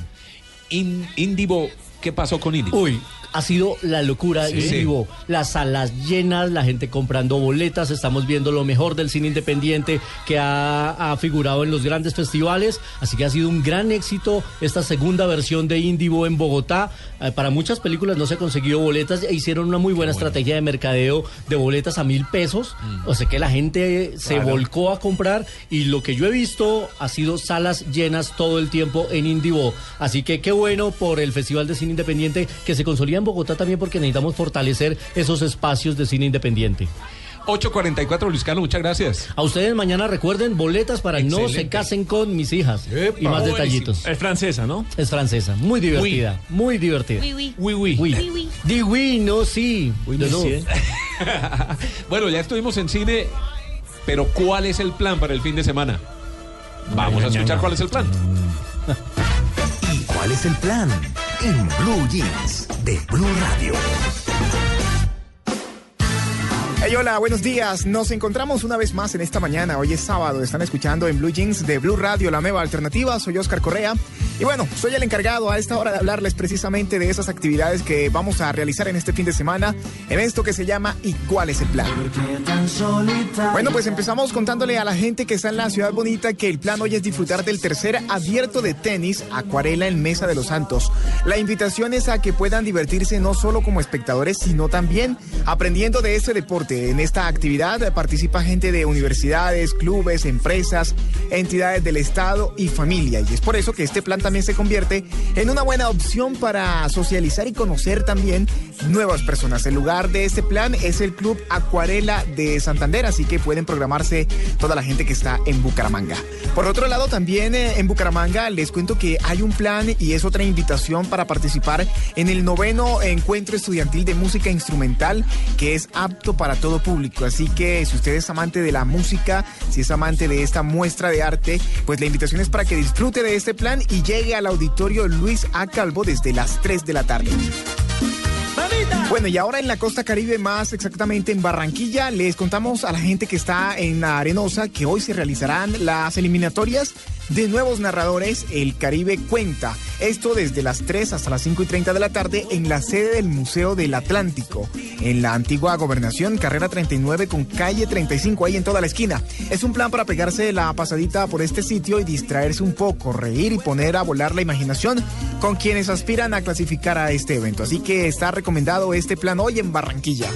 In- Indivo, ¿qué pasó con Indivo? Uy, ha sido la locura Sí. en vivo. Las salas llenas, la gente comprando boletas. Estamos viendo lo mejor del cine independiente que ha, ha figurado en los grandes festivales. Así que ha sido un gran éxito esta segunda versión de Indivo en Bogotá. Eh, para muchas películas no se ha conseguido boletas e hicieron una muy buena estrategia de mercadeo de boletas a mil pesos. O sea que la gente se Claro. volcó a comprar y lo que yo he visto ha sido salas llenas todo el tiempo en Indivo. Así que qué bueno por el Festival de Cine Independiente que se consolida en Bogotá también, porque necesitamos fortalecer esos espacios de cine independiente. ocho cuarenta y cuatro, Luis Carlos, muchas gracias. A ustedes mañana recuerden boletas para No se Excelente. casen con mis hijas. Epa. Y más Buenísimo. detallitos. Es francesa, ¿no? Es francesa, muy divertida, muy divertida. Oui, oui. Oui, oui. Oui. Oui, oui. Di oui, no, sí. Oui, De monsieur. no. Bueno, ya estuvimos en cine, pero ¿cuál es el plan para el fin de semana? Vamos a escuchar cuál es el plan. ¿Y cuál es el plan? En Blue Jeans de Blue Radio. Hey, hola, buenos días. Nos encontramos una vez más en esta mañana. Hoy es sábado. Están escuchando en Blue Jeans de Blue Radio, la nueva alternativa. Soy Oscar Correa. Y bueno, soy el encargado a esta hora de hablarles precisamente de esas actividades que vamos a realizar en este fin de semana en esto que se llama ¿Y cuál es el plan? Bueno, pues empezamos contándole a la gente que está en la ciudad bonita que el plan hoy es disfrutar del tercer abierto de tenis Acuarela en Mesa de los Santos. La invitación es a que puedan divertirse no solo como espectadores, sino también aprendiendo de este deporte. En esta actividad participa gente de universidades, clubes, empresas, entidades del Estado y familia. Y es por eso que este plan también se convierte en una buena opción para socializar y conocer también nuevas personas. El lugar de este plan es el Club Acuarela de Santander, así que pueden programarse toda la gente que está en Bucaramanga. Por otro lado, también eh, en Bucaramanga les cuento que hay un plan y es otra invitación para participar en el noveno encuentro estudiantil de música instrumental, que es apto para todo público. Así que si usted es amante de la música, si es amante de esta muestra de arte, pues la invitación es para que disfrute de este plan y llegue al auditorio Luis A. Calvo desde las tres de la tarde. Bueno, y ahora en la costa caribe, más exactamente en Barranquilla, les contamos a la gente que está en la Arenosa que hoy se realizarán las eliminatorias de nuevos narradores El Caribe Cuenta. Esto desde las tres hasta las cinco y treinta de la tarde en la sede del Museo del Atlántico, en la antigua Gobernación, carrera treinta y nueve con calle treinta y cinco, ahí en toda la esquina. Es un plan para pegarse la pasadita por este sitio y distraerse un poco, reír y poner a volar la imaginación con quienes aspiran a clasificar a este evento. Así que está recomendado este plan hoy en Barranquilla.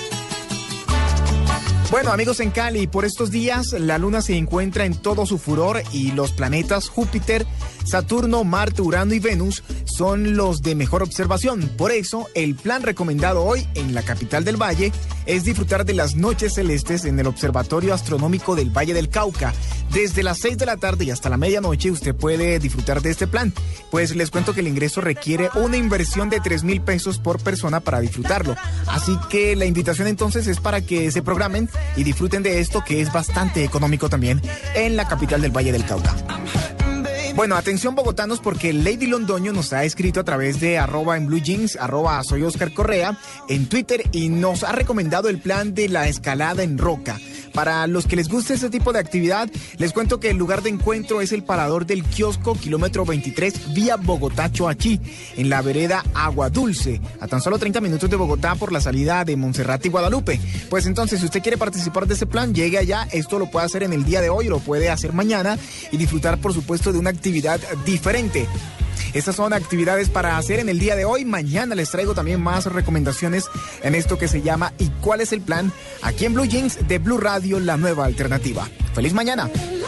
Bueno, amigos, en Cali, por estos días la luna se encuentra en todo su furor y los planetas Júpiter, Saturno, Marte, Urano y Venus son los de mejor observación. Por eso, el plan recomendado hoy en la capital del Valle es disfrutar de las noches celestes en el Observatorio Astronómico del Valle del Cauca. Desde las seis de la tarde y hasta la medianoche usted puede disfrutar de este plan. Pues les cuento que el ingreso requiere una inversión de tres mil pesos por persona para disfrutarlo. Así que la invitación entonces es para que se programen y disfruten de esto, que es bastante económico también en la capital del Valle del Cauca. Bueno, atención bogotanos, porque Lady Londoño nos ha escrito a través de arroba en Blue Jeans, arroba soy Oscar Correa, en Twitter, y nos ha recomendado el plan de la escalada en roca. Para los que les guste este tipo de actividad, les cuento que el lugar de encuentro es el parador del kiosco, kilómetro veintitrés, vía Bogotá-Choachí, en la vereda Agua Dulce, a tan solo treinta minutos de Bogotá por la salida de Monserrate y Guadalupe. Pues entonces, si usted quiere participar de ese plan, llegue allá. Esto lo puede hacer en el día de hoy, lo puede hacer mañana y disfrutar, por supuesto, de una actividad diferente. Estas son actividades para hacer en el día de hoy. Mañana les traigo también más recomendaciones en esto que se llama ¿Y cuál es el plan? Aquí en Blue Jeans de Blue Radio, la nueva alternativa. ¡Feliz mañana!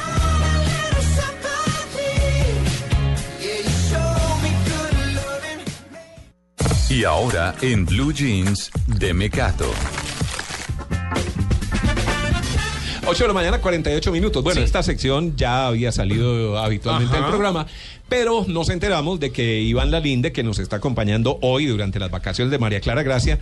Y ahora en Blue Jeans de Mecato. ocho de la mañana, cuarenta y ocho minutos. Bueno, sí. Esta sección ya había salido habitualmente Ajá. del programa, pero nos enteramos de que Iván Lalinde, que nos está acompañando hoy durante las vacaciones de María Clara Gracia,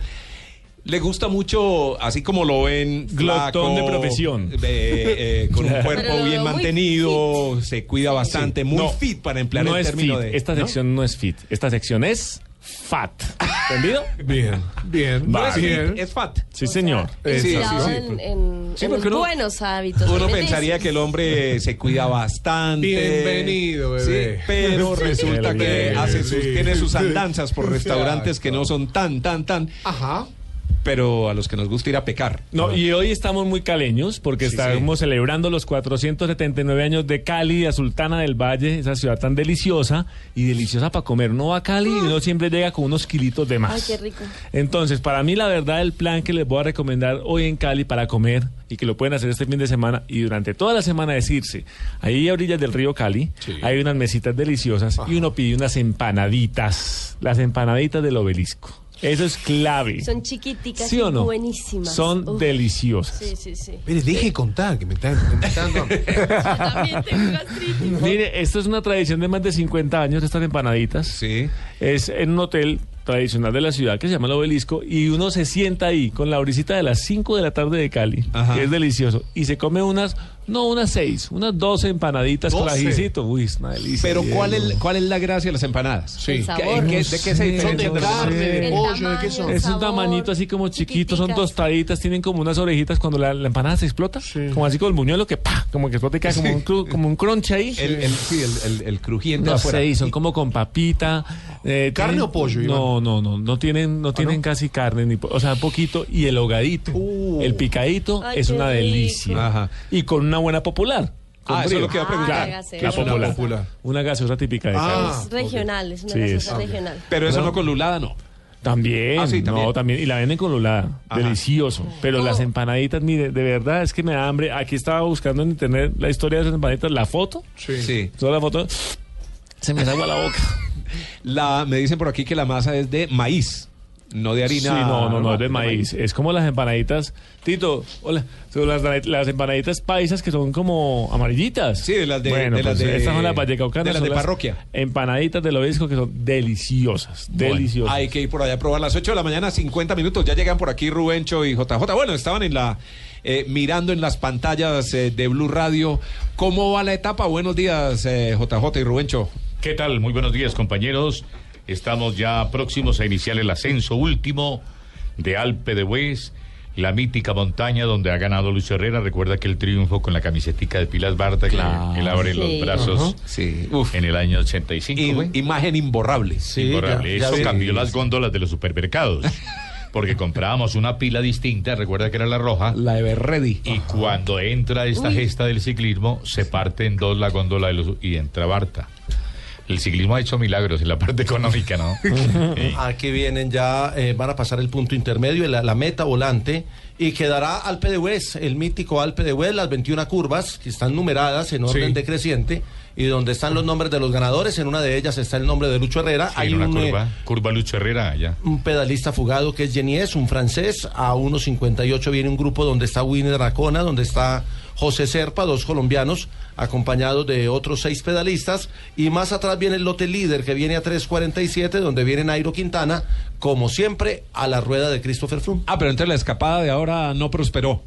le gusta mucho, así como lo ven, glotón de profesión, eh, eh, con un cuerpo bien mantenido, se cuida bastante, sí. muy no, fit para emplear no el es término fit. de... Esta sección ¿no? no es fit, esta sección es... fat. ¿Entendido? Bien, bien. No es, bien. es fat. Sí, señor. Sí, sí, sí, sí. En, en, sí, en los uno, buenos hábitos. Uno pensaría que el hombre se cuida bastante. Bienvenido, bebé. Sí, pero resulta que bien, hace sus, tiene sus andanzas por restaurantes que no son tan, tan, tan. Ajá. Pero a los que nos gusta ir a pecar. No, y hoy estamos muy caleños porque sí, estamos sí. celebrando los cuatrocientos setenta y nueve años de Cali, de Sultana del Valle, esa ciudad tan deliciosa y deliciosa para comer. Uno va a Cali y uno siempre llega con unos kilitos de más. Ay, qué rico. Entonces, para mí, la verdad, el plan que les voy a recomendar hoy en Cali para comer y que lo pueden hacer este fin de semana y durante toda la semana es irse. Ahí a orillas del río Cali sí. hay unas mesitas deliciosas Ajá. y uno pide unas empanaditas, las empanaditas del Obelisco. Eso es clave. Son chiquiticas ¿Sí o no? y buenísimas. Son Uf. deliciosas. Sí, sí, sí. Mire, deje de contar, que me están... Me están Yo también tengo gastritis. Mire, esto es una tradición de más de cincuenta años, estas empanaditas. Sí. Es en un hotel tradicional de la ciudad que se llama El Obelisco y uno se sienta ahí con la brisita de las cinco de la tarde de Cali, Ajá. que es delicioso, y se come unas, no unas seis, unas doce empanaditas doce. Con ajicito. Uy, es una delicia. Pero ¿cuál es, ¿cuál es la gracia de las empanadas? Sí. El sabor. ¿Qué, ¿De qué se diferencian? ¿Son de carne, de pollo? ¿De qué son? Es un tamañito así como chiquito, son tostaditas, tienen como unas orejitas cuando la, la empanada se explota, sí. como así como el buñuelo que pa, como que explota y cae sí. como, un cru, como un crunch ahí. El, el, sí, el, el, el crujiente no afuera. sé, y son como con papita. Eh, ¿Carne tienen, o pollo, Iván? No, no, no, no tienen, no tienen ¿Ah, no? casi carne, ni, o sea, poquito, y el hogadito, uh. el picadito Ay, es una delicia. Ajá. Y con una buena popular. Ah, eso es lo que iba a preguntar. Ah, la, la popular. popular. Una gaseosa típica de ah, Cali. Es regional, es una sí, gaseosa es. regional. Pero eso no, no con lulada, no. También, ah, sí, también, no, también, y la venden con lulada, Ajá. delicioso. Pero oh. las empanaditas, mire, de verdad es que me da hambre. Aquí estaba buscando en internet la historia de esas empanaditas, la foto. Sí. sí. Toda la foto, se me salga la boca. La, me dicen por aquí que la masa es de maíz, no de harina. Sí, no, no, no, es de maíz. Es como las empanaditas, Tito, hola, son las, las empanaditas paisas que son como amarillitas. Sí, de las de... Bueno, de pues las de, estas son las vallecaucanas. De las de parroquia. Empanaditas del Obelisco que son deliciosas, bueno, deliciosas. Hay que ir por allá a probar. Las ocho de la mañana, cincuenta minutos. Ya llegan por aquí Rubencho y J J. Bueno, estaban en la... Eh, mirando en las pantallas eh, de Blue Radio. ¿Cómo va la etapa? Buenos días, eh, J J y Rubencho. ¿Qué tal? Muy buenos días, compañeros. Estamos ya próximos a iniciar el ascenso último de Alpe d'Huez, la mítica montaña donde ha ganado Luis Herrera. Recuerda que el triunfo con la camisetica de Pilas Barta, claro, que él abre sí. los brazos uh-huh. sí. en el año ochenta y cinco. I- imagen imborrable. Sí, imborrable. Ya, ya Eso sí. cambió las góndolas de los supermercados. Porque comprábamos una pila distinta, recuerda que era la roja. La Everready. Y uh-huh. cuando entra esta Uy. gesta del ciclismo, se parte en dos la góndola de los, y entra Barta. El ciclismo ha hecho milagros en la parte económica, ¿no? Sí. Aquí vienen ya, eh, van a pasar el punto intermedio, la, la meta volante, y quedará Alpe d'Huez, el mítico Alpe d'Huez, las veintiuna curvas que están numeradas en orden sí. decreciente, y donde están los nombres de los ganadores. En una de ellas está el nombre de Lucho Herrera. Sí, Hay una un, curva, eh, curva Lucho Herrera allá. Un pedalista fugado que es Genies, un francés. A uno cincuenta y ocho viene un grupo donde está Winner Racona, donde está José Serpa, dos colombianos, acompañados de otros seis pedalistas. Y más atrás viene el lote líder, que viene a tres cuarenta y siete, donde viene Nairo Quintana, como siempre, a la rueda de Christopher Froome. Ah, pero entonces la escapada de ahora no prosperó.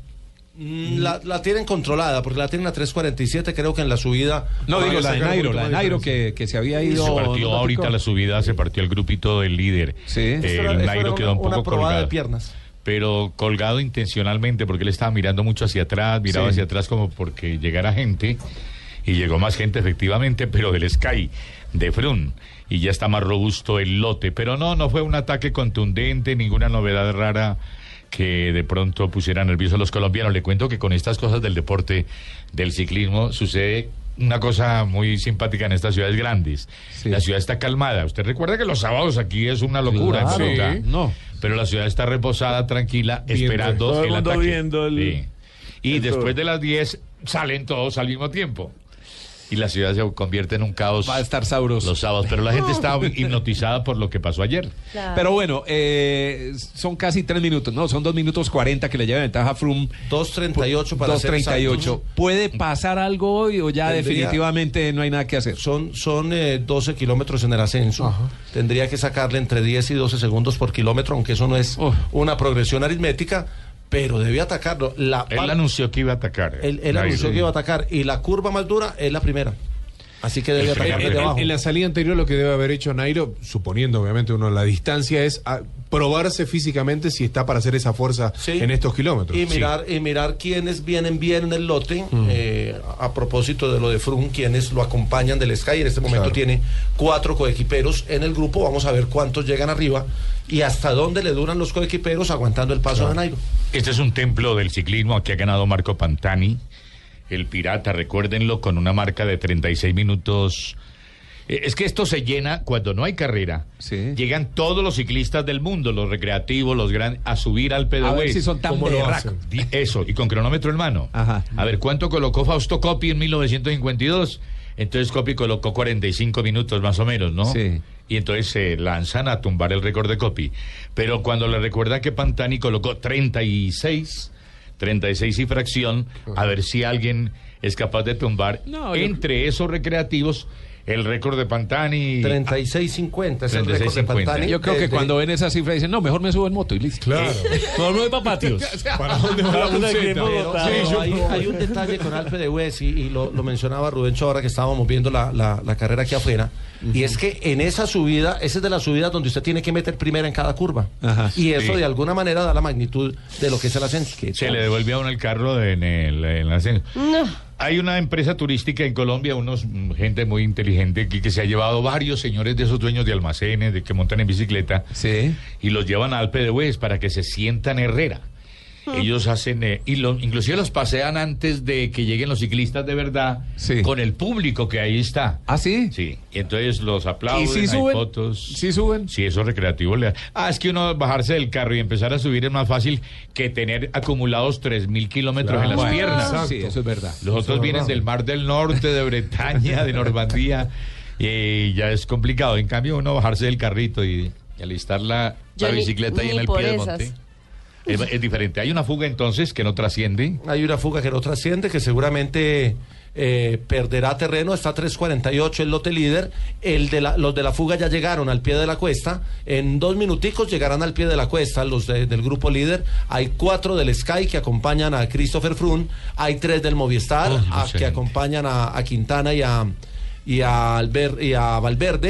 La, la tienen controlada, porque la tienen a tres cuarenta y siete, creo que en la subida. No, digo, la de Nairo, la de Nairo que, que se había ido. Se partió ahorita la subida, se partió el grupito del líder. Sí. Eh, era, el Nairo quedó un una poco colgado. De piernas. Pero colgado intencionalmente, porque él estaba mirando mucho hacia atrás, miraba sí. hacia atrás como porque llegara gente, y llegó más gente efectivamente, pero del Sky, de Froome, y ya está más robusto el lote. Pero no, no fue un ataque contundente, ninguna novedad rara que de pronto pusiera nerviosos a los colombianos. Le cuento que con estas cosas del deporte, del ciclismo, sucede una cosa muy simpática en estas ciudades grandes. Sí. La ciudad está calmada. Usted recuerda que los sábados aquí es una locura. Claro, en Bogotá. Sí. No. Pero la ciudad está reposada, tranquila, viendo, esperando todo el, el mundo ataque. Viendo el... Sí. Y el después todo. de las diez salen todos al mismo tiempo. Y la ciudad se convierte en un caos. Va a estar sabroso los sábados, pero la gente está hipnotizada por lo que pasó ayer. Claro. Pero bueno, eh, son casi tres minutos, no, son dos minutos cuarenta que le lleva ventaja a Froome. dos treinta y ocho para dos treinta y ocho. ¿Puede pasar algo hoy o ya Tendría, definitivamente no hay nada que hacer? Son, son eh, doce kilómetros en el ascenso. Ajá. Tendría que sacarle entre diez y doce segundos por kilómetro, aunque eso no es oh. una progresión aritmética. Pero debe atacarlo. La él par... anunció que iba a atacar. Él, él anunció que iba a atacar. Y la curva más dura es la primera. Así que debe atacar desde abajo. En la salida anterior lo que debe haber hecho Nairo, suponiendo obviamente uno la distancia, es a probarse físicamente si está para hacer esa fuerza sí. en estos kilómetros. Y mirar, sí. y mirar quiénes vienen bien en el lote. Mm. Eh, a propósito de lo de Froome, quienes lo acompañan del Sky. En este momento claro. tiene cuatro coequiperos en el grupo. Vamos a ver cuántos llegan arriba y hasta dónde le duran los coequiperos aguantando el paso claro. de Nairo. Este es un templo del ciclismo. Aquí ha ganado Marco Pantani, el pirata, recuérdenlo, con una marca de treinta y seis minutos. Eh, es que esto se llena cuando no hay carrera. Sí. Llegan todos los ciclistas del mundo, los recreativos, los grandes, a subir al Alpe d'Huez. A ver si son tan berracos. Eso, y con cronómetro en mano. Ajá. A ver, ¿cuánto colocó Fausto Coppi en mil novecientos cincuenta y dos? Entonces Coppi colocó cuarenta y cinco minutos más o menos, ¿no? Sí. Y entonces se lanzan a tumbar el récord de Coppi. Pero cuando le recuerdan que Pantani colocó treinta y seis... treinta y seis y fracción, a ver si alguien es capaz de tumbar no, entre yo... esos recreativos el récord de Pantani. treinta y seis cincuenta es el récord de Pantani. Yo creo que de... cuando ven esa cifra dicen, no, mejor me subo en moto y listo. Claro. No, no hay papatios. ¿Para dónde va la buceta? Sí, hay, hay un detalle con Alpe d'Huez y, y lo, lo mencionaba Rubencho ahora que estábamos viendo la, la, la carrera aquí afuera. Uh-huh. Y es que en esa subida, esa es de las subidas donde usted tiene que meter primera en cada curva. Ajá, y eso sí. de alguna manera da la magnitud de lo que es el ascenso. Que se le devuelve a uno el carro en el, en el ascenso. No. Hay una empresa turística en Colombia, unos gente muy inteligente que, que se ha llevado varios señores de esos dueños de almacenes, de que montan en bicicleta, sí. y los llevan a Alpe d'Huez para que se sientan Herrera. Ellos hacen, eh, y lo, inclusive los pasean antes de que lleguen los ciclistas de verdad, sí. con el público que ahí está. ¿Ah, sí? Sí, y entonces los aplauden, ¿Y si hay suben? fotos. ¿Sí suben? Sí, eso es recreativo. Ah, es que uno bajarse del carro y empezar a subir es más fácil que tener acumulados tres mil kilómetros claro. en las bueno, piernas. Exacto. Sí, eso es verdad. Los otros eso vienen del Mar del Norte, de Bretaña, de Normandía, y ya es complicado. En cambio, uno bajarse del carrito y, y alistar la, la bicicleta ahí en el pie del monte. Es, es diferente. Hay una fuga entonces que no trasciende. Hay una fuga que no trasciende, que seguramente eh, perderá terreno. Está tres cuarenta y ocho el lote líder. El de la, los de la fuga ya llegaron al pie de la cuesta. En dos minuticos llegarán al pie de la cuesta los de, del grupo líder. Hay cuatro del Sky que acompañan a Christopher Froome. Hay tres del Movistar oh, no a, que acompañan a, a Quintana y a, y a, Alber, y a Valverde.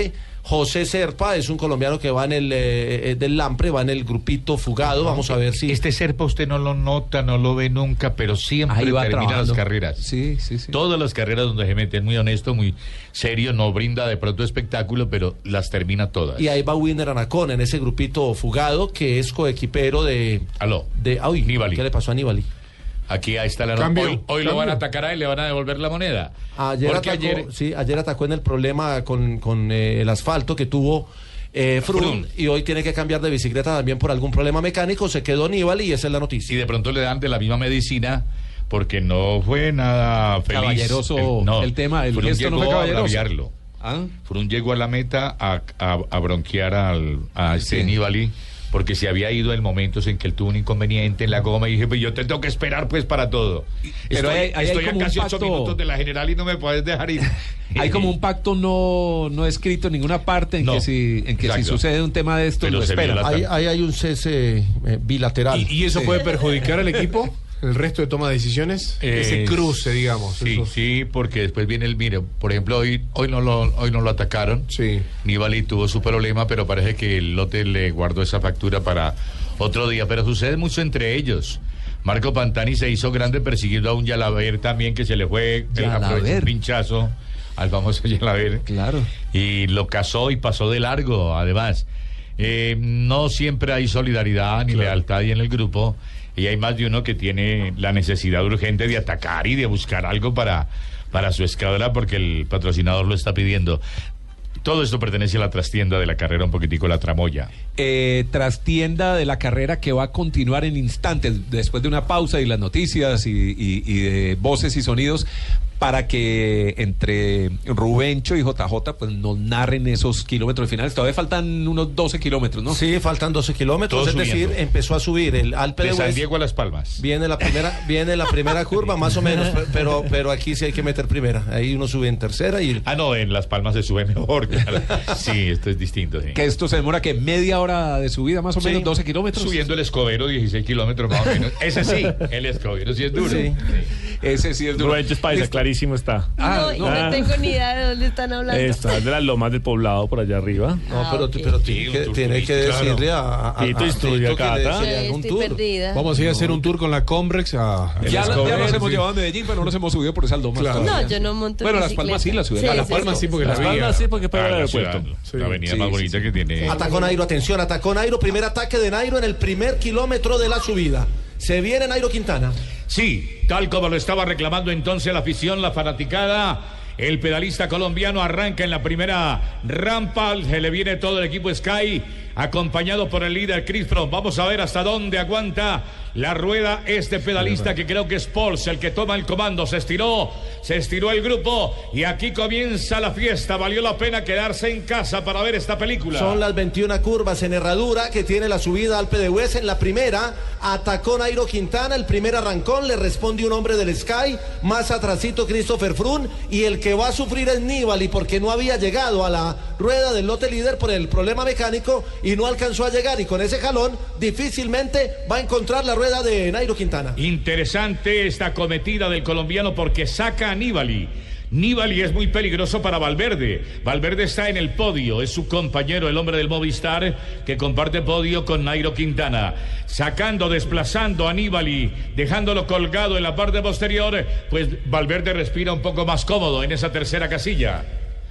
José Serpa es un colombiano que va en el eh, del Lampre, va en el grupito Fugado. Vamos a ver si... Este Serpa usted no lo nota, no lo ve nunca, pero siempre Ahí va termina trabajando. las carreras. Sí, sí, sí. Todas las carreras donde se mete, es muy honesto, muy serio, no brinda de pronto espectáculo, pero las termina todas. Y ahí va Winner Anacona en ese grupito Fugado, que es coequipero de... Aló. De, ay, Nibali. ¿Qué le pasó a Nibali? Aquí ahí está la Cambio, Hoy, hoy lo cambio. van a atacar a él, le van a devolver la moneda. Ayer Porque atacó, ayer... sí, ayer atacó en el problema con, con eh, el asfalto que tuvo eh, Froome, Froome. y hoy tiene que cambiar de bicicleta también por algún problema mecánico. Se quedó Nibali y esa es la noticia. Y de pronto le dan de la misma medicina porque no fue nada feliz. Caballeroso el tema, el Froome gesto no llegó fue a caballeroso. braviarlo. ¿Ah? Froome llegó a la meta a, a, a bronquear al, a este Sí. Nibali porque se había ido en momentos en que él tuvo un inconveniente en la goma y dije, pues yo te tengo que esperar pues para todo. Pero estoy hay- ahí hay estoy a como un casi ocho pacto- minutos de la general y no me puedes dejar ir. Hay como un pacto no, no escrito en ninguna parte en No, que si en que si exacto. sucede un tema de esto Pero lo se espera. vio la- Ahí, ahí hay un cese eh, bilateral. ¿Y, y eso Sí. puede perjudicar al equipo? ¿El resto de toma de decisiones? Eh, Ese cruce, digamos. Sí, eso. sí, porque después viene el mire, por ejemplo, hoy hoy no lo hoy no lo atacaron. Sí. Nibali tuvo su problema, pero parece que el lote le guardó esa factura para otro día, pero sucede mucho entre ellos. Marco Pantani se hizo grande persiguiendo a un Yalaber también que se le fue el Yalaber. un pinchazo al famoso Yalaber. Claro. Y lo cazó y pasó de largo, además. Eh, no siempre hay solidaridad ni lealtad ahí en el grupo. Y hay más de uno que tiene la necesidad urgente de atacar y de buscar algo para, para su escuadra porque el patrocinador lo está pidiendo. Todo esto pertenece a la trastienda de la carrera, un poquitico la tramoya. Eh, trastienda de la carrera que va a continuar en instantes, después de una pausa y las noticias y, y- y de voces y sonidos, para que entre Rubencho y J J pues nos narren esos kilómetros finales. Todavía faltan unos doce kilómetros, ¿no? Sí, faltan doce kilómetros, Todo es subiendo. decir, empezó a subir el Alpe de De San Hues. Diego a Las Palmas. Viene la primera, viene la primera curva, más o menos, pe- pero, pero aquí sí hay que meter primera. Ahí uno sube en tercera y Ah, no, en Las Palmas se sube mejor, claro. Sí, esto es distinto, sí. Que esto se demora que media hora de subida, más o menos, Sí. doce kilómetros. Subiendo el Escobero, dieciséis kilómetros más o menos. Ese sí, el Escobero sí es duro. Sí. Ese sí es duro. Rubencho es paisa, Listo. clarísimo está. Ah, no, y no. no tengo ni idea de dónde están hablando. Está de las lomas del poblado por allá arriba. no, Ah, pero, ok. pero Sí, tiene un que, tour tiene que turístico, decirle a, a, Tito a- a instruye Tito a que le- Cata. se le haga Ay, un estoy tour. perdida. Vamos a ir a hacer un tour con la Combrex a... Ya, la- ya Escobar, nos hemos sí. llevado a Medellín, pero no nos hemos subido por esas lomas Claro. todavía. No, yo no monto en Bueno, Las bicicleta. Palmas sí, la ciudad. A Las sí, Palmas sí, porque Las la vía. Palmas sí, porque para Ah, el la aeropuerto. ciudad, Sí, la avenida sí, más sí, bonita sí. que tiene. Atacó Nairo, atención, atacó Nairo, primer ataque de Nairo en el primer kilómetro de la subida. Se viene Nairo Quintana. Sí, tal como lo estaba reclamando entonces la afición, la fanaticada. El pedalista colombiano arranca en la primera rampa, se le viene todo el equipo Sky, acompañado por el líder Chris Froome. Vamos a ver hasta dónde aguanta la rueda este pedalista que creo que es Pols, el que toma el comando. Se estiró, se estiró el grupo y aquí comienza la fiesta. Valió la pena quedarse en casa para ver esta película. Son las veintiuna curvas en herradura que tiene la subida Alpe de Hues. En la primera atacó Nairo Quintana, el primer arrancón, le responde un hombre del Sky, más atrasito Christopher Froome, y el que va a sufrir es Nibali porque no había llegado a la rueda del lote líder por el problema mecánico y no alcanzó a llegar, y con ese jalón difícilmente va a encontrar la rueda de Nairo Quintana. Interesante esta cometida del colombiano porque saca a Nibali. Nibali es muy peligroso para Valverde. Valverde está en el podio, es su compañero, el hombre del Movistar, que comparte podio con Nairo Quintana. Sacando, desplazando a Nibali, dejándolo colgado en la parte posterior, pues Valverde respira un poco más cómodo en esa tercera casilla.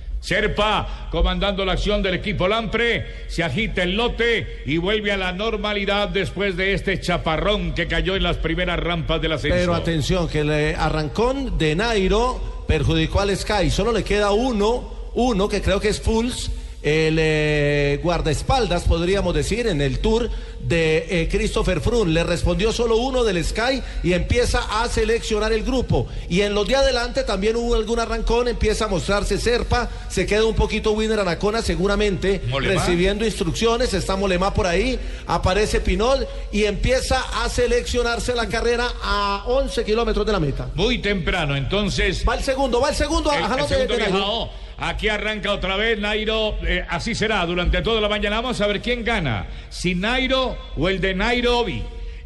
Serpa comandando la acción del equipo Lampre, se agita el lote y vuelve a la normalidad después de este chaparrón que cayó en las primeras rampas del ascenso. Pero atención, que el arrancón de Nairo perjudicó al Sky, solo le queda uno, uno que creo que es Fools, el eh, guardaespaldas, podríamos decir, en el Tour de eh, Christopher Froome. Le respondió solo uno del Sky y empieza a seleccionar el grupo. Y en los de adelante también hubo algún arrancón, empieza a mostrarse Serpa, se queda un poquito Winner Anacona seguramente Molemá. recibiendo instrucciones, está Molemá por ahí, aparece Pinol y empieza a seleccionarse la carrera a once kilómetros de la meta. Muy temprano, entonces. Va el segundo, va el segundo, El, ajá, el no se segundo detiene ahí. viajado. Aquí arranca otra vez Nairo, eh, así será durante toda la mañana. Vamos a ver quién gana, si Nairo o el de Nairobi.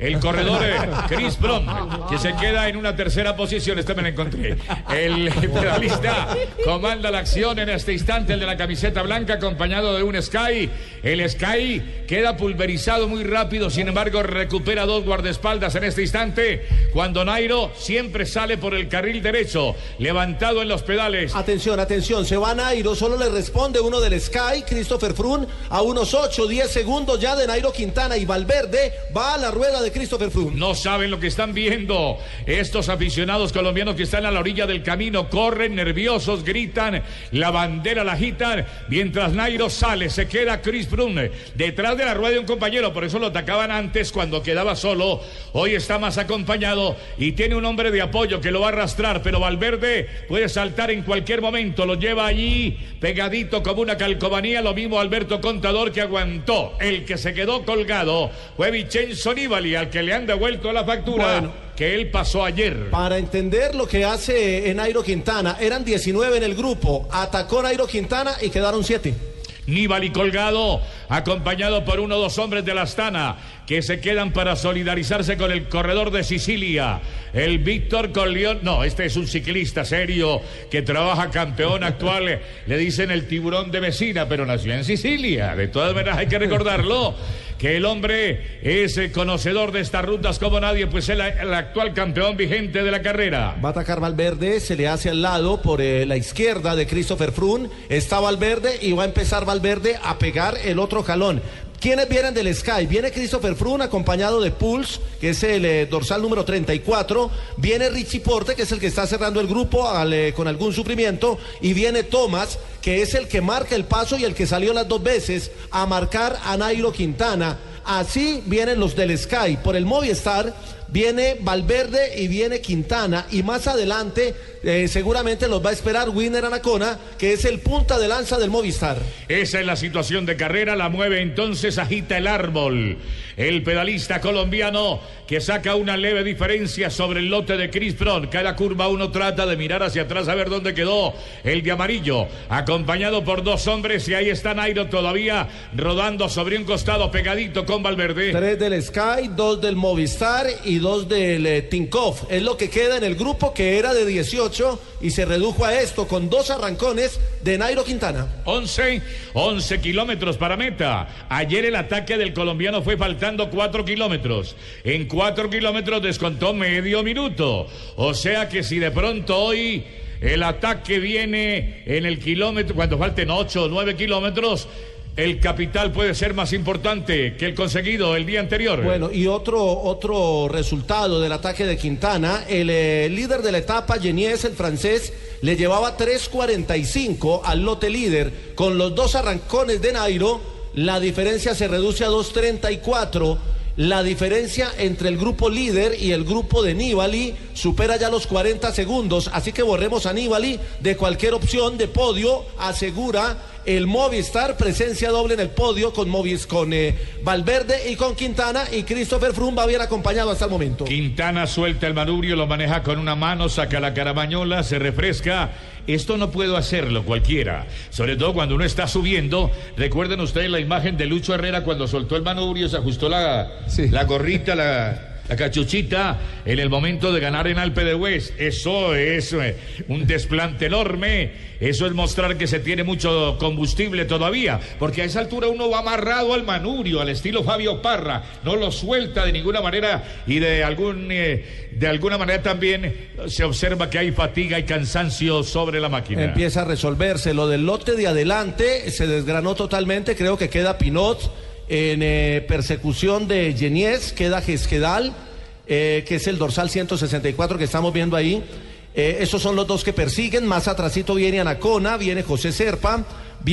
El corredor eh, Chris Froome, que se queda en una tercera posición. Este me lo encontré. El pedalista comanda la acción en este instante, el de la camiseta blanca, acompañado de un Sky. El Sky queda pulverizado muy rápido, sin embargo recupera dos guardaespaldas en este instante, cuando Nairo siempre sale por el carril derecho, levantado en los pedales. Atención, atención, se va Nairo, solo le responde uno del Sky, Christopher Froome, a unos ocho, diez segundos ya de Nairo Quintana, y Valverde va a la rueda de Christopher Froome. No saben lo que están viendo estos aficionados colombianos que están a la orilla del camino, corren nerviosos, gritan, la bandera la agitan, mientras Nairo sale, se queda Chris Froome detrás de la rueda de un compañero, por eso lo atacaban antes cuando quedaba solo. Hoy está más acompañado y tiene un hombre de apoyo que lo va a arrastrar, pero Valverde puede saltar en cualquier momento, lo lleva allí pegadito como una calcomanía. Lo mismo Alberto Contador, que aguantó. El que se quedó colgado fue Vincenzo Nibali, al que le han devuelto la factura bueno, que él pasó ayer. Para entender lo que hace Nairo Quintana, eran diecinueve en el grupo, atacó Nairo Quintana y quedaron siete. Nibali colgado, acompañado por uno o dos hombres de la Astana, que se quedan para solidarizarse con el corredor de Sicilia, el Víctor Corleone. No, este es un ciclista serio que trabaja, campeón actual, le dicen el tiburón de Messina, pero nació en Sicilia. De todas maneras hay que recordarlo, que el hombre es el conocedor de estas rutas como nadie, pues es el, el actual campeón vigente de la carrera. Va a atacar Valverde, se le hace al lado por eh, la izquierda de Christopher Froome, está Valverde y va a empezar Valverde a pegar el otro jalón. ¿Quiénes vienen del Sky? Viene Christopher Froome acompañado de Pulse, que es el eh, dorsal número treinta y cuatro. Viene Richie Porte, que es el que está cerrando el grupo al, eh, con algún sufrimiento. Y viene Thomas, que es el que marca el paso y el que salió las dos veces a marcar a Nairo Quintana. Así vienen los del Sky. Por el Movistar viene Valverde y viene Quintana, y más adelante eh, seguramente los va a esperar Winner Anacona, que es el punta de lanza del Movistar. Esa es la situación de carrera, la mueve entonces, agita el árbol el pedalista colombiano, que saca una leve diferencia sobre el lote de Chris Froome. Cada curva uno trata de mirar hacia atrás a ver dónde quedó el de amarillo, acompañado por dos hombres, y ahí está Nairo todavía rodando sobre un costado pegadito con Valverde. Tres del Sky, dos del Movistar y dos del eh, Tinkoff. Es lo que queda en el grupo, que era de dieciocho y se redujo a esto con dos arrancones de Nairo Quintana. once, once kilómetros para meta. Ayer el ataque del colombiano fue faltando cuatro kilómetros. En cuatro kilómetros descontó medio minuto. O sea que si de pronto hoy el ataque viene en el kilómetro, cuando falten ocho o nueve kilómetros, el capital puede ser más importante que el conseguido el día anterior. Bueno, y otro, otro resultado del ataque de Quintana, el eh, líder de la etapa, Genies, el francés, le llevaba tres cuarenta y cinco al lote líder. Con los dos arrancones de Nairo, la diferencia se reduce a dos treinta y cuatro. La diferencia entre el grupo líder y el grupo de Nibali supera ya los cuarenta segundos, así que borremos a Nibali de cualquier opción de podio. Asegura el Movistar presencia doble en el podio con Movis, con eh, Valverde y con Quintana, y Christopher Froome va bien acompañado hasta el momento. Quintana suelta el manubrio, lo maneja con una mano, saca la caramañola, se refresca. Esto no puedo hacerlo cualquiera, sobre todo cuando uno está subiendo. Recuerden ustedes la imagen de Lucho Herrera cuando soltó el manubrio, se ajustó la, sí. la gorrita, la... la cachuchita en el momento de ganar en Alpe d'Huez. Eso es eh, un desplante enorme. Eso es mostrar que se tiene mucho combustible todavía, porque a esa altura uno va amarrado al manubrio, al estilo Fabio Parra, no lo suelta de ninguna manera, y de algún eh, de alguna manera también se observa que hay fatiga y cansancio sobre la máquina. Empieza a resolverse lo del lote de adelante, se desgranó totalmente. Creo que queda Pinot en eh, persecución de Genies, queda Gesquedal, eh, que es el dorsal ciento sesenta y cuatro que estamos viendo ahí. Eh, esos son los dos que persiguen. Más atrasito viene Anacona, viene José Serpa,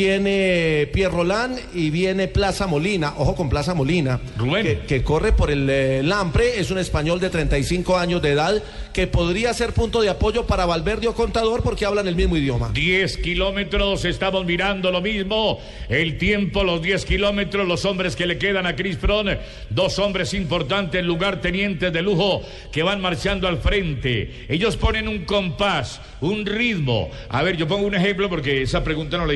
viene Pierre Roland y viene Plaza Molina. Ojo con Plaza Molina, que, que corre por el eh, Lampre. Es un español de treinta y cinco años de edad, que podría ser punto de apoyo para Valverde o Contador, porque hablan el mismo idioma. diez kilómetros, estamos mirando lo mismo. El tiempo, los diez kilómetros, los hombres que le quedan a Chris Froome, dos hombres importantes, lugartenientes de lujo, que van marchando al frente. Ellos ponen un compás, un ritmo. A ver, yo pongo un ejemplo, porque esa pregunta no la hizo María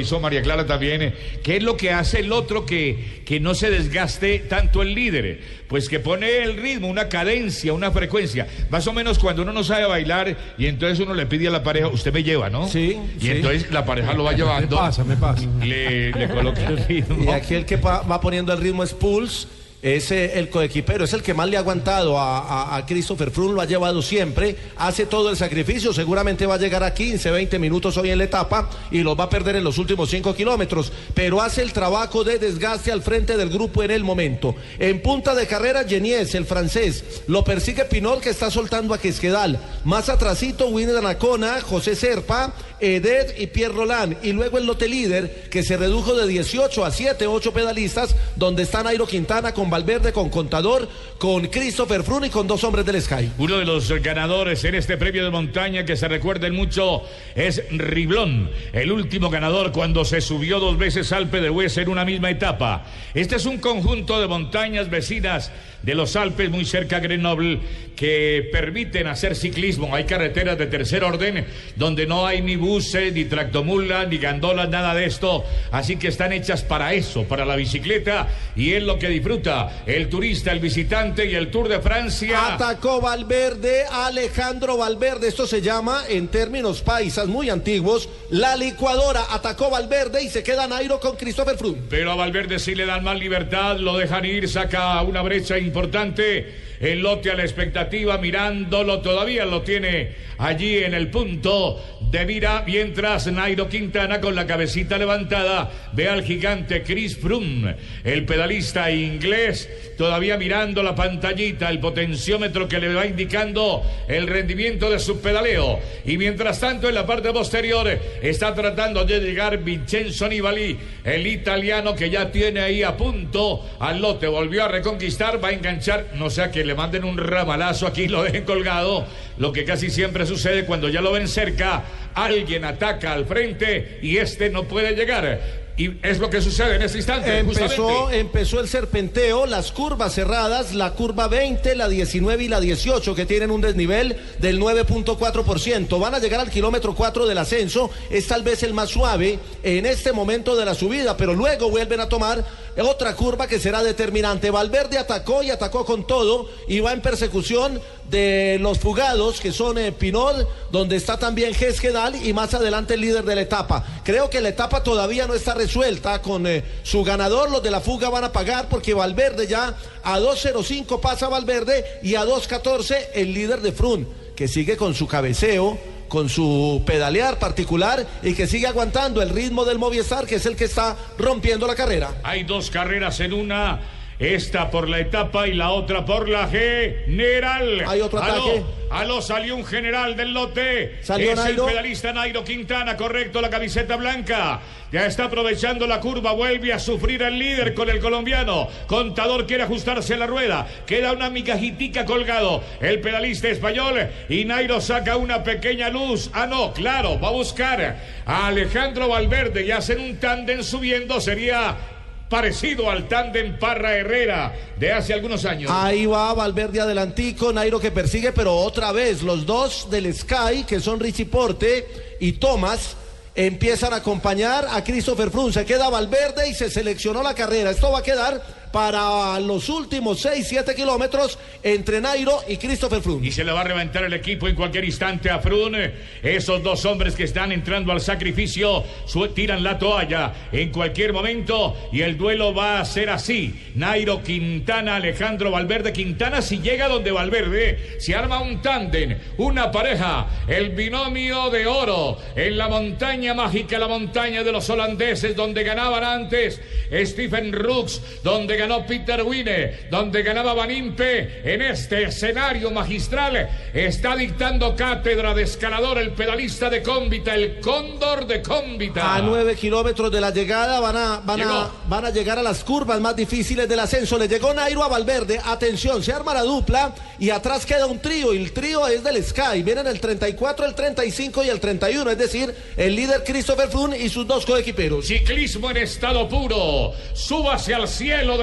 quede claro también, eh, ¿qué es lo que hace el otro que, que no se desgaste tanto el líder? Pues que pone el ritmo, una cadencia, una frecuencia. Más o menos cuando uno no sabe bailar y entonces uno le pide a la pareja, usted me lleva, ¿no? Sí. Y sí. entonces la pareja lo va llevando. Me pasa, me pasa. Le, le coloca el ritmo. Y aquí el que va, va poniendo el ritmo es Pulse. Es eh, el coequipero, es el que más le ha aguantado a, a, a Christopher Froome, lo ha llevado siempre, hace todo el sacrificio, seguramente va a llegar a quince, veinte minutos hoy en la etapa y los va a perder en los últimos cinco kilómetros, pero hace el trabajo de desgaste al frente del grupo en el momento. En punta de carrera, Genies, el francés, lo persigue Pinot, que está soltando a Quesquedal, más atrasito Winner Anacona, José Serpa, Edet y Pierre Roland, y luego el lote líder, que se redujo de dieciocho a siete, ocho pedalistas, donde está Nairo Quintana con Valverde, con Contador, con Christopher Froome y con dos hombres del Sky. Uno de los ganadores en este premio de montaña que se recuerden mucho es Riblón, el último ganador cuando se subió dos veces Alpe d'Huez en una misma etapa. Este es un conjunto de montañas vecinas de los Alpes, muy cerca a Grenoble, que permiten hacer ciclismo. Hay carreteras de tercer orden donde no hay ni buses, ni tractomulas, ni gandolas, nada de esto, así que están hechas para eso, para la bicicleta, y es lo que disfruta el turista, el visitante, y el Tour de Francia. Atacó Valverde, Alejandro Valverde, esto se llama en términos paisas muy antiguos la licuadora. Atacó Valverde y se queda Nairo con Christopher Froome. Pero a Valverde sí le dan más libertad, lo dejan ir, saca una brecha importante. El lote a la expectativa, mirándolo, todavía lo tiene allí en el punto de mira, mientras Nairo Quintana con la cabecita levantada ve al gigante Chris Froome, el pedalista inglés, todavía mirando la pantallita, el potenciómetro que le va indicando el rendimiento de su pedaleo. Y mientras tanto, en la parte posterior está tratando de llegar Vincenzo Nibali, el italiano, que ya tiene ahí a punto al lote, volvió a reconquistar, va a enganchar, no sea que le manden un ramalazo aquí, lo dejen colgado, lo que casi siempre sucede cuando ya lo ven cerca, alguien ataca al frente y este no puede llegar. Y es lo que sucede en este instante. Empezó, empezó el serpenteo, las curvas cerradas, la curva veinte, la diecinueve y la dieciocho, que tienen un desnivel del nueve punto cuatro por ciento. Van a llegar al kilómetro cuatro del ascenso, es tal vez el más suave en este momento de la subida, pero luego vuelven a tomar otra curva que será determinante. Valverde atacó y atacó con todo y va en persecución de los fugados, que son eh, Pinot, donde está también Gesquedal y más adelante el líder de la etapa. Creo que la etapa todavía no está resuelta con eh, su ganador. Los de la fuga van a pagar porque Valverde ya a dos cero cinco pasa Valverde y a dos catorce el líder de Froome, que sigue con su cabeceo, con su pedalear particular y que sigue aguantando el ritmo del Movistar, que es el que está rompiendo la carrera. Hay dos carreras en una, esta por la etapa y la otra por la general. Hay otro aló, ataque. Aló, salió un general del lote. Salió es Nairo. El pedalista Nairo Quintana, correcto, la camiseta blanca. Ya está aprovechando la curva, vuelve a sufrir el líder con el colombiano. Contador quiere ajustarse a la rueda. Queda una migajitica colgado. El pedalista español y Nairo saca una pequeña luz. Ah, no, claro, va a buscar a Alejandro Valverde y hacen un tándem subiendo. Sería parecido al tándem Parra Herrera de hace algunos años. Ahí va Valverde adelantico, Nairo que persigue, pero otra vez los dos del Sky, que son Richie Porte y Thomas, empiezan a acompañar a Christopher Froome. Se queda Valverde y se seleccionó la carrera. Esto va a quedar para los últimos seis, siete kilómetros entre Nairo y Christopher Froome. Y se le va a reventar el equipo en cualquier instante a Froome. Esos dos hombres que están entrando al sacrificio tiran la toalla en cualquier momento y el duelo va a ser así. Nairo Quintana, Alejandro Valverde. Quintana, si llega donde Valverde, se arma un tándem, una pareja, el binomio de oro en la montaña mágica, la montaña de los holandeses, donde ganaban antes Stephen Rooks, donde ganó Peter Wine, donde ganaba Van Impe. En este escenario magistral está dictando cátedra de escalador el pedalista de Cómbita, el Cóndor de Cómbita. A nueve kilómetros de la llegada van a, van, a, van a llegar a las curvas más difíciles del ascenso. Le llegó Nairo a Valverde. Atención, se arma la dupla y atrás queda un trío, y el trío es del Sky. Vienen el treinta y cuatro, el treinta y cinco y el treinta y uno, es decir, el líder Christopher Froome y sus dos coequiperos. Ciclismo en estado puro. Súbase al cielo del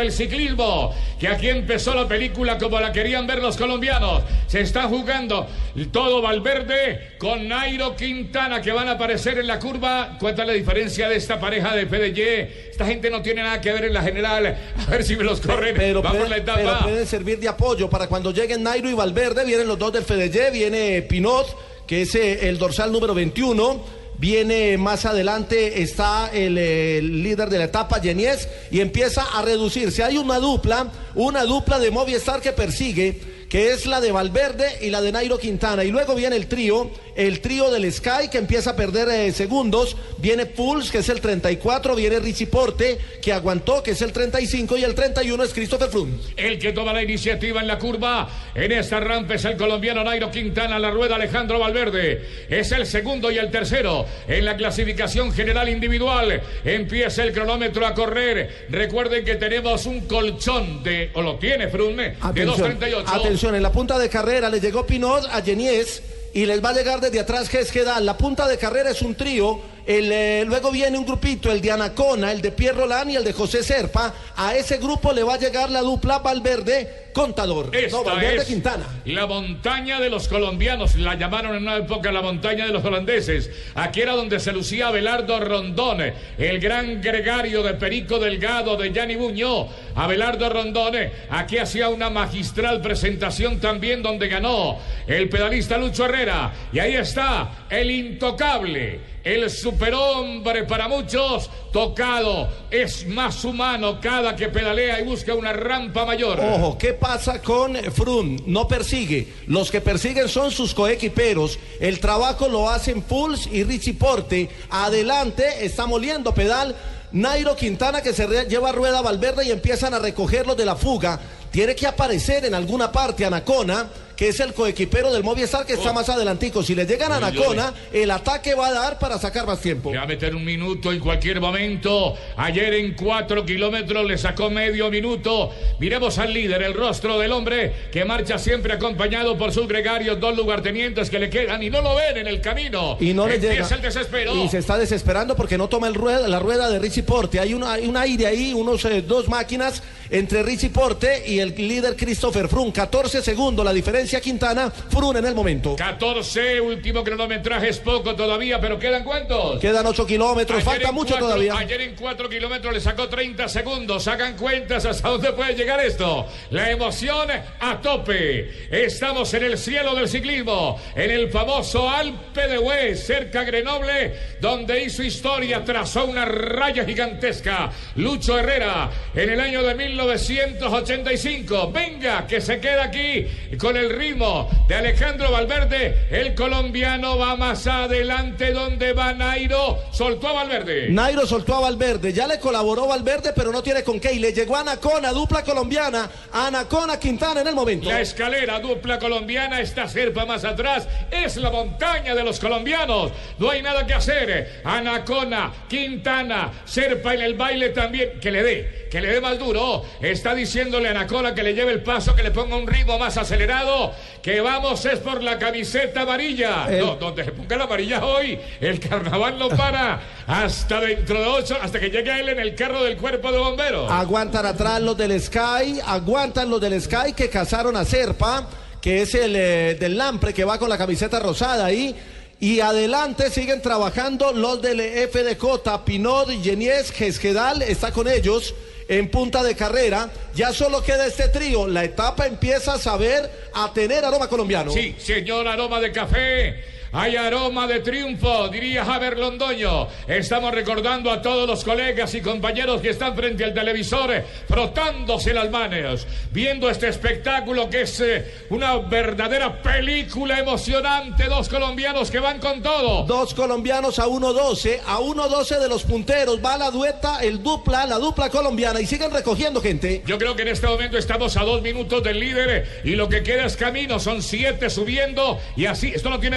del ciclismo, que aquí empezó la película como la querían ver los colombianos. Se está jugando todo Valverde con Nairo Quintana, que van a aparecer en la curva. ¿Cuánta es la diferencia de esta pareja de P D G? Esta gente no tiene nada que ver en la general. A ver si me los corren. Pero, Vamos pueden, la etapa. pero pueden servir de apoyo para cuando lleguen Nairo y Valverde. Vienen los dos del F D G, viene Pinot, que es el dorsal número veintiuno. Viene más adelante, está el, el líder de la etapa, Genies, y empieza a reducirse. Hay una dupla, una dupla de Movistar que persigue, que es la de Valverde y la de Nairo Quintana. Y luego viene el trío, el trío del Sky, que empieza a perder eh, segundos. Viene Puls, que es el treinta y cuatro, viene Richie Porte, que aguantó, que es el treinta y cinco, y el treinta y uno es Christopher Froome. El que toma la iniciativa en la curva, en esta rampa, es el colombiano Nairo Quintana. La rueda Alejandro Valverde es el segundo y el tercero en la clasificación general individual. Empieza el cronómetro a correr. Recuerden que tenemos un colchón de, o lo tiene Froome, de dos treinta y ocho. Atención, en la punta de carrera le llegó Pinot a Genies y les va a llegar desde atrás Gesquedal. La punta de carrera es un trío. El, eh, luego viene un grupito, el de Anacona, el de Pierre Roland y el de José Serpa. A ese grupo le va a llegar la dupla Valverde Contador. Esta no, Valverde es Quintana. La montaña de los colombianos. La llamaron en una época la montaña de los holandeses. Aquí era donde se lucía Abelardo Rondón, el gran gregario de Perico Delgado, de Gianni Buñó. Abelardo Rondón aquí hacía una magistral presentación también, donde ganó el pedalista Lucho Herrera. Y ahí está el intocable, el superhombre para muchos. Tocado, es más humano cada que pedalea y busca una rampa mayor. Ojo, ¿qué pasa con Froome? No persigue. Los que persiguen son sus coequiperos. El trabajo lo hacen Puls y Richie Porte. Adelante está moliendo pedal Nairo Quintana, que se lleva rueda Valverde y empiezan a recogerlos de la fuga. Tiene que aparecer en alguna parte Anacona, que es el coequipero del Movistar, que está oh. más adelantico. Si le llegan a Anacona, el ataque va a dar para sacar más tiempo. Le va a meter un minuto en cualquier momento. Ayer en cuatro kilómetros le sacó medio minuto. Miremos al líder, el rostro del hombre que marcha siempre acompañado por sus gregarios, dos lugartenientes que le quedan y no lo ven en el camino. Y no le Empieza llega. el desespero. Y se está desesperando porque no toma el rueda, la rueda de Richie Porte. Hay, una, hay un aire ahí, unos eh, dos máquinas entre Richie Porte y el líder Christopher Froome. catorce segundos la diferencia. Quintana, Froome en el momento. catorce, último cronometraje, es poco todavía, pero ¿quedan cuántos? Quedan ocho kilómetros, ayer falta mucho cuatro, todavía. Ayer en cuatro kilómetros le sacó treinta segundos. Hagan cuentas hasta dónde puede llegar esto. La emoción a tope. Estamos en el cielo del ciclismo, en el famoso Alpe de Huez, cerca Grenoble, donde hizo historia, trazó una raya gigantesca Lucho Herrera en el año de mil novecientos ochenta y cinco. Venga, que se queda aquí con el ritmo de Alejandro Valverde. El colombiano va más adelante, donde va Nairo. Soltó a Valverde. Nairo soltó a Valverde. Ya le colaboró Valverde, pero no tiene con qué. Y le llegó a Anacona, dupla colombiana. Anacona Quintana en el momento. La escalera, dupla colombiana. Está Serpa más atrás. Es la montaña de los colombianos. No hay nada que hacer. Anacona, Quintana, Serpa en el baile también. Que le dé, que le dé más duro. Está diciéndole a Anacona que le lleve el paso, que le ponga un ritmo más acelerado, que vamos es por la camiseta amarilla. El... No, donde se ponga la amarilla hoy, el carnaval no para hasta dentro de ocho, hasta que llegue él en el carro del cuerpo de bomberos. Aguantan atrás los del Sky, aguantan los del Sky que cazaron a Serpa, que es el eh, del Lampre, que va con la camiseta rosada ahí. Y adelante siguen trabajando los del F D J, Pinot, Genies, Gesquedal está con ellos en punta de carrera. Ya solo queda este trío. La etapa empieza a saber, a tener aroma colombiano. Sí, señor, aroma de café. Hay aroma de triunfo, diría Javier Londoño. Estamos recordando a todos los colegas y compañeros que están frente al televisor, frotándose las manos, viendo este espectáculo que es eh, una verdadera película emocionante. Dos colombianos que van con todo. Dos colombianos a uno doce, a uno doce de los punteros. Va la dueta, el dupla, la dupla colombiana y siguen recogiendo gente. Yo creo que en este momento estamos a dos minutos del líder y lo que queda es camino. Son siete subiendo y así, esto no tiene descanso.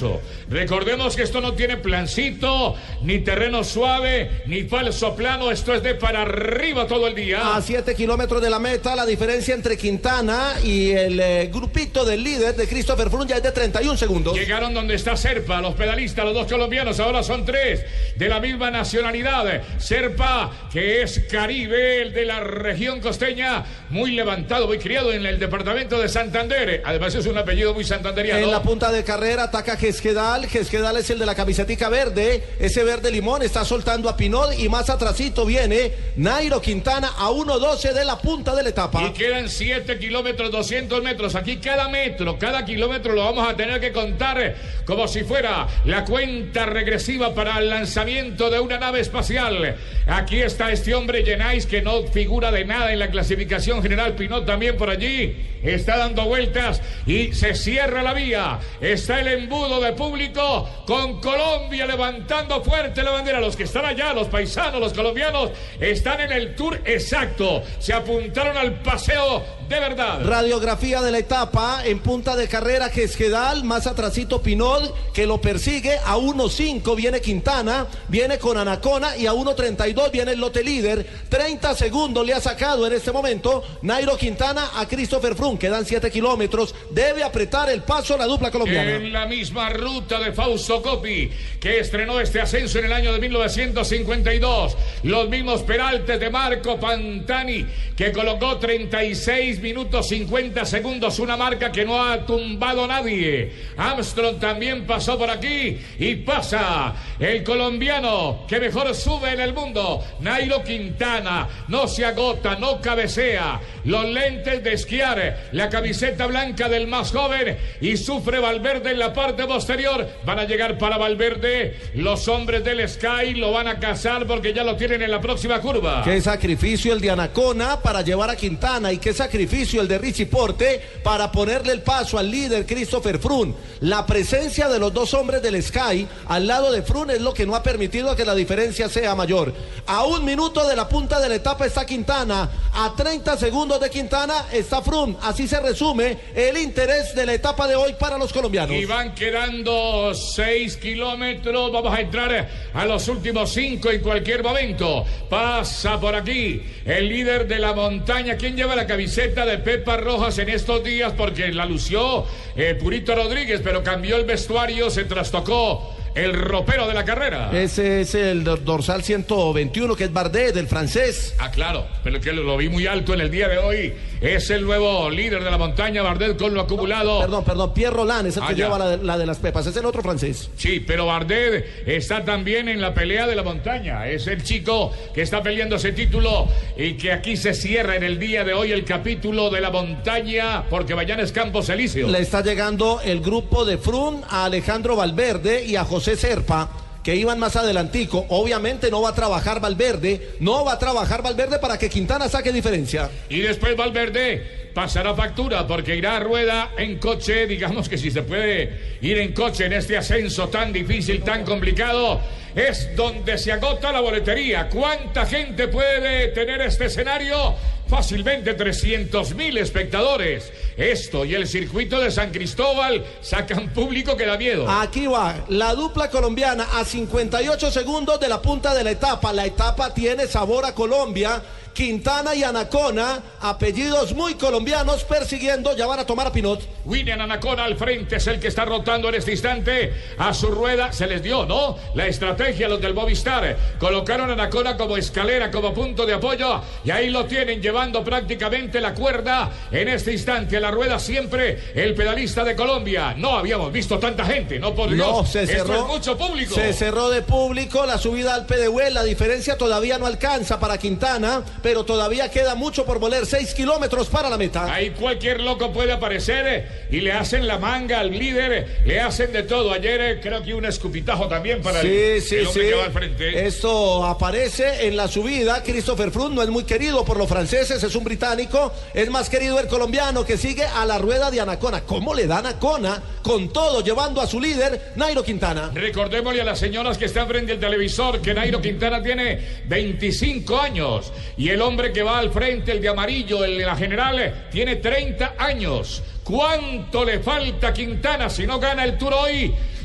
eso. Recordemos que esto no tiene plancito, ni terreno suave, ni falso plano. Esto es de para arriba todo el día. A siete kilómetros de la meta, la diferencia entre Quintana y el eh, grupito del líder de Christopher Froome ya es de treinta y un segundos. Llegaron donde está Serpa, los pedalistas, los dos colombianos, ahora son tres de la misma nacionalidad. Serpa, que es Caribe, el de la región costeña, muy levantado, muy criado en el departamento de Santander. Además es un apellido muy santanderiano. En la punta de carrera ataca Gesquedal. Gesquedal es el de la camisetica verde. Ese verde limón está soltando a Pinot y más atrasito viene Nairo Quintana a uno doce de la punta de la etapa. Y quedan siete kilómetros, doscientos metros. Aquí cada metro, cada kilómetro lo vamos a tener que contar como si fuera la cuenta regresiva para el lanzamiento de una nave espacial. Aquí está este hombre Genais, que no figura de nada en la clasificación general. Pinot también por allí está dando vueltas y se cierra la vía. Está el embudo de público con Colombia levantando fuerte la bandera. Los que están allá, los paisanos, los colombianos, están en el tour exacto. Se apuntaron al paseo de verdad. Radiografía de la etapa en punta de carrera Gesquedal, más atrasito Pinot, que lo persigue. A uno cinco viene Quintana, viene con Anacona, y a uno treinta y dos viene el lote líder. treinta segundos le ha sacado en este momento Nairo Quintana a Christopher Froome. Quedan siete kilómetros. Debe apretar el paso la dupla colombiana. En la misma ruta de Fausto Coppi, que estrenó este ascenso en el año de mil novecientos cincuenta y dos. Los mismos peraltes de Marco Pantani, que colocó treinta y seis minutos cincuenta segundos, una marca que no ha tumbado nadie. Armstrong también pasó por aquí y pasa el colombiano que mejor sube en el mundo, Nairo Quintana. No se agota, no cabecea. Los lentes de esquiar, la camiseta blanca del más joven, y sufre Valverde en la parte posterior. Van a llegar para Valverde los hombres del Sky, lo van a cazar porque ya lo tienen en la próxima curva. Qué sacrificio el de Anacona para llevar a Quintana, y qué sacrificio el de Richie Porte para ponerle el paso al líder Christopher Froome. La presencia de los dos hombres del Sky al lado de Froome es lo que no ha permitido que la diferencia sea mayor. A un minuto de la punta de la etapa está Quintana, a treinta segundos de Quintana está Froome. Así se resume el interés de la etapa de hoy para los colombianos. Y van quedando seis kilómetros. Vamos a entrar a los últimos cinco en cualquier momento. Pasa por aquí el líder de la montaña. ¿Quién lleva la camiseta de Pepa Rojas en estos días? Porque la lució eh, Purito Rodríguez, pero cambió el vestuario, se trastocó el ropero de la carrera. Ese es el dorsal ciento veintiuno, que es Bardet, del francés. Ah, claro, pero que lo vi muy alto en el día de hoy. Es el nuevo líder de la montaña, Bardet, con lo acumulado. No, perdón, perdón, Pierre Roland es el ah, que ya. lleva la de, la de las pepas, es el otro francés. Sí, pero Bardet está también en la pelea de la montaña. Es el chico que está peleando ese título, y que aquí se cierra en el día de hoy el capítulo de la montaña, porque mañana es Campos Elíseos. Le está llegando el grupo de Froome a Alejandro Valverde y a José Serpa, que iban más adelantico. Obviamente no va a trabajar Valverde, no va a trabajar Valverde para que Quintana saque diferencia. Y después Valverde pasará factura, porque irá a rueda en coche. Digamos que si se puede ir en coche en este ascenso tan difícil, tan complicado, es donde se agota la boletería. ¿Cuánta gente puede tener este escenario? Fácilmente trescientos mil espectadores. Esto y el circuito de San Cristóbal sacan público que da miedo. Aquí va la dupla colombiana a cincuenta y ocho segundos de la punta de la etapa. La etapa tiene sabor a Colombia. Quintana y Anacona, apellidos muy colombianos, persiguiendo. Ya van a tomar a Pinot. William Anacona al frente es el que está rotando en este instante. A su rueda se les dio, ¿no? La estrategia, los del Movistar. Colocaron a Anacona como escalera, como punto de apoyo, y ahí lo tienen, llevando prácticamente la cuerda en este instante. A la rueda siempre el pedalista de Colombia. No habíamos visto tanta gente, no por Dios. No, se cerró. Esto es mucho público. Se cerró de público la subida al Pedehuel. La diferencia todavía no alcanza para Quintana, pero todavía queda mucho por voler. Seis kilómetros para la meta. Ahí cualquier loco puede aparecer y le hacen la manga al líder, le hacen de todo. Ayer creo que un escupitajo también para sí, el, sí, el hombre sí. que va al frente. Esto aparece en la subida. Christopher Froome no es muy querido por los franceses, es un británico. Es más querido el colombiano, que sigue a la rueda de Anacona. ¿Cómo le da Anacona? Con todo, llevando a su líder, Nairo Quintana. Recordémosle a las señoras que están frente al televisor que Nairo Quintana tiene veinticinco años, y el hombre que va al frente, el de amarillo, el de la general, tiene treinta años. ¿Cuánto le falta a Quintana si no gana el Tour hoy?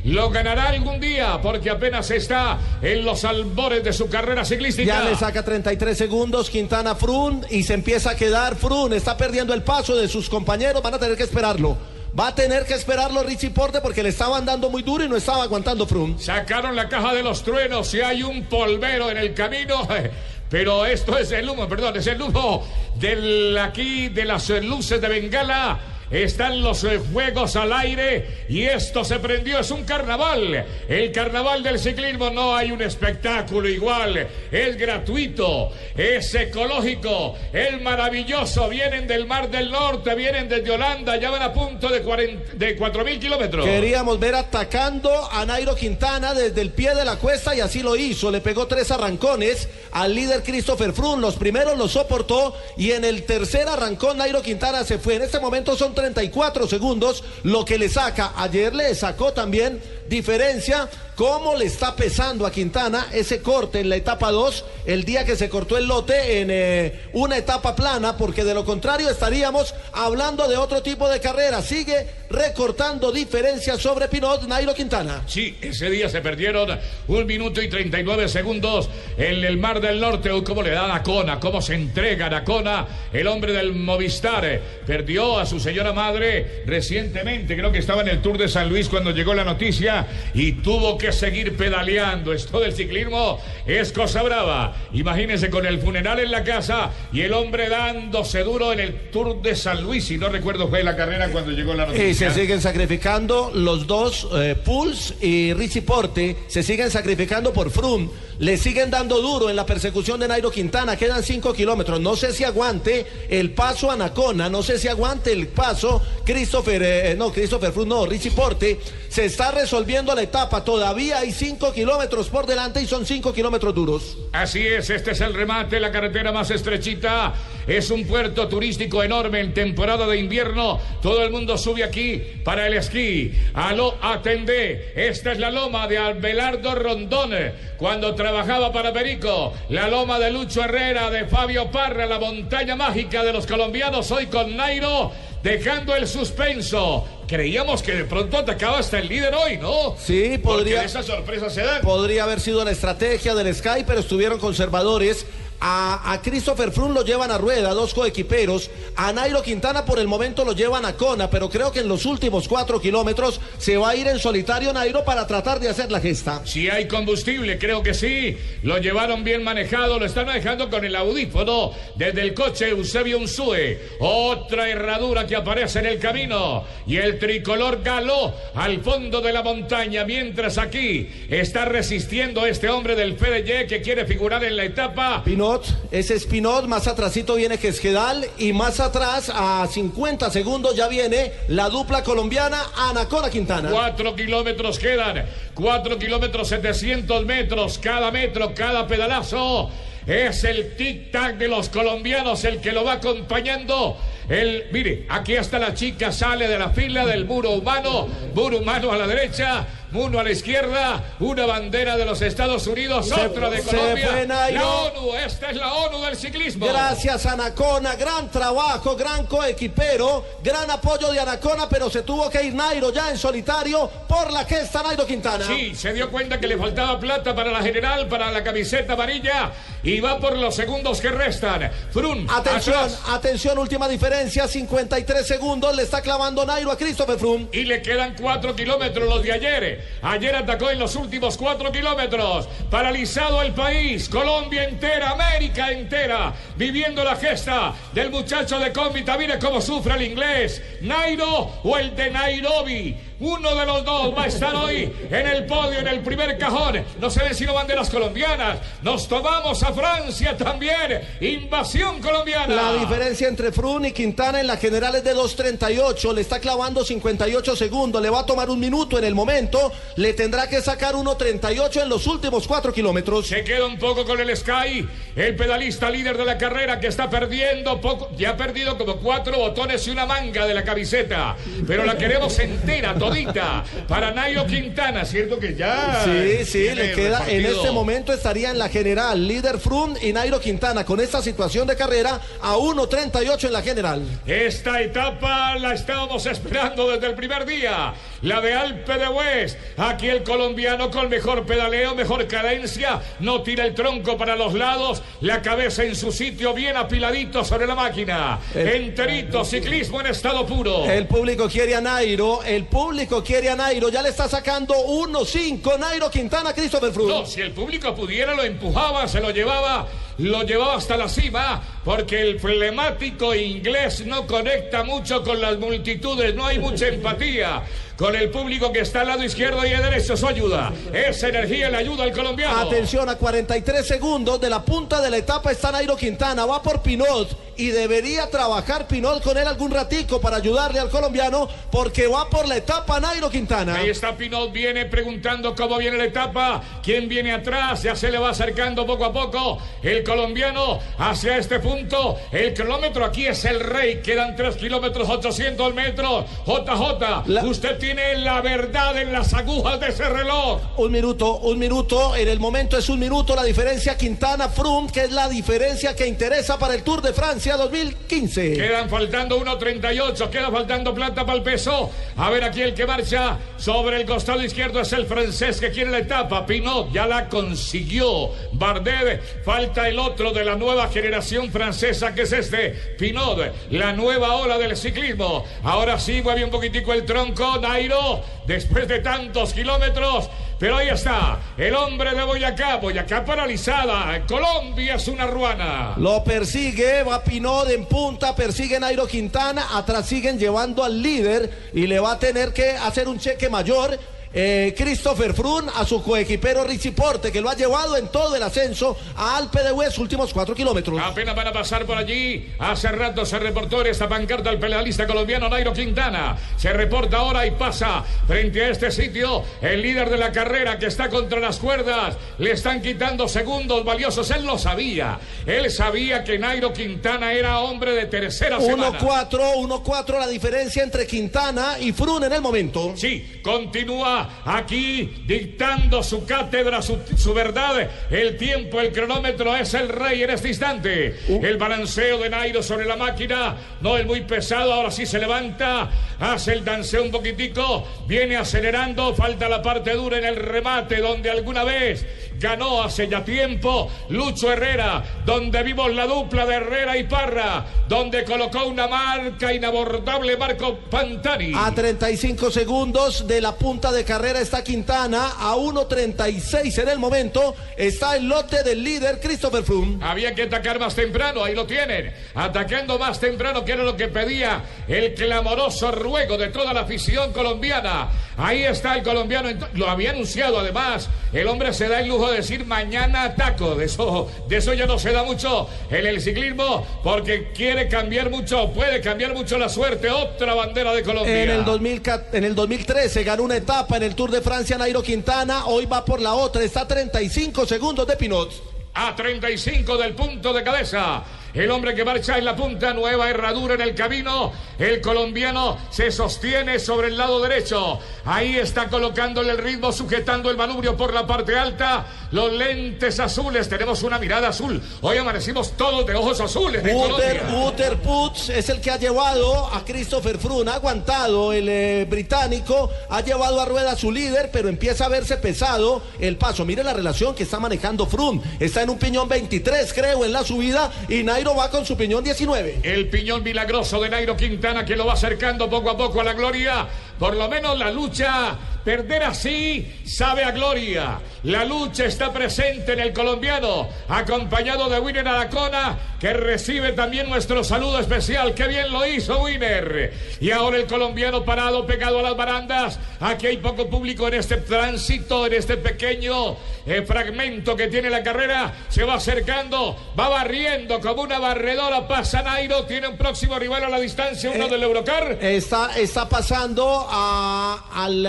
lo ganará algún día porque apenas está en los albores de su carrera ciclística. Ya le saca treinta y tres segundos Quintana Frun y se empieza a quedar Frun, está perdiendo el paso de sus compañeros, van a tener que esperarlo. Va a tener que esperarlo Richie Porte porque le estaban dando muy duro y no estaba aguantando Frun. Sacaron la caja de los truenos y hay un polvero en el camino. Pero esto es el humo, perdón, es el humo del aquí de las luces de Bengala. Están los eh, fuegos al aire y esto se prendió, es un carnaval. El carnaval del ciclismo, no hay un espectáculo igual. Es gratuito, es ecológico, es maravilloso. Vienen del Mar del Norte, vienen desde Holanda, ya van a punto de, de cuatro mil kilómetros. Queríamos ver atacando a Nairo Quintana desde el pie de la cuesta y así lo hizo. Le pegó tres arrancones al líder Christopher Froome. Los primeros los soportó y en el tercer arrancón Nairo Quintana se fue. En este momento son treinta y cuatro segundos lo que le saca. Ayer le sacó también diferencia. ¿Cómo le está pesando a Quintana ese corte en la etapa dos, el día que se cortó el lote en eh, una etapa plana? Porque de lo contrario estaríamos hablando de otro tipo de carrera. Sigue recortando diferencias sobre Pinot Nairo Quintana. Sí, ese día se perdieron un minuto y treinta y nueve segundos en el Mar del Norte. ¿Cómo le da Nacona? ¿Cómo se entrega Nacona? El hombre del Movistar eh, perdió a su señora madre recientemente. Creo que estaba en el Tour de San Luis cuando llegó la noticia y tuvo que seguir pedaleando. Esto del ciclismo es cosa brava. Imagínense con el funeral en la casa y el hombre dándose duro en el Tour de San Luis. Si no recuerdo fue la carrera cuando llegó la noticia. Y se siguen sacrificando los dos, eh, Puls y Richie Porte, se siguen sacrificando por Froome. Le siguen dando duro en la persecución de Nairo Quintana. Quedan cinco kilómetros. No sé si aguante el paso a Nacona, no sé si aguante el paso Christopher, eh, no, Christopher Froome, no, Richie Porte. Se está resolviendo la etapa. Todavía hay cinco kilómetros por delante y son cinco kilómetros duros. Así es, este es el remate, la carretera más estrechita. Es un puerto turístico enorme en temporada de invierno. Todo el mundo sube aquí para el esquí. Aló, atendé. Esta es la loma de Abelardo Rondón cuando trabajaba para Perico. La loma de Lucho Herrera, de Fabio Parra, la montaña mágica de los colombianos. Hoy con Nairo dejando el suspenso. Creíamos que de pronto atacaba hasta el líder hoy, ¿no? Sí, podría. Porque esas sorpresas se dan. Podría haber sido la estrategia del Sky, pero estuvieron conservadores. A, a Christopher Froome lo llevan a rueda, dos coequiperos. A Nairo Quintana por el momento lo llevan a Kona, pero creo que en los últimos cuatro kilómetros se va a ir en solitario Nairo para tratar de hacer la gesta. Si hay combustible, creo que sí. Lo llevaron bien manejado, lo están manejando con el audífono desde el coche Eusebio Unzue. Otra herradura que aparece en el camino y el tricolor Galo al fondo de la montaña, mientras aquí está resistiendo este hombre del F D J que quiere figurar en la etapa. Pinot, ese es Pinot, más atrasito viene Quesquedal y más atrás a cincuenta segundos ya viene la dupla colombiana Anacona Quintana. Cuatro kilómetros quedan, cuatro kilómetros setecientos metros, cada metro, cada pedalazo. Es el tic-tac de los colombianos el que lo va acompañando. El, mire, aquí hasta la chica sale de la fila del muro humano, muro humano a la derecha, uno a la izquierda, una bandera de los Estados Unidos, se, otra de Colombia, la ONU, esta es la ONU del ciclismo. Gracias Anacona, gran trabajo, gran coequipero, gran apoyo de Anacona, pero se tuvo que ir Nairo ya en solitario por la gesta Nairo Quintana. Sí, se dio cuenta que le faltaba plata para la general, para la camiseta amarilla y va por los segundos que restan. Froome, atención, atrás. atención, última diferencia, cincuenta y tres segundos, le está clavando Nairo a Christopher Froome. Y le quedan cuatro kilómetros los de ayer. Ayer atacó en los últimos cuatro kilómetros. Paralizado el país, Colombia entera, América entera, viviendo la gesta del muchacho de Cómbita. Mire cómo sufre el inglés. Nairo o el de Nairobi. Uno de los dos va a estar hoy en el podio, en el primer cajón. No se ven sino banderas colombianas. Nos tomamos a Francia también. Invasión colombiana. La diferencia entre Froome y Quintana en la general es de dos treinta y ocho. Le está clavando cincuenta y ocho segundos. Le va a tomar un minuto en el momento. Le tendrá que sacar uno treinta y ocho en los últimos cuatro kilómetros. Se queda un poco con el Sky. El pedalista líder de la carrera que está perdiendo poco. Ya ha perdido como cuatro botones y una manga de la camiseta. Pero la queremos entera. todita para Nairo Quintana, ¿cierto que ya? Sí, sí, le queda, repartido. En este momento estaría en la general, líder Froome y Nairo Quintana, con esta situación de carrera a uno treinta y ocho en la general. Esta etapa la estábamos esperando desde el primer día, la de Alpe d'Huez. Aquí el colombiano con mejor pedaleo, mejor cadencia, no tira el tronco para los lados, la cabeza en su sitio, bien apiladito sobre la máquina, el, enterito, ciclismo en estado puro. El público quiere a Nairo, el público quiere a Nairo, ya le está sacando uno cinco Nairo Quintana, Christopher Froome. No, si el público pudiera lo empujaba, se lo llevaba, lo llevaba hasta la cima, porque el flemático inglés no conecta mucho con las multitudes, no hay mucha empatía con el público que está al lado izquierdo y derecho. Eso ayuda, esa energía le ayuda al colombiano. Atención, a cuarenta y tres segundos de la punta de la etapa está Nairo Quintana, va por Pinot y debería trabajar Pinot con él algún ratico para ayudarle al colombiano, porque va por la etapa Nairo Quintana. Ahí está Pinot, viene preguntando cómo viene la etapa, quién viene atrás, ya se le va acercando poco a poco el colombiano hacia este punto. El kilómetro aquí es el rey, quedan tres kilómetros ochocientos metros. J J, la... usted tiene la verdad en las agujas de ese reloj. Un minuto, un minuto, en el momento es un minuto la diferencia Quintana-Froome, que es la diferencia que interesa para el Tour de Francia dos mil quince. Quedan faltando uno treinta y ocho, queda faltando plata para el peso. A ver aquí el que marcha sobre el costado izquierdo es el francés que quiere la etapa. Pinot ya la consiguió. Bardet, falta el otro de la nueva generación francesa que es este, Pinot, la nueva ola del ciclismo. Ahora sí mueve un poquitico el tronco Nairo, después de tantos kilómetros, pero ahí está, el hombre de Boyacá, Boyacá paralizada, Colombia es una ruana. Lo persigue, va Pinot en punta, persigue Nairo Quintana, atrás siguen llevando al líder y le va a tener que hacer un cheque mayor Eh, Christopher Froome a su coequipero Richie Porte, que lo ha llevado en todo el ascenso a Alpe d'Huez, últimos cuatro kilómetros. Apenas van a pasar por allí. Hace rato se reportó en esta pancarta el pedalista colombiano Nairo Quintana. Se reporta ahora y pasa frente a este sitio el líder de la carrera, que está contra las cuerdas. Le están quitando segundos valiosos. Él lo sabía. Él sabía que Nairo Quintana era hombre de tercera semana. uno cuatro, uno cuatro la diferencia entre Quintana y Froome en el momento. Sí, continúa aquí dictando su cátedra, su, su verdad. El tiempo, el cronómetro es el rey en este instante. Uh. El balanceo de Nairo sobre la máquina, no es muy pesado, ahora sí se levanta, hace el danceo un poquitico, viene acelerando, falta la parte dura en el remate, donde alguna vez ganó hace ya tiempo Lucho Herrera, donde vimos la dupla de Herrera y Parra, donde colocó una marca inabordable Marco Pantani. A treinta y cinco segundos de la punta de carrera está Quintana, a uno treinta y seis en el momento está el lote del líder Christopher Froome. Había que atacar más temprano, ahí lo tienen, atacando más temprano, que era lo que pedía el clamoroso ruego de toda la afición colombiana. Ahí está el colombiano, lo había anunciado además, el hombre se da el lujo de decir mañana ataco, de eso, de eso ya no se da mucho en el ciclismo, porque quiere cambiar mucho, puede cambiar mucho la suerte. Otra bandera de Colombia. En el, dos mil, en el dos mil trece ganó una etapa en el Tour de Francia Nairo Quintana, hoy va por la otra, está a treinta y cinco segundos de Pinot. A treinta y cinco del punto de cabeza. El hombre que marcha en la punta, nueva herradura en el camino. El colombiano se sostiene sobre el lado derecho. Ahí está colocándole el ritmo, sujetando el manubrio por la parte alta. Los lentes azules, tenemos una mirada azul. Hoy amanecimos todos de ojos azules de Uter, Colombia. Uter Putz es el que ha llevado a Christopher Froome, ha aguantado el eh, británico, ha llevado a rueda a su líder, pero empieza a verse pesado el paso. Mire la relación que está manejando Froome. Está en un piñón veintitrés, creo, en la subida, y Nairo va con su piñón diecinueve. El piñón milagroso de Nairo Quintana, que lo va acercando poco a poco a la gloria. Por lo menos la lucha, perder así sabe a gloria. La lucha está presente en el colombiano, acompañado de Winner Aracona, que recibe también nuestro saludo especial. ¡Qué bien lo hizo Winner! Y ahora el colombiano parado, pegado a las barandas. Aquí hay poco público en este tránsito, en este pequeño eh, fragmento que tiene la carrera. Se va acercando, va barriendo como una barredora. Pasa Nairo, tiene un próximo rival a la distancia, uno eh, del Eurocar. Está, está pasando a, al eh, segundo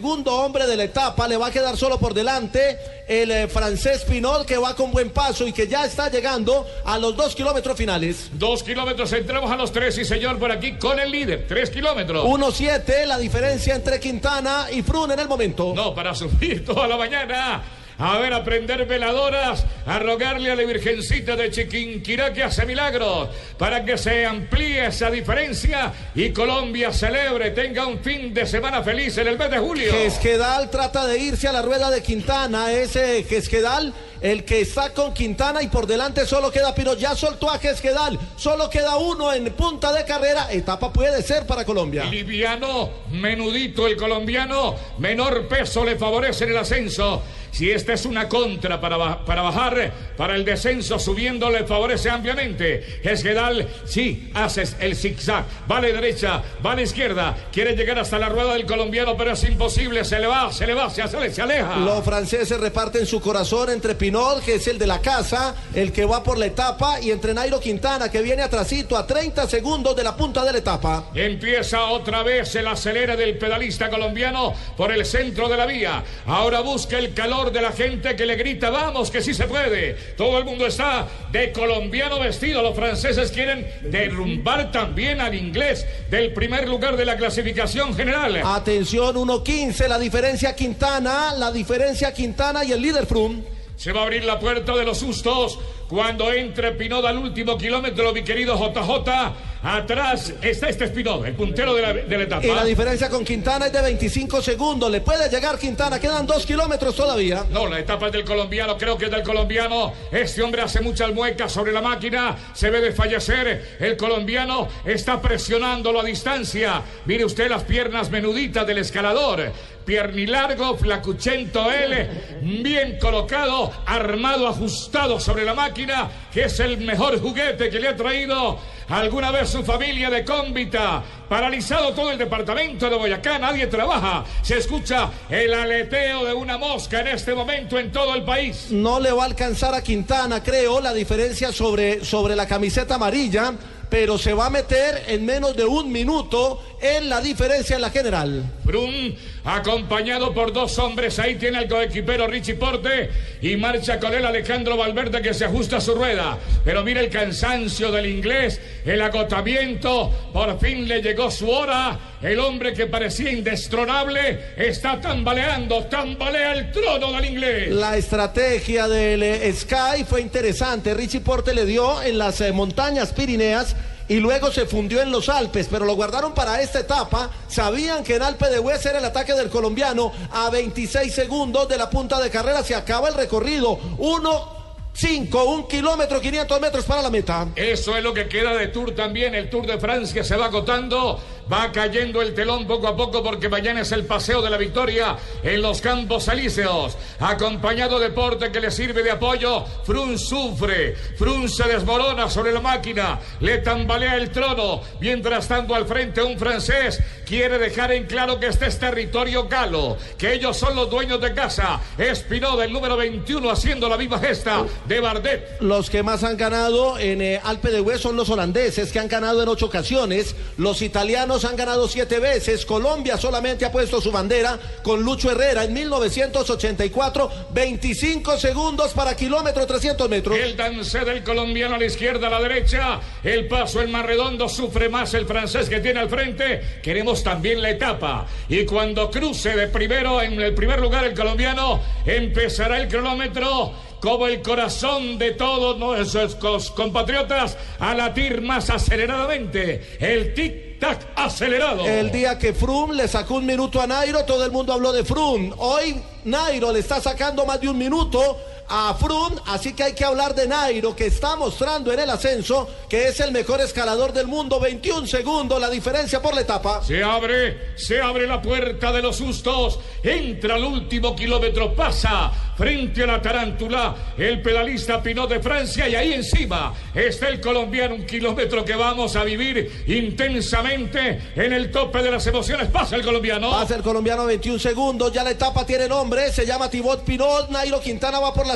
segundo hombre de la etapa, le va a quedar solo por delante el eh, francés Pinot, que va con buen paso y que ya está llegando a los dos kilómetros finales. Dos kilómetros, entramos a los tres, y señor, por aquí con el líder, tres kilómetros. uno siete, la diferencia entre Quintana y Froome en el momento. No, para subir toda la mañana. A ver, a prender veladoras, a rogarle a la Virgencita de Chiquinquirá que hace milagros para que se amplíe esa diferencia y Colombia celebre, tenga un fin de semana feliz en el mes de julio. Gesquedal trata de irse a la rueda de Quintana, ese Gesquedal el que está con Quintana, y por delante solo queda Pinot. Ya soltó a Gesquedal, solo queda uno en punta de carrera. Etapa puede ser para Colombia. Liviano, menudito el colombiano, menor peso le favorece en el ascenso. Si esta es una contra para, para bajar, para el descenso subiendo le favorece ampliamente. Gesquedal sí hace el zigzag, va a la derecha, va a la izquierda, quiere llegar hasta la rueda del colombiano, pero es imposible, se le va, se le va, se, sale, se aleja. Los franceses reparten su corazón entre Pinot, que es el de la casa, el que va por la etapa, y entre Nairo Quintana, que viene atrasito a treinta segundos de la punta de la etapa. Empieza otra vez el acelera del pedalista colombiano por el centro de la vía. Ahora busca el calor de la gente que le grita vamos, que sí se puede. Todo el mundo está de colombiano vestido. Los franceses quieren derrumbar también al inglés del primer lugar de la clasificación general. Atención, uno quince la diferencia Quintana, la diferencia Quintana y el líder Froome. Se va a abrir la puerta de los sustos cuando entre Pinot al último kilómetro, mi querido J J. Atrás está este Pinot, el puntero de la, de la etapa. Y la diferencia con Quintana es de veinticinco segundos. Le puede llegar Quintana, quedan dos kilómetros todavía. No, la etapa es del colombiano, creo que es del colombiano. Este hombre hace muchas muecas sobre la máquina, se ve desfallecer. El colombiano está presionándolo a distancia. Mire usted las piernas menuditas del escalador. Piernilargo, flacuchento él, bien colocado, armado, ajustado sobre la máquina, que es el mejor juguete que le ha traído alguna vez su familia de Cómbita. Paralizado todo el departamento de Boyacá, nadie trabaja. Se escucha el aleteo de una mosca en este momento en todo el país. No le va a alcanzar a Quintana, creo, la diferencia sobre, sobre la camiseta amarilla, pero se va a meter en menos de un minuto en la diferencia en la general. Froome, acompañado por dos hombres, ahí tiene al coequipero Richie Porte, y marcha con él Alejandro Valverde, que se ajusta a su rueda. Pero mira el cansancio del inglés, el agotamiento, por fin le llegó su hora. El hombre que parecía indestronable está tambaleando, tambalea el trono del inglés. La estrategia del eh, Sky fue interesante. Richie Porte le dio en las eh, montañas Pirineas y luego se fundió en los Alpes, pero lo guardaron para esta etapa. Sabían que en Alpe de Huez era el ataque del colombiano. A veintiséis segundos de la punta de carrera se acaba el recorrido. Uno cinco, un kilómetro, quinientos metros para la meta. Eso es lo que queda de Tour también. El Tour de Francia se va agotando. Va cayendo el telón poco a poco, porque mañana es el paseo de la victoria en los Campos Elíseos. Acompañado de Porte, que le sirve de apoyo. Froome sufre, Froome se desmorona sobre la máquina, le tambalea el trono. Mientras tanto, al frente un francés quiere dejar en claro que este es territorio galo, que ellos son los dueños de casa. Es Pinot, del número veintiuno, haciendo la misma gesta de Bardet. Los que más han ganado en eh, Alpe de Huez son los holandeses, que han ganado en ocho ocasiones. Los italianos han ganado siete veces. Colombia solamente ha puesto su bandera con Lucho Herrera en mil novecientos ochenta y cuatro. veinticinco segundos para kilómetro trescientos metros. El dance del colombiano a la izquierda, a la derecha. El paso el más redondo, sufre más el francés que tiene al frente. Queremos también la etapa. Y cuando cruce de primero, en el primer lugar el colombiano, empezará el cronómetro, como el corazón de todos nuestros compatriotas, a latir más aceleradamente. El tic-tac acelerado. El día que Froome le sacó un minuto a Nairo, todo el mundo habló de Froome. Hoy Nairo le está sacando más de un minuto a Froome, así que hay que hablar de Nairo, que está mostrando en el ascenso que es el mejor escalador del mundo. veintiún segundos la diferencia por la etapa. Se abre, se abre la puerta de los sustos, entra al último kilómetro, pasa frente a la tarántula el pedalista Pinot de Francia, y ahí encima está el colombiano, un kilómetro que vamos a vivir intensamente en el tope de las emociones. Pasa el colombiano. Pasa el colombiano, veintiún segundos, ya la etapa tiene nombre, se llama Thibaut Pinot. Nairo Quintana va por la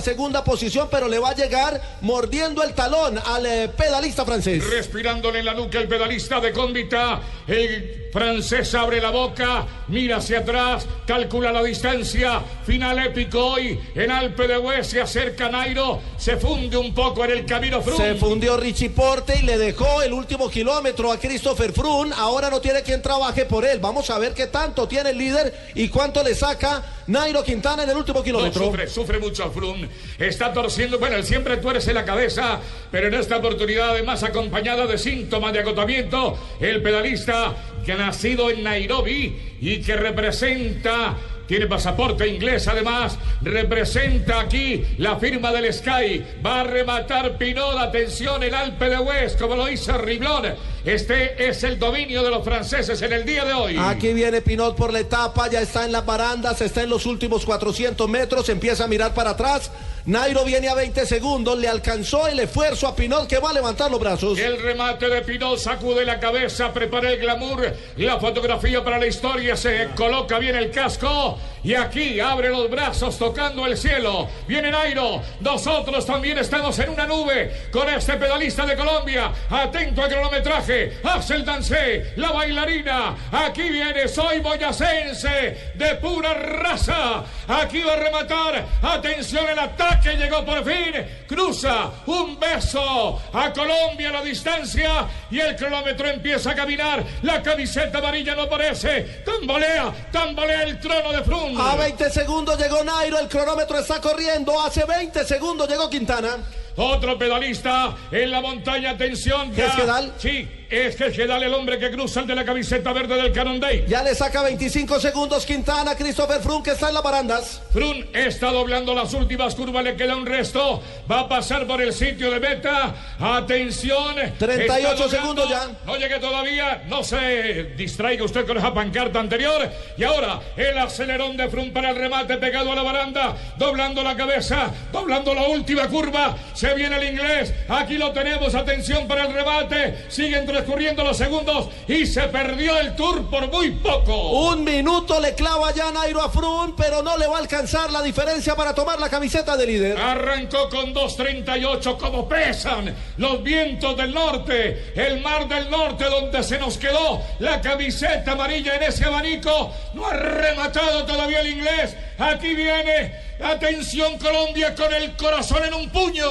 la segunda posición, pero le va a llegar mordiendo el talón al eh, pedalista francés. Respirándole en la nuca el pedalista de Cómbita. El francés abre la boca, mira hacia atrás, calcula la distancia. Final épico hoy en Alpe d'Huez. Se acerca Nairo, se funde un poco en el camino Froome. Se fundió Richie Porte y le dejó el último kilómetro a Christopher Froome. Ahora no tiene quien trabaje por él. Vamos a ver qué tanto tiene el líder y cuánto le saca Nairo Quintana en el último kilómetro. No, sufre, sufre mucho Froome. Está torciendo, bueno, él siempre tuerce la cabeza, pero en esta oportunidad además acompañada de síntomas de agotamiento. El pedalista que ha nacido en Nairobi y que representa... Tiene pasaporte inglés, además, representa aquí la firma del Sky. Va a rematar Pinot, atención, el Alpe d'Huez, como lo hizo Riblón. Este es el dominio de los franceses en el día de hoy. Aquí viene Pinot por la etapa, ya está en las barandas, está en los últimos cuatrocientos metros, empieza a mirar para atrás. Nairo viene a veinte segundos, le alcanzó el esfuerzo a Pinot, que va a levantar los brazos. El remate de Pinot, sacude la cabeza, prepara el glamour, la fotografía para la historia, se coloca bien el casco y aquí abre los brazos tocando el cielo. Viene Nairo, nosotros también estamos en una nube con este pedalista de Colombia. Atento al cronometraje, hace el dancé, la bailarina. Aquí viene, soy boyacense de pura raza. Aquí va a rematar, atención, el ataque. Que llegó por fin, cruza, un beso a Colombia a la distancia y el cronómetro empieza a caminar. La camiseta amarilla no aparece, tambolea, tambolea el trono de Froome. A veinte segundos llegó Nairo, el cronómetro está corriendo, hace veinte segundos llegó Quintana. Otro pedalista en la montaña, atención. ¿Es Gedal? Sí, es que Gedal, el hombre que cruza, el de la camiseta verde del Cannondale. Ya le saca veinticinco segundos Quintana, Christopher Froome, que está en las barandas. Froome está doblando las últimas curvas, le queda un resto. Va a pasar por el sitio de meta. Atención. treinta y ocho segundos ya. No llegue todavía, no se distraiga usted con esa pancarta anterior. Y ahora el acelerón de Froome para el remate, pegado a la baranda, doblando la cabeza, doblando la última curva. Se viene el inglés, aquí lo tenemos, atención para el remate, siguen transcurriendo los segundos y se perdió el Tour por muy poco. Un minuto le clava ya Nairo a Froome, pero no le va a alcanzar la diferencia para tomar la camiseta de líder. Arrancó con dos treinta y ocho, como pesan los vientos del norte, el mar del norte donde se nos quedó la camiseta amarilla en ese abanico. No ha rematado todavía el inglés, aquí viene. Atención Colombia con el corazón en un puño.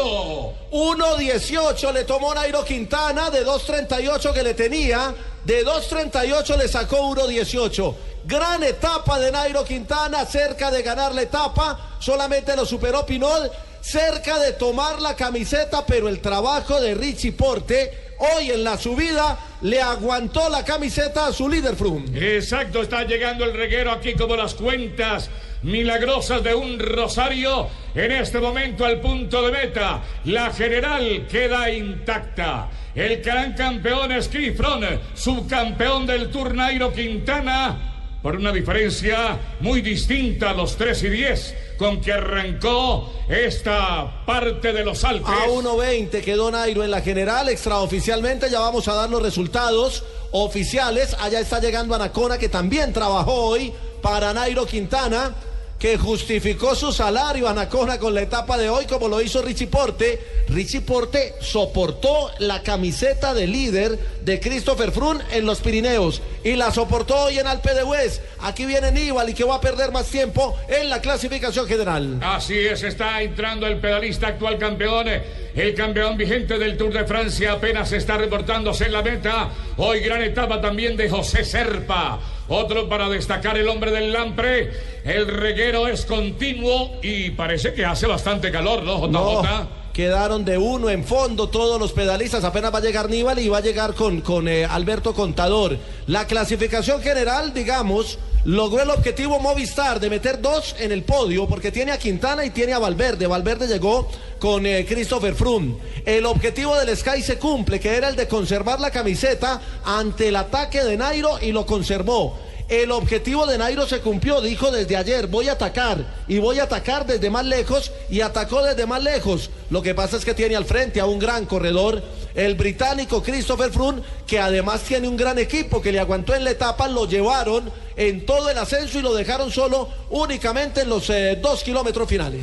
uno dieciocho le tomó Nairo Quintana de dos treinta y ocho que le tenía. De dos treinta y ocho le sacó uno dieciocho. Gran etapa de Nairo Quintana, cerca de ganar la etapa. Solamente lo superó Pinot, cerca de tomar la camiseta, pero el trabajo de Richie Porte hoy en la subida le aguantó la camiseta a su líder Froome. Exacto, está llegando el reguero aquí como las cuentas milagrosas de un rosario. En este momento al punto de meta, la general queda intacta. El gran campeón es Chris Froome, subcampeón del Tour Nairo Quintana, por una diferencia muy distinta a los tres y diez con que arrancó esta parte de los Alpes. A uno veinte quedó Nairo en la general. Extraoficialmente ya vamos a dar los resultados oficiales. Allá está llegando Anacona, que también trabajó hoy para Nairo Quintana, que justificó su salario Anacona con la etapa de hoy, como lo hizo Richie Porte. Richie Porte soportó la camiseta de líder de Christopher Froome en los Pirineos y la soportó hoy en Alpe d'Huez. Aquí viene Nibali, que va a perder más tiempo en la clasificación general. Así es, está entrando el pedalista actual campeón, el campeón vigente del Tour de Francia, apenas está reportándose en la meta. Hoy gran etapa también de José Serpa. Otro para destacar, el hombre del Lampre. El reguero es continuo y parece que hace bastante calor, ¿no, J J? No. Quedaron de uno en fondo todos los pedalistas. Apenas va a llegar Nibali y va a llegar con, con eh, Alberto Contador. La clasificación general, digamos, logró el objetivo Movistar de meter dos en el podio, porque tiene a Quintana y tiene a Valverde. Valverde llegó con eh, Christopher Froome. El objetivo del Sky se cumple, que era el de conservar la camiseta ante el ataque de Nairo, y lo conservó. El objetivo de Nairo se cumplió, dijo desde ayer: voy a atacar, y voy a atacar desde más lejos, y atacó desde más lejos. Lo que pasa es que tiene al frente a un gran corredor, el británico Christopher Froome, que además tiene un gran equipo que le aguantó en la etapa. Lo llevaron en todo el ascenso y lo dejaron solo únicamente en los eh, dos kilómetros finales.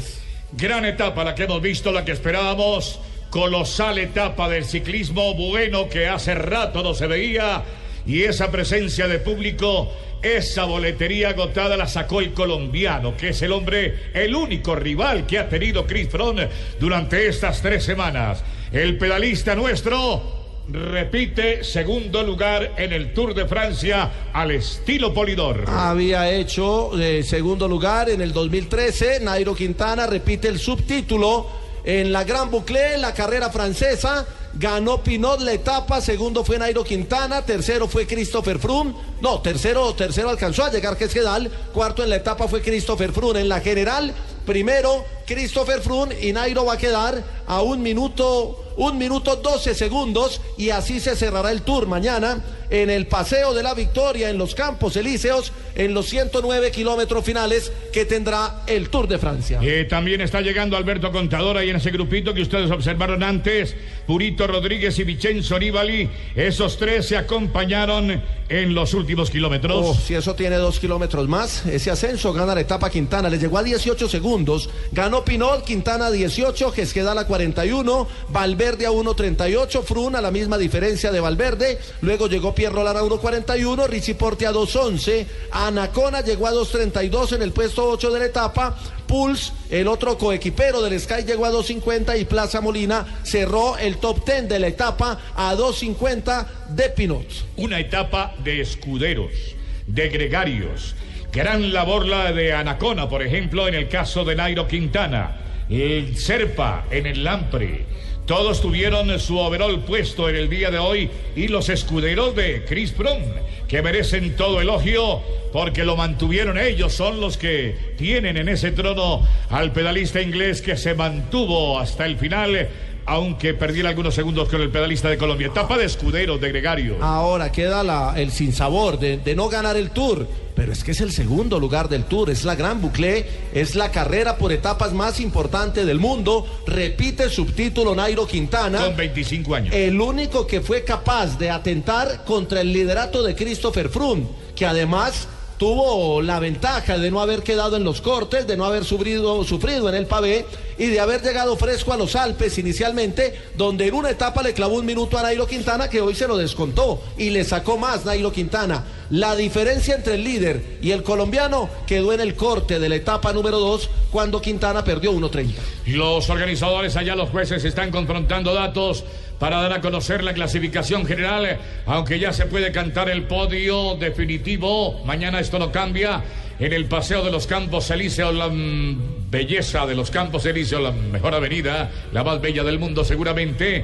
Gran etapa la que hemos visto, la que esperábamos. Colosal etapa del ciclismo bueno que hace rato no se veía. Y esa presencia de público, esa boletería agotada la sacó el colombiano, que es el hombre, el único rival que ha tenido Chris Froome durante estas tres semanas. El pedalista nuestro repite segundo lugar en el Tour de Francia al estilo Polidor. Había hecho eh, segundo lugar en el dos mil trece. Nairo Quintana repite el subtítulo en la Gran Boucle, la carrera francesa. Ganó Pinot la etapa, segundo fue Nairo Quintana, tercero fue Christopher Froome, no, tercero, tercero alcanzó a llegar Quesquedal, cuarto en la etapa fue Christopher Froome. En la general, primero Christopher Froome y Nairo va a quedar a un minuto, un minuto doce segundos, y así se cerrará el Tour mañana en el Paseo de la Victoria, en los Campos Elíseos, en los ciento nueve kilómetros finales que tendrá el Tour de Francia. Eh, también está llegando Alberto Contador ahí en ese grupito que ustedes observaron antes. Purito Rodríguez y Vincenzo Nibali, esos tres se acompañaron en los últimos kilómetros. Oh, si eso tiene dos kilómetros más, ese ascenso gana la etapa Quintana, le llegó a dieciocho segundos, ganó Pinot, Quintana dieciocho, Quesquedal a cuarenta y uno, Valverde a uno treinta y ocho, Froome a la misma diferencia de Valverde, luego llegó Pierre Roland a uno cuarenta y uno, Richie Porte a dos once, Anacona llegó a dos treinta y dos en el puesto ocho de la etapa, Puls, el otro coequipero del Sky, llegó a dos cincuenta y Plaza Molina cerró el top diez de la etapa a dos cincuenta de Pinot. Una etapa de escuderos, de gregarios. Gran labor la de Anacona, por ejemplo, en el caso de Nairo Quintana. El Serpa en el Lampre. Todos tuvieron su overall puesto en el día de hoy, y los escuderos de Chris Froome, que merecen todo elogio porque lo mantuvieron ellos, son los que tienen en ese trono al pedalista inglés que se mantuvo hasta el final, aunque perdiera algunos segundos con el pedalista de Colombia. Etapa de escuderos, de gregario. Ahora queda la, el sinsabor de, de no ganar el Tour, pero es que es el segundo lugar del Tour, es la Gran Boucle, es la carrera por etapas más importante del mundo. Repite subtítulo Nairo Quintana, con veinticinco años, el único que fue capaz de atentar contra el liderato de Christopher Froome, que además tuvo la ventaja de no haber quedado en los cortes, de no haber sufrido, sufrido en el pavé y de haber llegado fresco a los Alpes inicialmente, donde en una etapa le clavó un minuto a Nairo Quintana, que hoy se lo descontó y le sacó más Nairo Quintana. La diferencia entre el líder y el colombiano quedó en el corte de la etapa número dos, cuando Quintana perdió uno treinta. Los organizadores allá, los jueces, están confrontando datos para dar a conocer la clasificación general, aunque ya se puede cantar el podio definitivo. Mañana esto no cambia. En el Paseo de los Campos Elíseos, la mm, belleza de los Campos Elíseos, la mejor avenida, la más bella del mundo seguramente,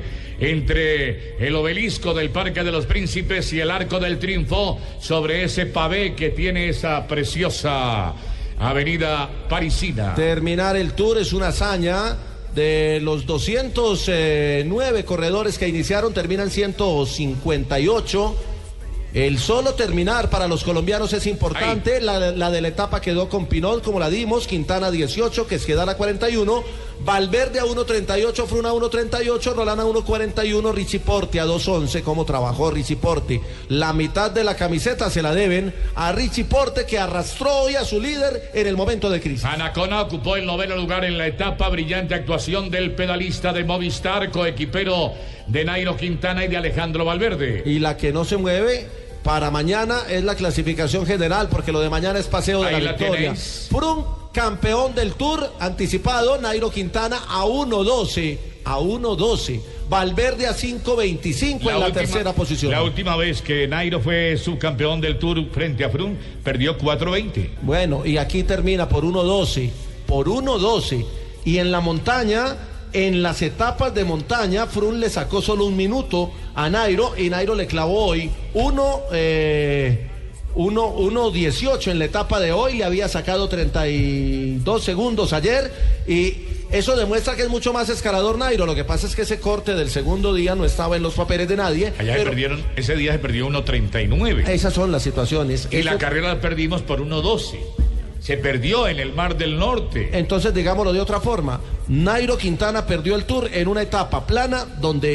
entre el obelisco del Parque de los Príncipes y el Arco del Triunfo, sobre ese pavé que tiene esa preciosa avenida parisina. Terminar el Tour es una hazaña. De los doscientos nueve corredores que iniciaron, terminan ciento cincuenta y ocho. El solo terminar para los colombianos es importante. La, la de la etapa quedó con Pinot, como la dimos, Quintana dieciocho, Quesquedal a cuarenta y uno, Valverde a uno treinta y ocho, Froome a uno treinta y ocho, Roland a uno cuarenta y uno, Richie Porte a dos once. ¿Cómo trabajó Richie Porte? La mitad de la camiseta se la deben a Richie Porte, que arrastró hoy a su líder en el momento de crisis. Anacona ocupó el noveno lugar en la etapa. Brillante actuación del pedalista de Movistar, coequipero de Nairo Quintana y de Alejandro Valverde. Y la que no se mueve para mañana es la clasificación general, porque lo de mañana es Paseo de Ahí la, la Victoria. Froome, campeón del Tour anticipado, Nairo Quintana a uno doce, a uno doce. Valverde a cinco veinticinco en la última, tercera posición. La última vez que Nairo fue subcampeón del Tour frente a Froome, perdió cuatro veinte. Bueno, y aquí termina por uno doce, por uno doce. Y en la montaña, en las etapas de montaña, Froome le sacó solo un minuto a Nairo, y Nairo le clavó hoy uno, eh, uno, uno dieciocho en la etapa de hoy, le había sacado treinta y dos segundos ayer, y eso demuestra que es mucho más escalador Nairo. Lo que pasa es que ese corte del segundo día no estaba en los papeles de nadie. Allá pero se perdieron, ese día se perdió uno treinta y nueve. Esas son las situaciones. Y Eso... la carrera la perdimos por uno doce. Se perdió en el Mar del Norte. Entonces, digámoslo de otra forma, Nairo Quintana perdió el Tour en una etapa plana donde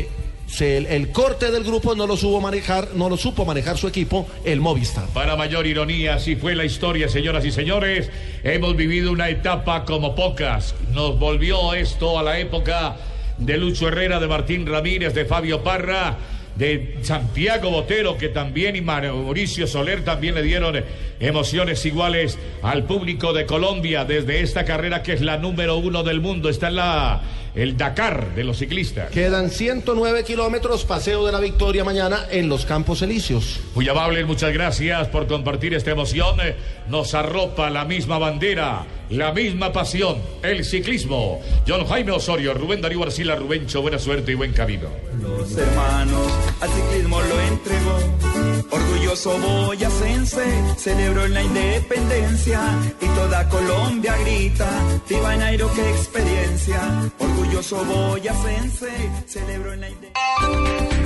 Se, el, el corte del grupo no lo supo manejar, no lo supo manejar su equipo, el Movistar. Para mayor ironía, así fue la historia, señoras y señores. Hemos vivido una etapa como pocas. Nos volvió esto a la época de Lucho Herrera, de Martín Ramírez, de Fabio Parra, de Santiago Botero, que también, y Mauricio Soler también le dieron emociones iguales al público de Colombia desde esta carrera que es la número uno del mundo. Está en la, el Dakar de los ciclistas. Quedan ciento nueve kilómetros, paseo de la victoria mañana en los Campos Elíseos. Muy amables, muchas gracias por compartir esta emoción. Nos arropa la misma bandera, la misma pasión, el ciclismo. John Jaime Osorio, Rubén Darío Arcila, Rubencho, buena suerte y buen camino. Los hermanos al ciclismo lo entregó. Orgulloso boyacense celebró la independencia y toda Colombia grita: viva Nairo, qué experiencia. Orgulloso boyacense celebró la independencia.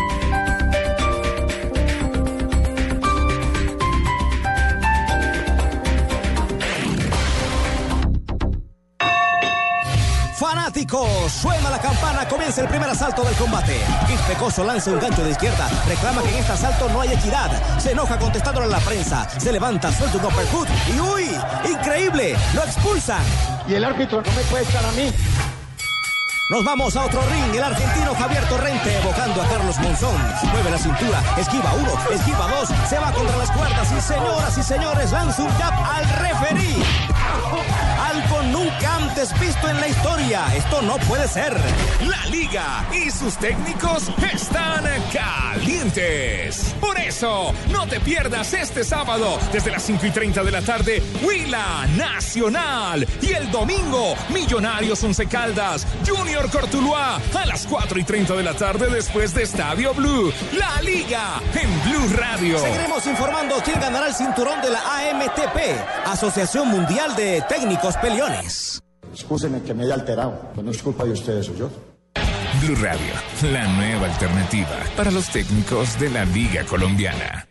Fanáticos, suena la campana, comienza el primer asalto del combate. Kid Pecoso lanza un gancho de izquierda, reclama que en este asalto no hay equidad. Se enoja contestándole a la prensa, se levanta, suelta un uppercut y ¡uy! ¡Increíble! ¡Lo expulsan! Y el árbitro no me puede estar a mí. Nos vamos a otro ring, el argentino Javier Torrente evocando a Carlos Monzón. Mueve la cintura, esquiva uno, esquiva dos, se va contra las cuerdas y señoras y señores lanza un jab al referí. Algo nunca antes visto en la historia. Esto no puede ser. La liga y sus técnicos están calientes. Por eso, no te pierdas este sábado desde las cinco y treinta de la tarde, Huila Nacional. Y el domingo, Millonarios Once Caldas, Junior Cortuluá a las cuatro y treinta de la tarde después de Estadio Blue. La liga en Blue Radio. Seguiremos informando quién ganará el cinturón de la A M T P, Asociación Mundial de Técnicos Peleones. Excúsenme que me haya alterado, pues no es culpa de ustedes, soy yo. Blue Radio, la nueva alternativa para los técnicos de la Liga Colombiana.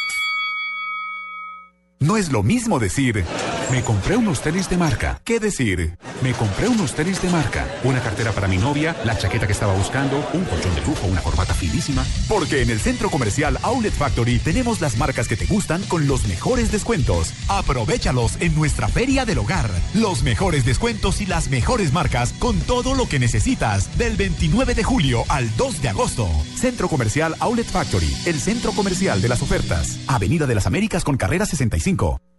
No es lo mismo decir, me compré unos tenis de marca, que decir, me compré unos tenis de marca, una cartera para mi novia, la chaqueta que estaba buscando, un colchón de lujo, una corbata finísima. Porque en el Centro Comercial Outlet Factory tenemos las marcas que te gustan con los mejores descuentos. Aprovéchalos en nuestra Feria del Hogar. Los mejores descuentos y las mejores marcas con todo lo que necesitas del veintinueve de julio al dos de agosto. Centro Comercial Outlet Factory, el centro comercial de las ofertas. Avenida de las Américas con carrera sesenta y cinco.